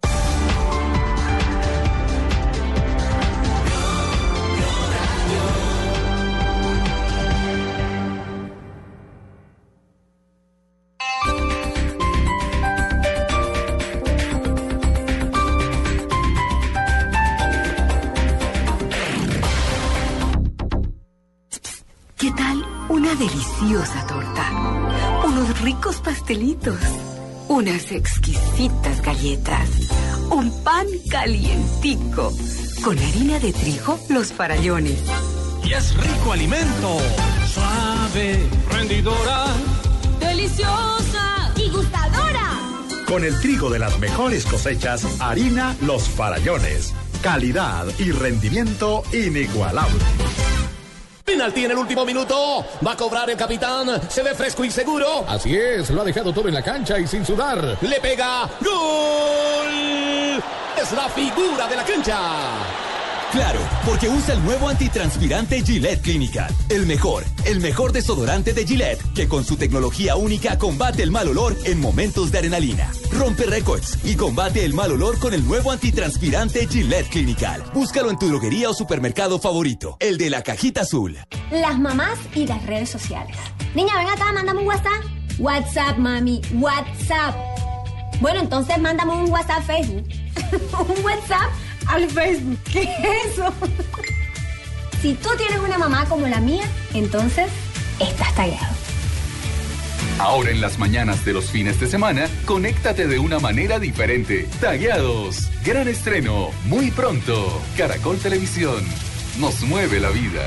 ¿Qué tal una deliciosa torta? Unos ricos pastelitos, unas exquisitas galletas, un pan calientico, con harina de trigo, Los Farallones. Y es rico alimento, suave, rendidora, deliciosa y gustadora. Con el trigo de las mejores cosechas, harina Los Farallones. Calidad y rendimiento inigualable. Penalti en el último minuto. Va a cobrar el capitán. Se ve fresco y seguro. Así es, lo ha dejado todo en la cancha y sin sudar. Le pega. ¡Gol! Es la figura de la cancha. Claro, porque usa el nuevo antitranspirante Gillette Clinical. El mejor, el mejor desodorante de Gillette, que con su tecnología única combate el mal olor en momentos de adrenalina. Rompe récords y combate el mal olor con el nuevo antitranspirante Gillette Clinical. Búscalo en tu droguería o supermercado favorito, el de la cajita azul. Las mamás y las redes sociales. Niña, ven acá, mándame un WhatsApp. WhatsApp, mami, WhatsApp. Bueno, entonces mándame un WhatsApp Facebook. Un WhatsApp al Facebook. ¿Qué es eso? Si tú tienes una mamá como la mía, entonces estás tagueado. Ahora en las mañanas de los fines de semana, conéctate de una manera diferente. Tagueados. Gran estreno. Muy pronto. Caracol Televisión. Nos mueve la vida.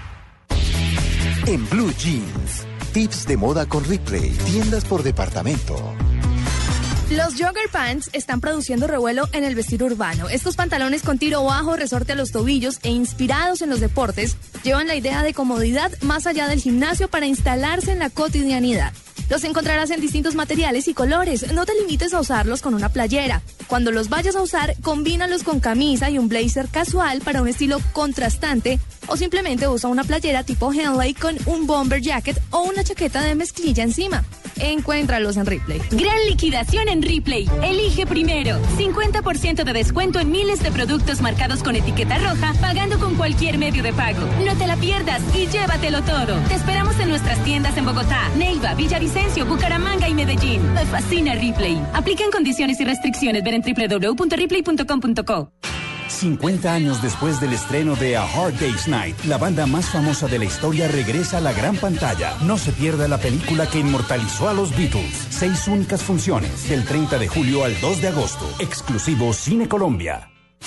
En Blue Jeans. Tips de moda con Ripley. Tiendas por departamento. Los jogger pants están produciendo revuelo en el vestir urbano. Estos pantalones con tiro bajo, resorte a los tobillos e inspirados en los deportes llevan la idea de comodidad más allá del gimnasio para instalarse en la cotidianidad. Los encontrarás en distintos materiales y colores. No te limites a usarlos con una playera. Cuando los vayas a usar, combínalos con camisa y un blazer casual para un estilo contrastante, o simplemente usa una playera tipo Henley con un bomber jacket o una chaqueta de mezclilla encima. Encuéntralos en Ripley. Gran liquidación en Ripley. Elige primero. cincuenta por ciento de descuento en miles de productos marcados con etiqueta roja, pagando con cualquier medio de pago. No te la pierdas y llévatelo todo. Te esperamos en nuestras tiendas en Bogotá, Neiva, Villavicencio, Bucaramanga y Medellín. Me fascina Ripley. Aplican condiciones y restricciones. Ver en doble u doble u doble u punto ripley punto com punto co. cincuenta años después del estreno de A Hard Day's Night, la banda más famosa de la historia regresa a la gran pantalla. No se pierda la película que inmortalizó a los Beatles. Seis únicas funciones, del treinta de julio al dos de agosto. Exclusivo Cine Colombia.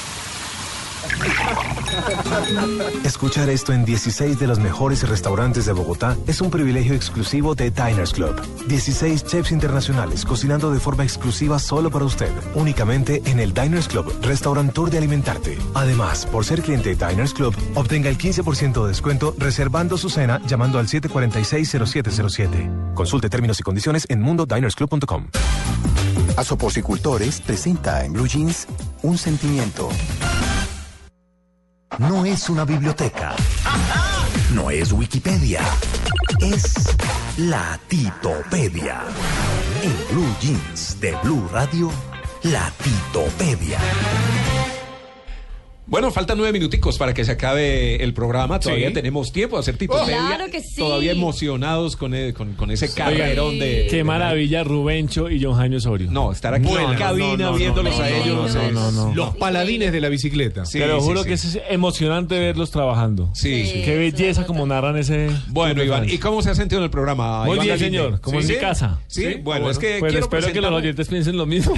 Escuchar esto en dieciséis de los mejores restaurantes de Bogotá es un privilegio exclusivo de Diners Club. dieciséis chefs internacionales cocinando de forma exclusiva solo para usted, únicamente en el Diners Club, restaurantor de alimentarte. Además, por ser cliente de Diners Club, obtenga el quince por ciento de descuento reservando su cena llamando al siete cuatro seis, cero siete cero siete. Consulte términos y condiciones en mundo diners club punto com. Asoporcicultores presenta en Blue Jeans un sentimiento. No es una biblioteca. No es Wikipedia. Es la Titopedia. En Blue Jeans de Blue Radio, la Titopedia. Bueno, faltan nueve minuticos para que se acabe el programa. Todavía sí. tenemos tiempo de hacer Titopedia. Oh, claro que sí. Todavía emocionados con, el, con, con ese carrerón de... Qué de maravilla Rubencho y John Jaime Osorio. No, estar aquí bueno, en cabina no, no, viéndolos no, a ellos. No, no, no, no. Los paladines de la bicicleta. Sí, Te lo juro sí, que sí. es emocionante verlos trabajando. Sí. sí. Qué belleza como narran ese... Bueno, Iván, ¿y cómo se ha sentido en el programa? Muy Iván bien, Galindo? señor. Como ¿Sí? en mi casa. Sí, sí. Bueno, bueno, es que pues quiero espero presentar... que los oyentes piensen lo mismo.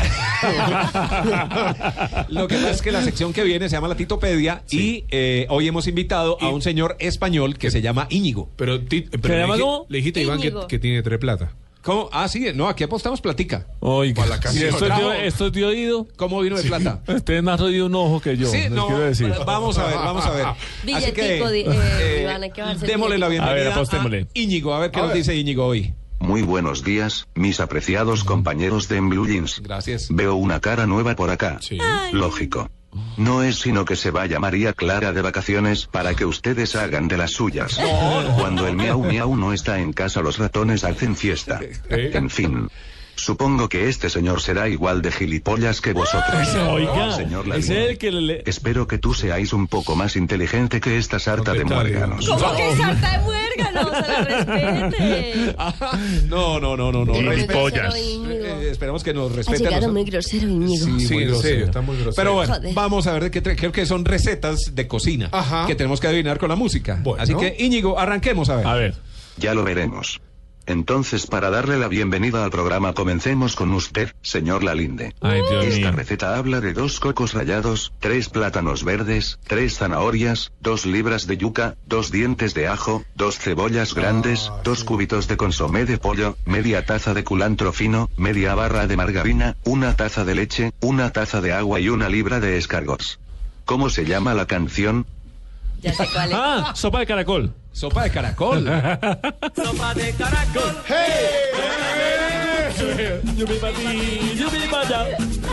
Lo que pasa es que la sección que viene se llama la Titopedia sí. y... Eh, hoy hemos invitado a un señor español que se llama Íñigo. Pero, ti, pero ¿Se llama le, cómo? Le dijiste a Iván que, que tiene tres plata. ¿Cómo? Ah, sí, no, aquí apostamos platica. Oiga, la sí, esto, es de, esto es de oído. ¿Cómo vino de sí. plata? Usted es más oído un ojo que yo. Sí, no, quiero decir. Vamos a ver, vamos a ver. Así que, eh, eh, Iván, hay que démosle la bienvenida a, ver, apostémosle. a Íñigo, a ver qué a nos ver. dice Íñigo hoy. Muy buenos días, mis apreciados compañeros de En Blue Jeans. Gracias. Veo una cara nueva por acá. Sí. Lógico. No es sino que se vaya María Clara de vacaciones para que ustedes hagan de las suyas. No. Cuando el miau miau no está en casa, los ratones hacen fiesta. En fin. Supongo que este señor será igual de gilipollas que vosotros. Oiga, señor es el que le... Espero que tú seáis un poco más inteligente que esta sarta de muérganos. ¿Cómo no. que sarta de muérganos? Se la respete. No, no, no, no, no. Gilipollas. Eh, esperamos que nos respete. Ha llegado muy grosero, Íñigo. Sí, sí muy en grosero. serio, está muy grosero. Pero bueno, Joder. vamos a ver de qué creo que son recetas de cocina Ajá. que tenemos que adivinar con la música. Bueno. Así que, Íñigo, arranquemos a ver. A ver. Ya lo veremos. Entonces, para darle la bienvenida al programa, comencemos con usted, señor Lalinde. Ay, Dios Esta mío. receta habla de dos cocos rallados, tres plátanos verdes, tres zanahorias, dos libras de yuca, dos dientes de ajo, dos cebollas grandes, Ah, dos sí. cubitos de consomé de pollo, media taza de culantro fino, media barra de margarina, una taza de leche, una taza de agua y una libra de escargots. ¿Cómo se llama la canción? Ya sé cuál es. Ah, sopa de caracol. Sopa de caracol. Sopa de caracol. Yo me batí, yo me vaya.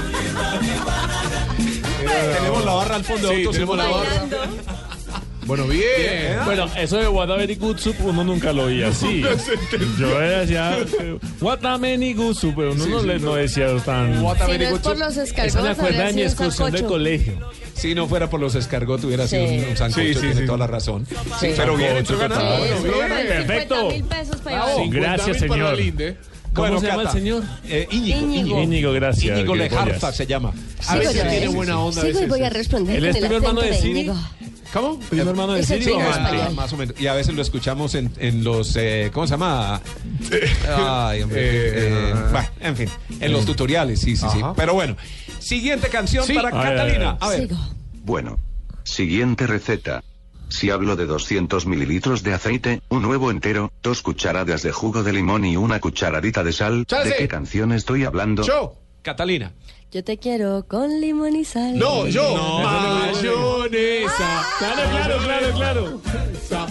Tenemos la barra al fondo. Sí, Autos, tenemos la barra. Bailando. Bueno, bien. Bien. Bueno, eso de What a Very Good Soup uno nunca lo oía así. Yo decía What a Many Good Soup, pero uno Sí, no, sí, le, no. no decía tan... What a Si very no es good por soup. los Esa escargots, me acuerda habría de mi sido un excursión de sancocho. colegio. Si no fuera por los escargots, hubiera Sí. sido un, un sancocho. Sí, sí, tiene sí. toda la razón. Sí. Pero bien Sancocho hecho, ganador. total. Bueno, Sí, bien. bueno, Perfecto. cincuenta mil pesos para Bravo. Iván. Gracias, cincuenta mil para señor. Lalinde. ¿Cómo Bueno, se llama el Cata. señor? Eh, Íñigo. Íñigo. Íñigo, gracias. Íñigo Gilipollas. Lejarza se llama. A Sigo veces yo, tiene ¿eh? buena onda. a Sigo y veces. voy a responder ¿Él con es el primo hermano acento de de Siri? Íñigo. ¿Cómo? ¿Primo hermano de Es el Siri o primo amante? español. Más o menos. Y a veces lo escuchamos en, en los, eh, ¿cómo se llama? Ay, hombre. Eh, eh, ah. bueno, en fin, en los tutoriales, sí, sí, sí. Ajá. Pero bueno, siguiente canción Sí. para A ver, Catalina. A ver. Sigo. Bueno. Siguiente receta. Si hablo de doscientos mililitros de aceite, un huevo entero, dos cucharadas de jugo de limón y una cucharadita de sal, ¡Chance! ¿de qué canción estoy hablando? Yo. Catalina. Yo te quiero con limón y sal. No, yo. No, mayonesa. Claro, claro, claro, claro. Está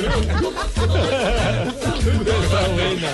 buena.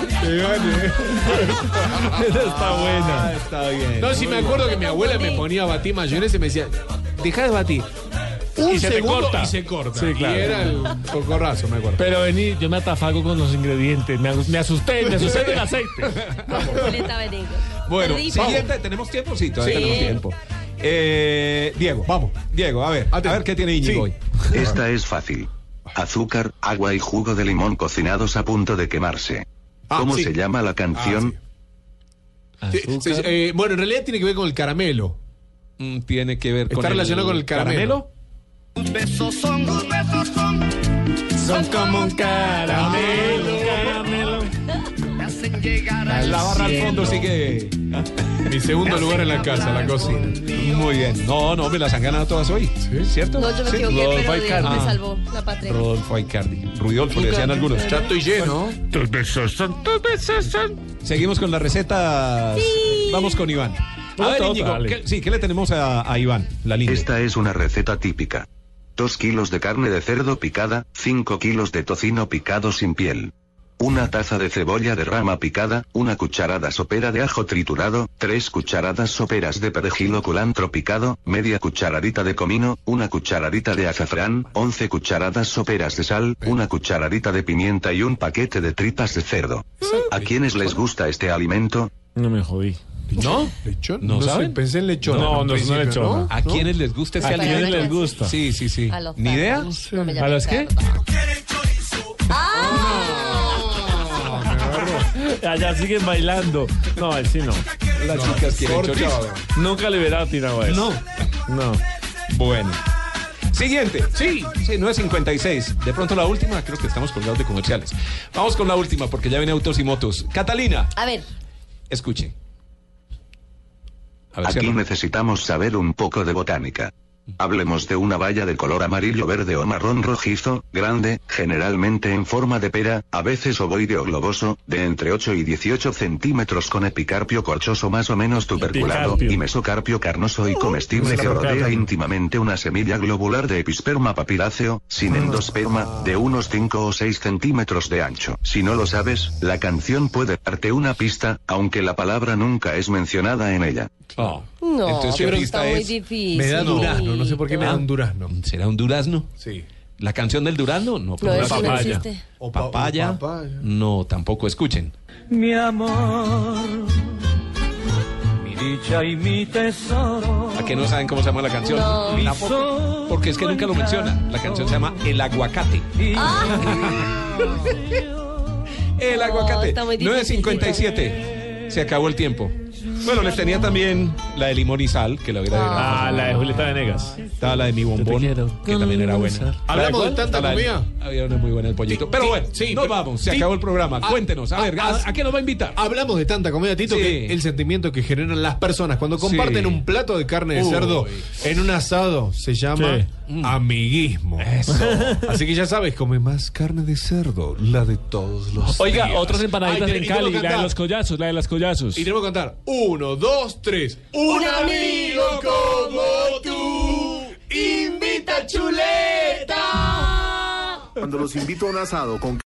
Está buena. Está bien. No, si me acuerdo que mi abuela me ponía a batir mayonesa y me decía, deja de batir. Un Y se te segundo corta. y se corta. Sí, claro. Y era el porcorrazo, me acuerdo. Pero vení, yo me atafago con los ingredientes. Me, me asusté, me asusté del aceite. Julieta Venegas. Bueno, Perdí. siguiente, ¿tenemos tiempo? Sí, todavía Sí. tenemos tiempo. Eh, Diego. Vamos. Diego, a ver. A ver qué tiene Íñigo hoy. Esta es fácil. Azúcar, agua y jugo de limón cocinados a punto de quemarse. Ah, ¿Cómo sí. se llama la canción? Sí, sí, eh, bueno, en realidad tiene que ver con el caramelo. Mm, tiene que ver con Está el relacionado con el caramelo. Tus besos son, tus besos son, Son como un caramelo, caramelo. me hacen llegar La, al la barra al cielo. fondo sigue. Mi segundo lugar en la casa, la cocina. Muy bien. No, no, me las han ganado todas hoy. ¿Cierto? No, yo me Sí. equivoqué, Rodolfo pero Dios Aicardi. me Ah, salvó la patria. Rodolfo Aicardi. Rudolfo, le decían algunos. Ya estoy lleno. Tus besos son, tus besos son. Seguimos con las recetas. Vamos con Iván. A No, ver, todo, Íñigo, dale. ¿qué, sí, ¿qué le tenemos a, a Iván? La línea. Esta es una receta típica. Dos kilos de carne de cerdo picada, cinco kilos de tocino picado sin piel. Una taza de cebolla de rama picada, una cucharada sopera de ajo triturado, tres cucharadas soperas de perejil o culantro picado, media cucharadita de comino, una cucharadita de azafrán, once cucharadas soperas de sal, una cucharadita de pimienta y un paquete de tripas de cerdo. ¿A quienes les gusta este alimento? No me jodí. ¿No? ¿Lechón? ¿No sé, saben? pensé en lechona. No, en no, no principio, lechona. ¿A quiénes les gusta este ¿A alimento? quiénes les gusta? Sí, sí, sí. A los ¿Ni idea? perros. No me ¿A llamen los qué? perro. Allá siguen bailando. No, él sí no. Las chicas quieren Ortiz. chorizo. Nunca le hubiera tirado a eso. No. No. Bueno. Siguiente. Sí. Sí, nueve cincuenta y seis. De pronto la última, creo que estamos colgados de comerciales. Vamos con la última porque ya viene Autos y Motos. Catalina, A ver, escuche. A ver si Aquí no- necesitamos saber un poco de botánica. Hablemos de una baya de color amarillo, verde o marrón rojizo, grande, generalmente en forma de pera, a veces ovoide o globoso, de entre ocho y dieciocho centímetros con epicarpio corchoso más o menos tuberculado, Epicarpio. y mesocarpio carnoso y comestible que Mesocarpio. rodea íntimamente una semilla globular de episperma papiláceo, sin endosperma, de unos cinco o seis centímetros de ancho. Si no lo sabes, la canción puede darte una pista, aunque la palabra nunca es mencionada en ella. Oh. no, Entonces, pero ¿qué está pista muy es? difícil. Me da durazno, no sé por qué me da un durazno. ¿Será un durazno? Sí. ¿La canción del durazno? No, No, pero eso no papaya. existe. O pa- o papaya. papaya. No, tampoco. Escuchen. Mi amor, mi dicha y mi tesoro. ¿A que no saben cómo se llama la canción? No. Tampoco. Porque es que nunca lo menciona. La canción se llama El Aguacate. El aguacate. está muy difícil. nueve cincuenta y siete. Se acabó el tiempo. Bueno, les tenía también la de limón y sal, que la hubiera Ah, la de Julieta Venegas. Estaba la de mi bombón, que también era buena. ¿Hablamos de tanta La de- comida? Había una muy buena el pollito. Pero Sí, bueno, sí, nos pero- vamos. Se sí. acabó el programa. Ah, Cuéntenos. A ver, ah, ¿a, a qué nos va a invitar? Hablamos de tanta comida, Tito, Sí. que el sentimiento que generan las personas cuando comparten Sí. un plato de carne de Uy. cerdo en un asado se llama Sí. amiguismo. Eso. Así que ya sabes, come más carne de cerdo, la de todos los Oiga, días. otras empanaditas Ay, te- en y tengo Cali, que la de cantar. los collazos, la de las collazos. Y tenemos que cantar. Uno, dos, tres. Un amigo como tú invita a Chuleta. Cuando los invito a un asado con